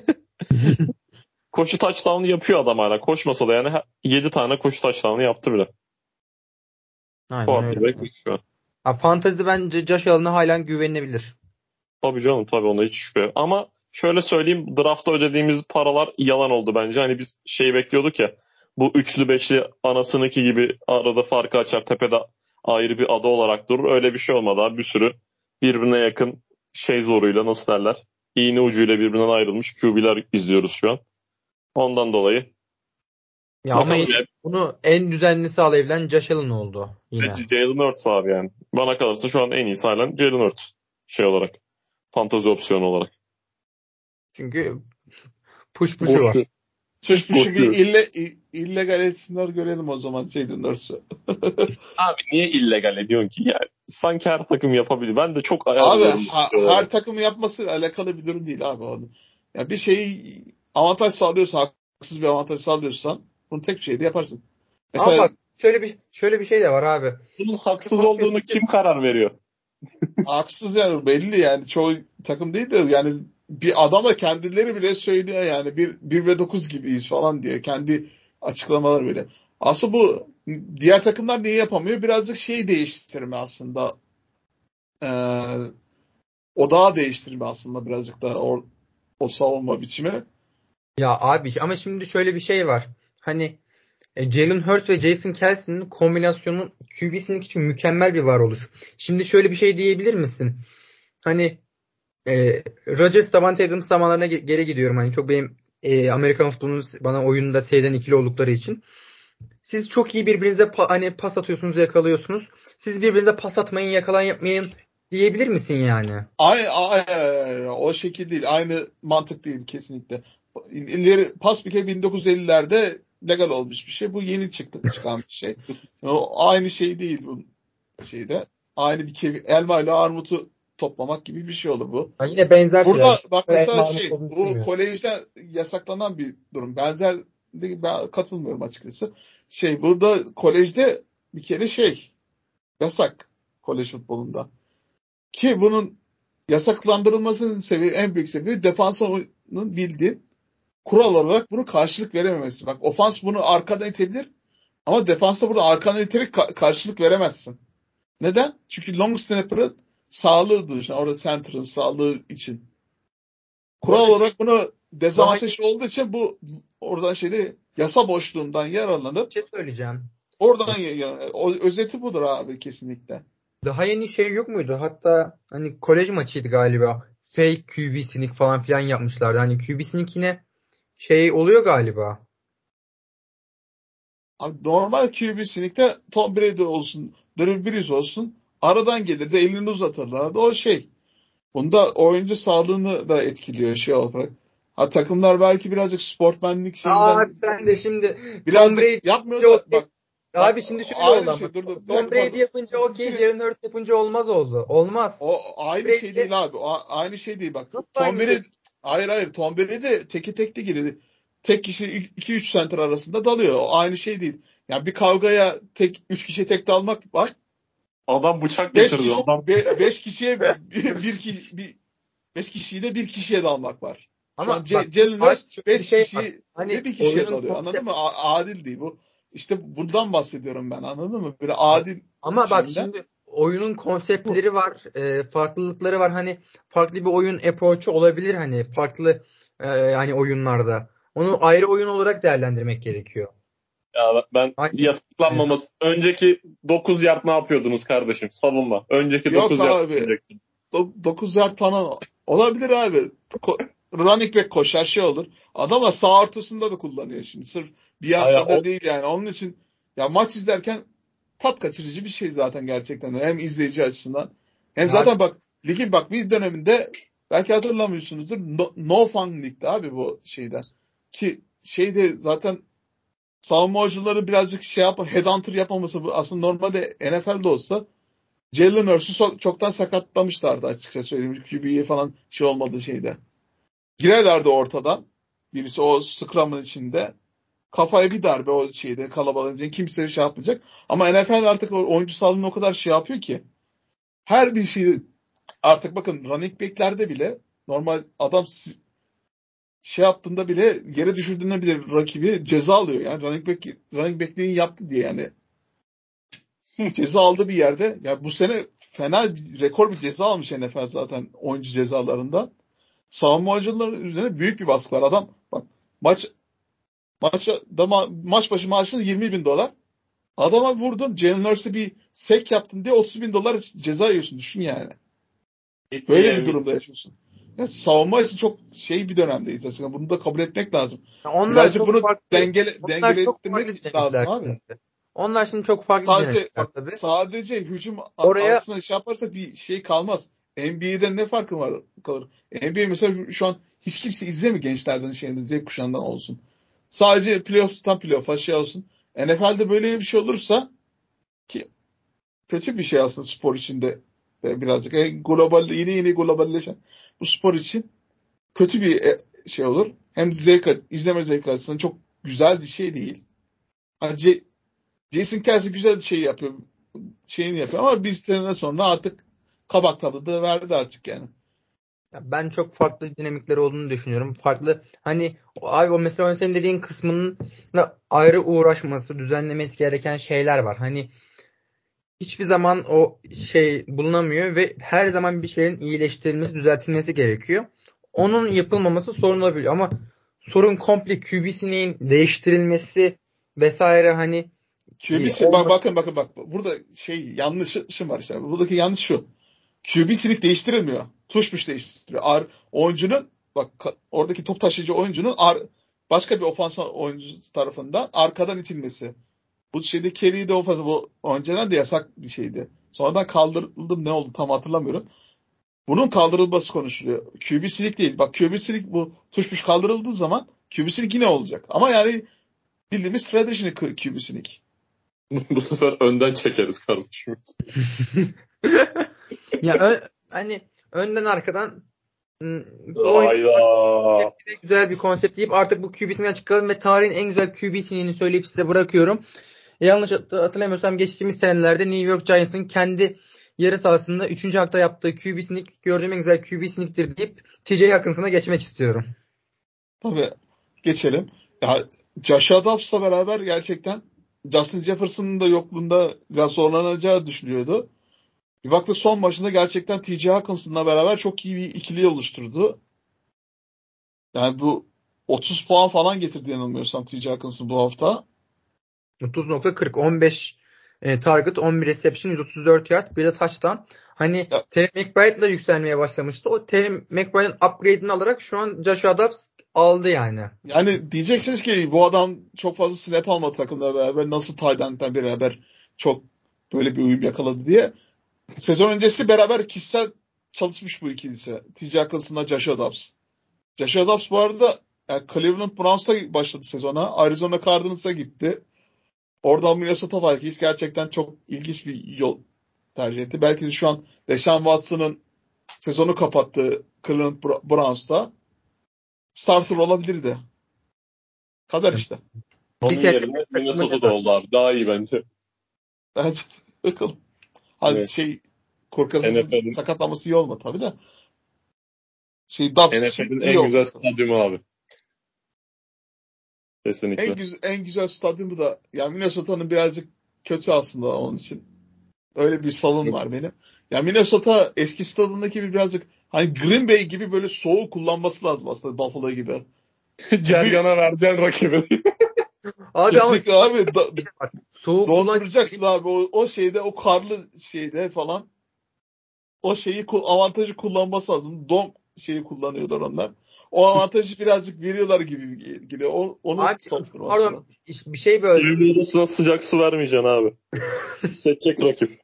Koşu touchdown'u yapıyor adam hala. Koşmasa da yani 7 tane koşu touchdown'u yaptı bile. aynen öyle. Quarterback şu an. Fantasy'de bence Josh Allen'a halen güvenilebilir. Tabii canım tabii ona hiç şüphe yok. Ama şöyle söyleyeyim draftta ödediğimiz paralar yalan oldu bence. Hani biz bekliyorduk ya bu üçlü beşli anasınınki gibi arada farkı açar tepede ayrı bir ada olarak durur. Öyle bir şey olmadı abi. Bir sürü birbirine yakın zoruyla nasıl derler iğne ucuyla birbirinden ayrılmış QB'ler izliyoruz şu an. Ondan dolayı Ya ama bakalım ya. bunu en düzenli sağlayabilen Josh Allen oldu yine. Jalen Hurts abi yani. Bana kalırsa şu an en iyisi halen Jalen Hurts olarak. Fantazi opsiyonu olarak. Çünkü push'u var. Boşu. Puşu bir Koşuyor. illegal etsinler görelim o zaman Jalen Hurts'u. Abi niye illegal ediyorsun ki yani? Sanki her takım yapabilir. Ben de çok Abi ayarlıyorum bu şeylere. her takımı yapması alakalı bir durum değil abi onu. Ya bir şeyi avantaj sağlıyorsa, haksız bir avantaj sağlıyorsan bunu tek bir şeyde yaparsın. Ama Mesela bak şöyle bir şey de var abi. Bunun Bir haksız bakıyorsun olduğunu kim karar veriyor? haksız yani belli yani çoğu takım değil de yani bir adama kendileri bile söylüyor yani 1 ve 9 gibiyiz falan diye kendi açıklamaları bile. Aslında bu diğer takımlar niye yapamıyor? Birazcık şey değiştirme aslında. Ee, odağı değiştirme aslında birazcık da o savunma biçimi. ya abi ama şimdi şöyle bir şey var. Hani Jalen Hurts ve Jason Kelsey'nin kombinasyonu QB'sinin için mükemmel bir varoluş. Şimdi şöyle bir şey diyebilir misin? Hani Rodgers Davante Adams zamanlarına geri gidiyorum. Hani çok benim Amerikan futbolunun bana oyununda sevdiren ikili oldukları için. Siz çok iyi birbirinize hani pas atıyorsunuz, yakalıyorsunuz. Siz birbirinize pas atmayın, yakalayın diyebilir misin yani? O şekil değil. Aynı mantık değil kesinlikle. İleri pas bir kere 1950'lerde legal olmuş bir şey. Bu yeni çıkan bir şey. O aynı şey değil bu şeyde. Aynı bir elma ile armutu toplamak gibi bir şey olur bu. Yani yine benzer Burada şeyler. bak En mesela mantıklı olduğunu bu düşünmüyorum. kolejden yasaklanan bir durum. Benzer ben katılmıyorum açıkçası. Burada kolejde bir kere yasak kolej futbolunda. Ki bunun yasaklandırılmasının en büyük sebebi defansının bildiği kural olarak bunu karşılık verememesi. Bak ofans bunu arkadan itebilir ama defansta burada arkadan iterek karşılık veremezsin. Neden? Çünkü long snapper'ın sağlığı düşün. Orada center'ın sağlığı için. Bu Kural arada olarak bunu daha dezavantaj olduğu için bu oradan yasa boşluğundan yararlanıp şey söyleyeceğim. oradan o özeti budur abi kesinlikle. Daha yeni şey yok muydu? Hatta hani kolej maçıydı galiba. Fake QB sneak falan filan yapmışlardı. Hani QB sneak yine şey oluyor galiba. Abi normal QB sneak'te Tom Brady olsun, Drew Brees olsun aradan gelir de elini uzatırlardı. Bunda oyuncu sağlığını da etkiliyor olarak. Takımlar belki birazcık sportmenlik Abi şeyinden sen de şimdi Tom birazcık Brady yapmıyor yapınca da okey. bak Abi şimdi şöyle ayrı oldu bir ama. şey dur bir Tom dakika Brady pardon. yapınca okey, Jalen Hurts yapınca olmaz oldu. Olmaz. O aynı şey Brady değil abi. Aynı şey değil bak. nasıl Tom aynı şey? Brady hayır Tom Brady teki tekli girdi. Tek kişi 2-3 center arasında dalıyor. O aynı şey değil. Yani bir kavgaya 3 kişi tek dalmak var. Adam bıçak 5 getirdi. kişi Adam 5 kişiye bir kişi 5 kişiyi de bir kişiye dalmak var. Şu an Ama bak Jalen abi Hurts şöyle bir 5 şey var. kişiyi Hani de bir kişiye oyunun dalıyor. Anladın konsept mı? Adil değil bu. İşte bundan bahsediyorum ben. Anladın mı? Bir A- adil ama bak şeyinden. şimdi oyunun Bu. konseptleri var, farklılıkları var. Hani farklı bir oyun approach'u olabilir hani farklı hani oyunlarda. Onu ayrı oyun olarak değerlendirmek gerekiyor. ya ben Hani e, yasaklanmaması. Önceki 9 yard ne yapıyordunuz kardeşim? Savunma. Önceki Yok 9 yard abi. düşünecektim. 9 yard falan olabilir abi. Running back koşar olur. Adamlar sağ ortasında da kullanıyor şimdi. Sırf bir Aya, yardta da değil yani. Onun için ya maç izlerken tat kaçırıcı bir şey zaten gerçekten de. Hem izleyici açısından. Hem abi zaten bak ligin bir döneminde belki hatırlamıyorsunuzdur. No Fun Lig'di abi bu şeyde. Ki zaten savunma oyuncuları birazcık headhunter yapmaması bu aslında normalde NFL'de olsa Jalen Hurts'u çoktan sakatlamışlardı açıkça söyleyeyim. QB'ye falan olmadığı şeyde. Girerlerdi ortadan. Birisi o scrum'ın içinde. Kafaya bir darbe o kalabalığınca kimse yapmayacak. Ama NFL artık oyuncu sağlığını o kadar yapıyor ki. Her bir şeyi artık bakın running back'lerde bile normal adam yaptığında bile yere düşürdüğünde bile rakibi ceza alıyor. Yani running back'liğini yaptı diye yani ceza aldı bir yerde. Ya bu sene fena bir rekor bir ceza almış NFL zaten oyuncu cezalarından. Savunma oyuncuları üzerine büyük bir baskı var. Adam bak maç maç başı maaşını 20 bin dolar. Adama vurdun. Jalen Hurts'e bir sek yaptın diye 30 bin dolar ceza yiyorsun. Düşün yani. Böyle bir durumda yaşıyorsun. Ya savunma için çok bir dönemdeyiz aslında. Bunu da kabul etmek lazım. onlar Birazcük çok bunu farklı. Onlar çok farklı dengelemek lazım dinamikler abi. şimdi. Onlar şimdi çok farklı Sadece dinamikler bak tabii. sadece hücum Oraya açısından yaparsak bir şey kalmaz. NBA'den ne farkı var kalır? NBA mesela şu an hiç kimse izlemiyor gençlerden Z kuşağından olsun. Sadece playoff'tan playoff'a şey olsun. NFL'de böyle bir şey olursa ki kötü bir şey aslında spor içinde birazcık. Global yeni globalleşen bu spor için kötü bir şey olur. Hem izleme zevk açısından çok güzel bir şey değil. Hani Jason Kelsey güzel şey yapıyor. Şeyini yapıyor ama bir sene sonra artık kabak tadı da verdi artık yani. Ben çok farklı dinamikleri olduğunu düşünüyorum. Farklı hani abi o mesela senin dediğin kısmının ayrı uğraşması, düzenlemesi gereken şeyler var. Hani hiçbir zaman o şey bulunamıyor ve her zaman bir şeyin iyileştirilmesi, düzeltilmesi gerekiyor. Onun yapılmaması sorun olabiliyor ama sorun komple QB'sinin değiştirilmesi vesaire hani QB'si olması. bakın burada yanlışım var işte. Buradaki yanlış şu. QB'silik değiştirilmiyor. Tuşmuş değiştiriyor. Oyuncunun oradaki top taşıyıcı oyuncunun başka bir ofans oyuncu tarafından arkadan itilmesi. Bu şeyde Kerry'i de bu önceden de yasak bir şeydi. Sonradan kaldırıldım ne oldu tam hatırlamıyorum. Bunun kaldırılması konuşuluyor. QB'silik değil. Bak QB'silik bu tuşmuş kaldırıldığı zaman QB'silik yine olacak. Ama yani bildiğimiz strateji QB'silik. Bu sefer önden çekeriz kardeşim. Ya hani önden arkadan bu oyun Hayda. güzel bir konsept deyip artık bu QB'sinden çıkalım ve tarihin en güzel QB'sini söyleyip size bırakıyorum. Yanlış hatırlamıyorsam geçtiğimiz senelerde New York Giants'ın kendi yarı sahasında 3. hakta yaptığı QB'sini gördüğüm en güzel QB'siniktir deyip TJ Hawkinson'a geçmek istiyorum. Tabii geçelim. Ya Josh Dobbs'la beraber gerçekten Justin Jefferson'ın da yokluğunda biraz zorlanacağı düşünüyordu. Bir baktık son maçında gerçekten TJ Hawkinson'la beraber çok iyi bir ikili oluşturdu. Yani bu 30 puan falan getirdi yanılmıyorsam TJ Hawkinson bu hafta. 30.40 15 target 11 reception 134 yard bir de touchdown. Hani Ya, Terry McBride'la yükselmeye başlamıştı. O Terry McBride'ın upgrade'ini alarak şu an Joshua Dobbs aldı yani. yani diyeceksiniz ki bu adam çok fazla snap almadı takımla beraber. Nasıl tight end'le beraber çok böyle bir uyum yakaladı diye. Sezon öncesi beraber kişisel çalışmış bu ikilisi. TJ Hawkinson'la Joshua Dobbs. Joshua Dobbs bu arada Cleveland Browns'ta başladı sezona. Arizona Cardinals'a gitti. Oradan Minnesota Vikings gerçekten çok ilginç bir yol tercih etti. Belki de şu an Deshaun Watson'ın sezonu kapattığı Cleveland Browns'ta starter olabilirdi. Kader işte. Bir Onun sene yerine Minnesota'da oldu abi. Daha iyi bence. Bence bakalım. Hadi Evet. Korkaz'ın NFL'in sakatlaması iyi olmadı tabii de. Dobbs için NFL'in iyi en güzel oldu. stadyumu abi. Kesinlikle. En güzel stadyumu da yani Minnesota'nın birazcık kötü aslında onun için. Öyle bir savun var benim. Ya Minnesota eski stadındaki birazcık hani Green Bay gibi böyle soğuk kullanması lazım aslında Buffalo gibi. Cergana vereceksin rakibi. Abi ama Kesinlikle abi soğuk kullan donduracaksın abi o şeyde o karlı şeyde falan o avantajı kullanması lazım. Şeyi kullanıyorlar onlar. O avantajı birazcık veriyorlar gibi geliyor. Onu abi savunması pardon lazım. bir şey böyle Soyunma odasına sıcak su vermeyeceksin abi. Hissedecek rakip.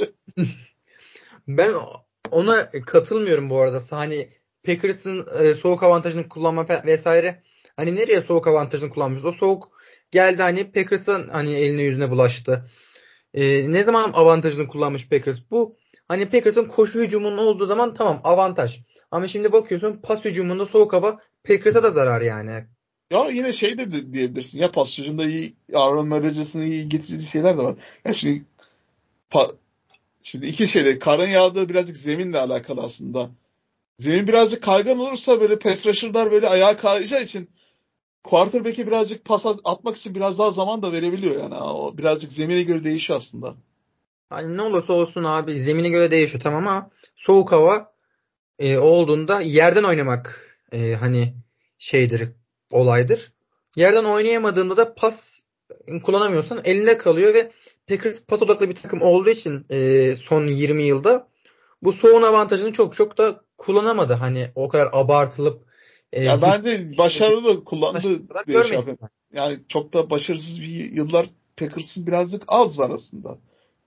ben ona katılmıyorum bu arada. Hani Packers'ın soğuk avantajını kullanma vesaire. Hani nereye soğuk avantajını kullanmış? O soğuk geldi hani Packers'ın hani eline yüzüne bulaştı. Ne zaman avantajını kullanmış Packers? Bu hani Packers'ın koşu hücumunun olduğu zaman tamam avantaj. Ama şimdi bakıyorsun pas hücumunda soğuk hava Packers'a da zarar yani. Ya yine de diyebilirsin. Ya pas hücumda iyi Aaron Rodgers'ın iyi getirdiği şeyler de var. Ya pa- şimdi iki şeyde karın yağdığı birazcık zeminle alakalı aslında. Zemin birazcık kaygan olursa böyle pass rusher'lar böyle ayağa kayacağı için quarterback'e birazcık atmak için biraz daha zaman da verebiliyor yani. O birazcık zemine göre değişiyor aslında. Hani ne olursa olsun abi zemine göre değişiyor tamam ama soğuk hava olduğunda yerden oynamak hani şeydir olaydır. Yerden oynayamadığında da pas kullanamıyorsan elinde kalıyor ve Packers pas odaklı bir takım olduğu için son 20 yılda bu soğun avantajını çok çok da kullanamadı. Hani o kadar abartılıp Ya hiç bence başarılı kullandı kadar diye şey görmedik. yapayım. Yani çok da başarısız bir yıllar Packers'ın birazcık az var aslında.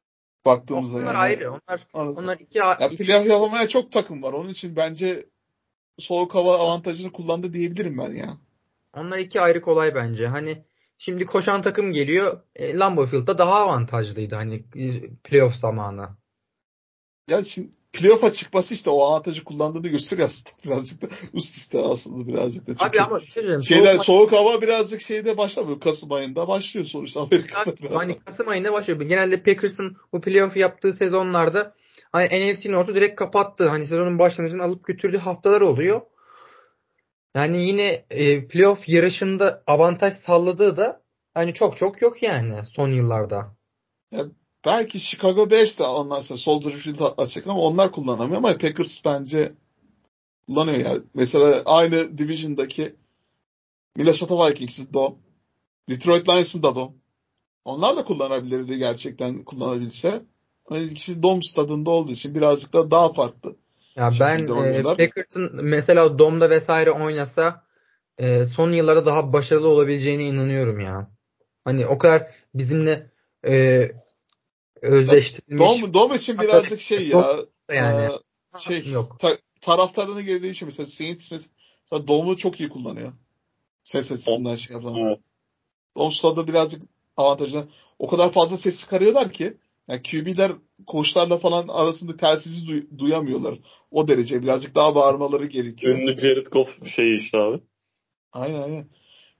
baktığımızda Onlar yani. ayrı. Arası. Onlar iki Ya playoff yapamaya çok takım var. Onun için bence soğuk hava avantajını kullandı diyebilirim ben ya. onlar iki ayrı kolay bence. Hani şimdi koşan takım geliyor. Lambeau Field'da daha avantajlıydı hani playoff zamanı. Ya şimdi playoff'a çıkması işte o avantajı kullandığını gösteriyor aslında. Birazcık da üst üste aslında birazcık da. Abi Çünkü ama bir şey diyeceğim. soğuk hava birazcık şeyde başlamıyor. Kasım ayında başlıyor sonuçta Amerika'da biraz. Hani Kasım ayında başlıyor. Genelde Packers'ın bu playoff yaptığı sezonlarda hani NFC North'u direkt kapattı. Hani sezonun başlangıcını alıp götürdüğü haftalar oluyor. Yani yine playoff yarışında avantaj sağladığı da hani çok yok yani son yıllarda. Ya belki Chicago Bears de ondan sonra Soldier Field açık ama onlar kullanamıyor ama Packers bence kullanıyor ya. Mesela aynı division'daki Minnesota Vikings'in Dome, Detroit Lions'ın da Dome. Onlar da kullanabilirdi gerçekten kullanabilse. Ama ikisi Dome stadında olduğu için birazcık da daha farklı Ya ben şekilde oynuyorlar. Packers'ın mesela Dom'da vesaire oynasa son yıllarda daha başarılı olabileceğine inanıyorum ya. Hani o kadar bizimle e, Ya, özleştirilmiş Dome için birazcık şey ya yok yani. Yok. taraftarına göre değişiyor. Mesela Saints mesela Dome'u çok iyi kullanıyor. Ses açısından şey yapılan. Evet. Dome stadı birazcık avantajlı. O kadar fazla ses çıkarıyorlar ki yani QB'ler koçlarla falan arasında telsizi duyamıyorlar. O derece birazcık daha bağırmaları gerekiyor. Ünlü Jared Goff şeyi işte abi. Aynen.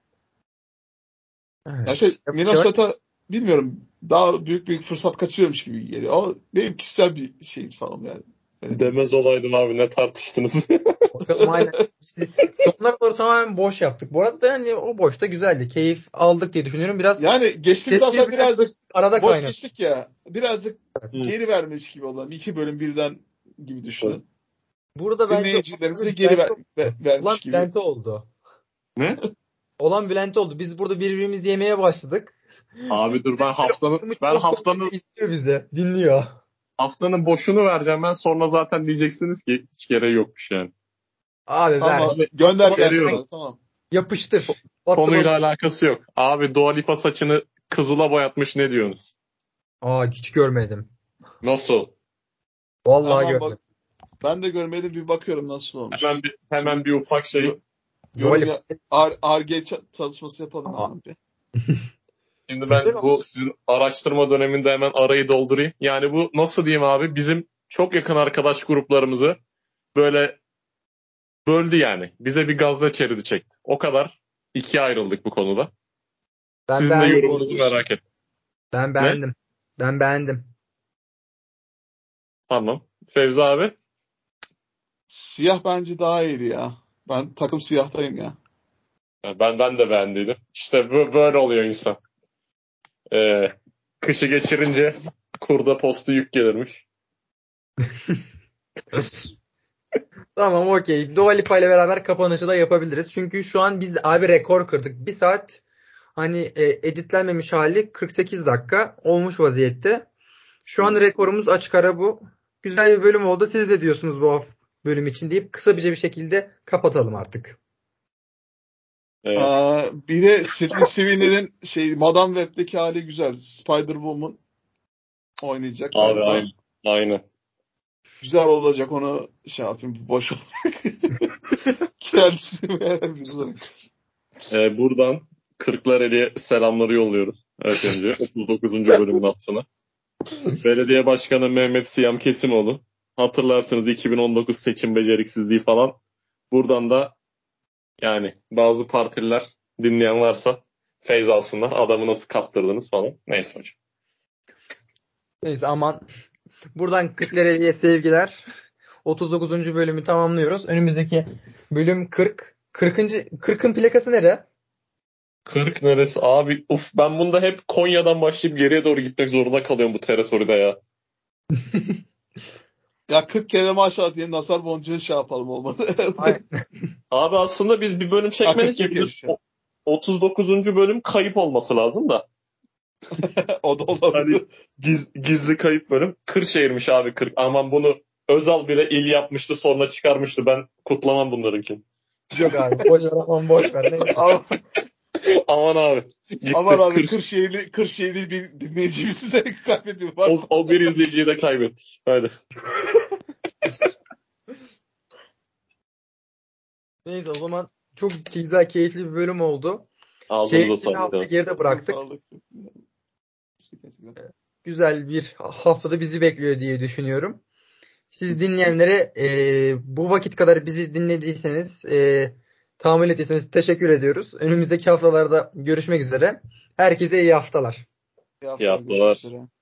Ya Evet. şey Yapacak Minnesota bilmiyorum daha büyük bir fırsat kaçırıyormuş gibi geliyor. Ama benim kişisel bir şeyim sanırım yani. Öyle diyeyim. Demez olaydım abi, ne tartıştınız. bakalım aynen. İşte sonlara doğru tamamen boş yaptık. Bu arada yani o boşta güzeldi. Keyif aldık diye düşünüyorum. Biraz Yani geçtiğimiz hafta sesli birazcık arada boş kaynadı. geçtik ya. Birazcık Hı. geri vermiş gibi olalım. 2 bölüm birden gibi düşünün. Burada bence Dinleyicilerimize geri Bülent oldu. vermiş Olan gibi. Bülent oldu. Ne? Olan Bülent oldu. Biz burada birbirimizi yemeye başladık. Abi dur, ben Böyle haftanın oturmuş ben koltukta haftanın izliyor bizi. Dinliyor. haftanın boşunu vereceğim ben, sonra zaten diyeceksiniz ki hiç gereği yokmuş yani. Abi ver. Tamam Abi gönder gelsin veriyorum. bana tamam. Yapıştır. Attı bana. Konuyla alakası yok. Abi Dua Lipa saçını kızıla boyatmış, ne diyorsunuz? Aa hiç görmedim. Nasıl? Vallahi Hemen bak. görmedim. Ben de görmedim bir bakıyorum nasıl olmuş. Hemen Şimdi bir ufak şey. Dua yorum Lipa. ya Ar-Ge çalışması yapalım Aa, hemen bir. Şimdi güzel ben oldu. bu sizin araştırma döneminde hemen arayı doldurayım. Yani bu nasıl diyeyim abi, bizim çok yakın arkadaş gruplarımızı böyle böldü yani. Bize bir gazla çeridi çekti. O kadar ikiye ayrıldık bu konuda. Ben Sizin de beğendim. Doğru yorumunuzu diyorsun. merak ettim. Ben Ne? beğendim. Ben beğendim. Tamam. Fevzi abi? Siyah bence daha iyiydi ya. Ben takım siyahtayım ya. Ben de beğendiydim. İşte böyle oluyor insan. Ee, Kışı geçirince kurda postu yük gelirmiş. Tamam okey. Dua Lipa ile beraber kapanışı da yapabiliriz. Çünkü şu an biz abi rekor kırdık. Bir saat hani editlenmemiş hali 48 dakika olmuş vaziyette. Şu an rekorumuz açık ara bu. Güzel bir bölüm oldu. Siz de diyorsunuz bu bölüm için deyip kısa bir şekilde kapatalım artık. Evet. Bir de Sydney Sweeney'nin Madame Web'deki hali güzel. Spider-Woman oynayacak Abi galiba. aynen. Güzel olacak onu şey yapayım boş ol. Kendisi beğenmiş. Buradan Kırklareli'ye selamları yolluyoruz. Evet, önce 39. bölümün hatırına. Belediye Başkanı Mehmet Siyam Kesimoğlu. Hatırlarsınız 2019 seçim beceriksizliği falan. Buradan da yani bazı partililer dinleyen varsa feyz alsınlar. Adamı nasıl kaptırdınız falan. Neyse hocam. Neyse aman. Buradan Kırklareli'ye sevgiler. 39. bölümü tamamlıyoruz. Önümüzdeki bölüm 40. 40'ın plakası nere? 40 neresi? Abi uf, ben bunda hep Konya'dan başlayıp geriye doğru gitmek zorunda kalıyorum bu teritoride ya. Ya 40 kere maşallah diye nazar boncuğu şey yapalım olmadı. Aynen. Abi aslında biz bir bölüm Ha çekmedik ya. 41 Bizim kere şey. 39. bölüm kayıp olması lazım da. O da Hani olabilir. gizli kayıp bölüm. Kırşehir'miş abi 40. Aman bunu Özal bile il yapmıştı, sonra çıkarmıştı. Ben kutlamam bunlarınki. Yok abi. Boş ver aman boş ver. Neyse. Ama Aman abi. Gitti. Aman abi Kırşehirli bir dinleyicimizi de kaybediyor. O bir izleyiciyi de kaybettik. Hadi. Neyse o zaman çok güzel, keyifli bir bölüm oldu. Ağzınıza Keyifli bir sağlık hafta abi. geride bıraktık. Sağlık. Güzel bir haftada bizi bekliyor diye düşünüyorum. Siz dinleyenlere bu vakit kadar bizi dinlediyseniz, tahammül ettiyseniz teşekkür ediyoruz. Önümüzdeki haftalarda görüşmek üzere. Herkese iyi haftalar. İyi İyi haftalar. Görüşmek haftalar. üzere.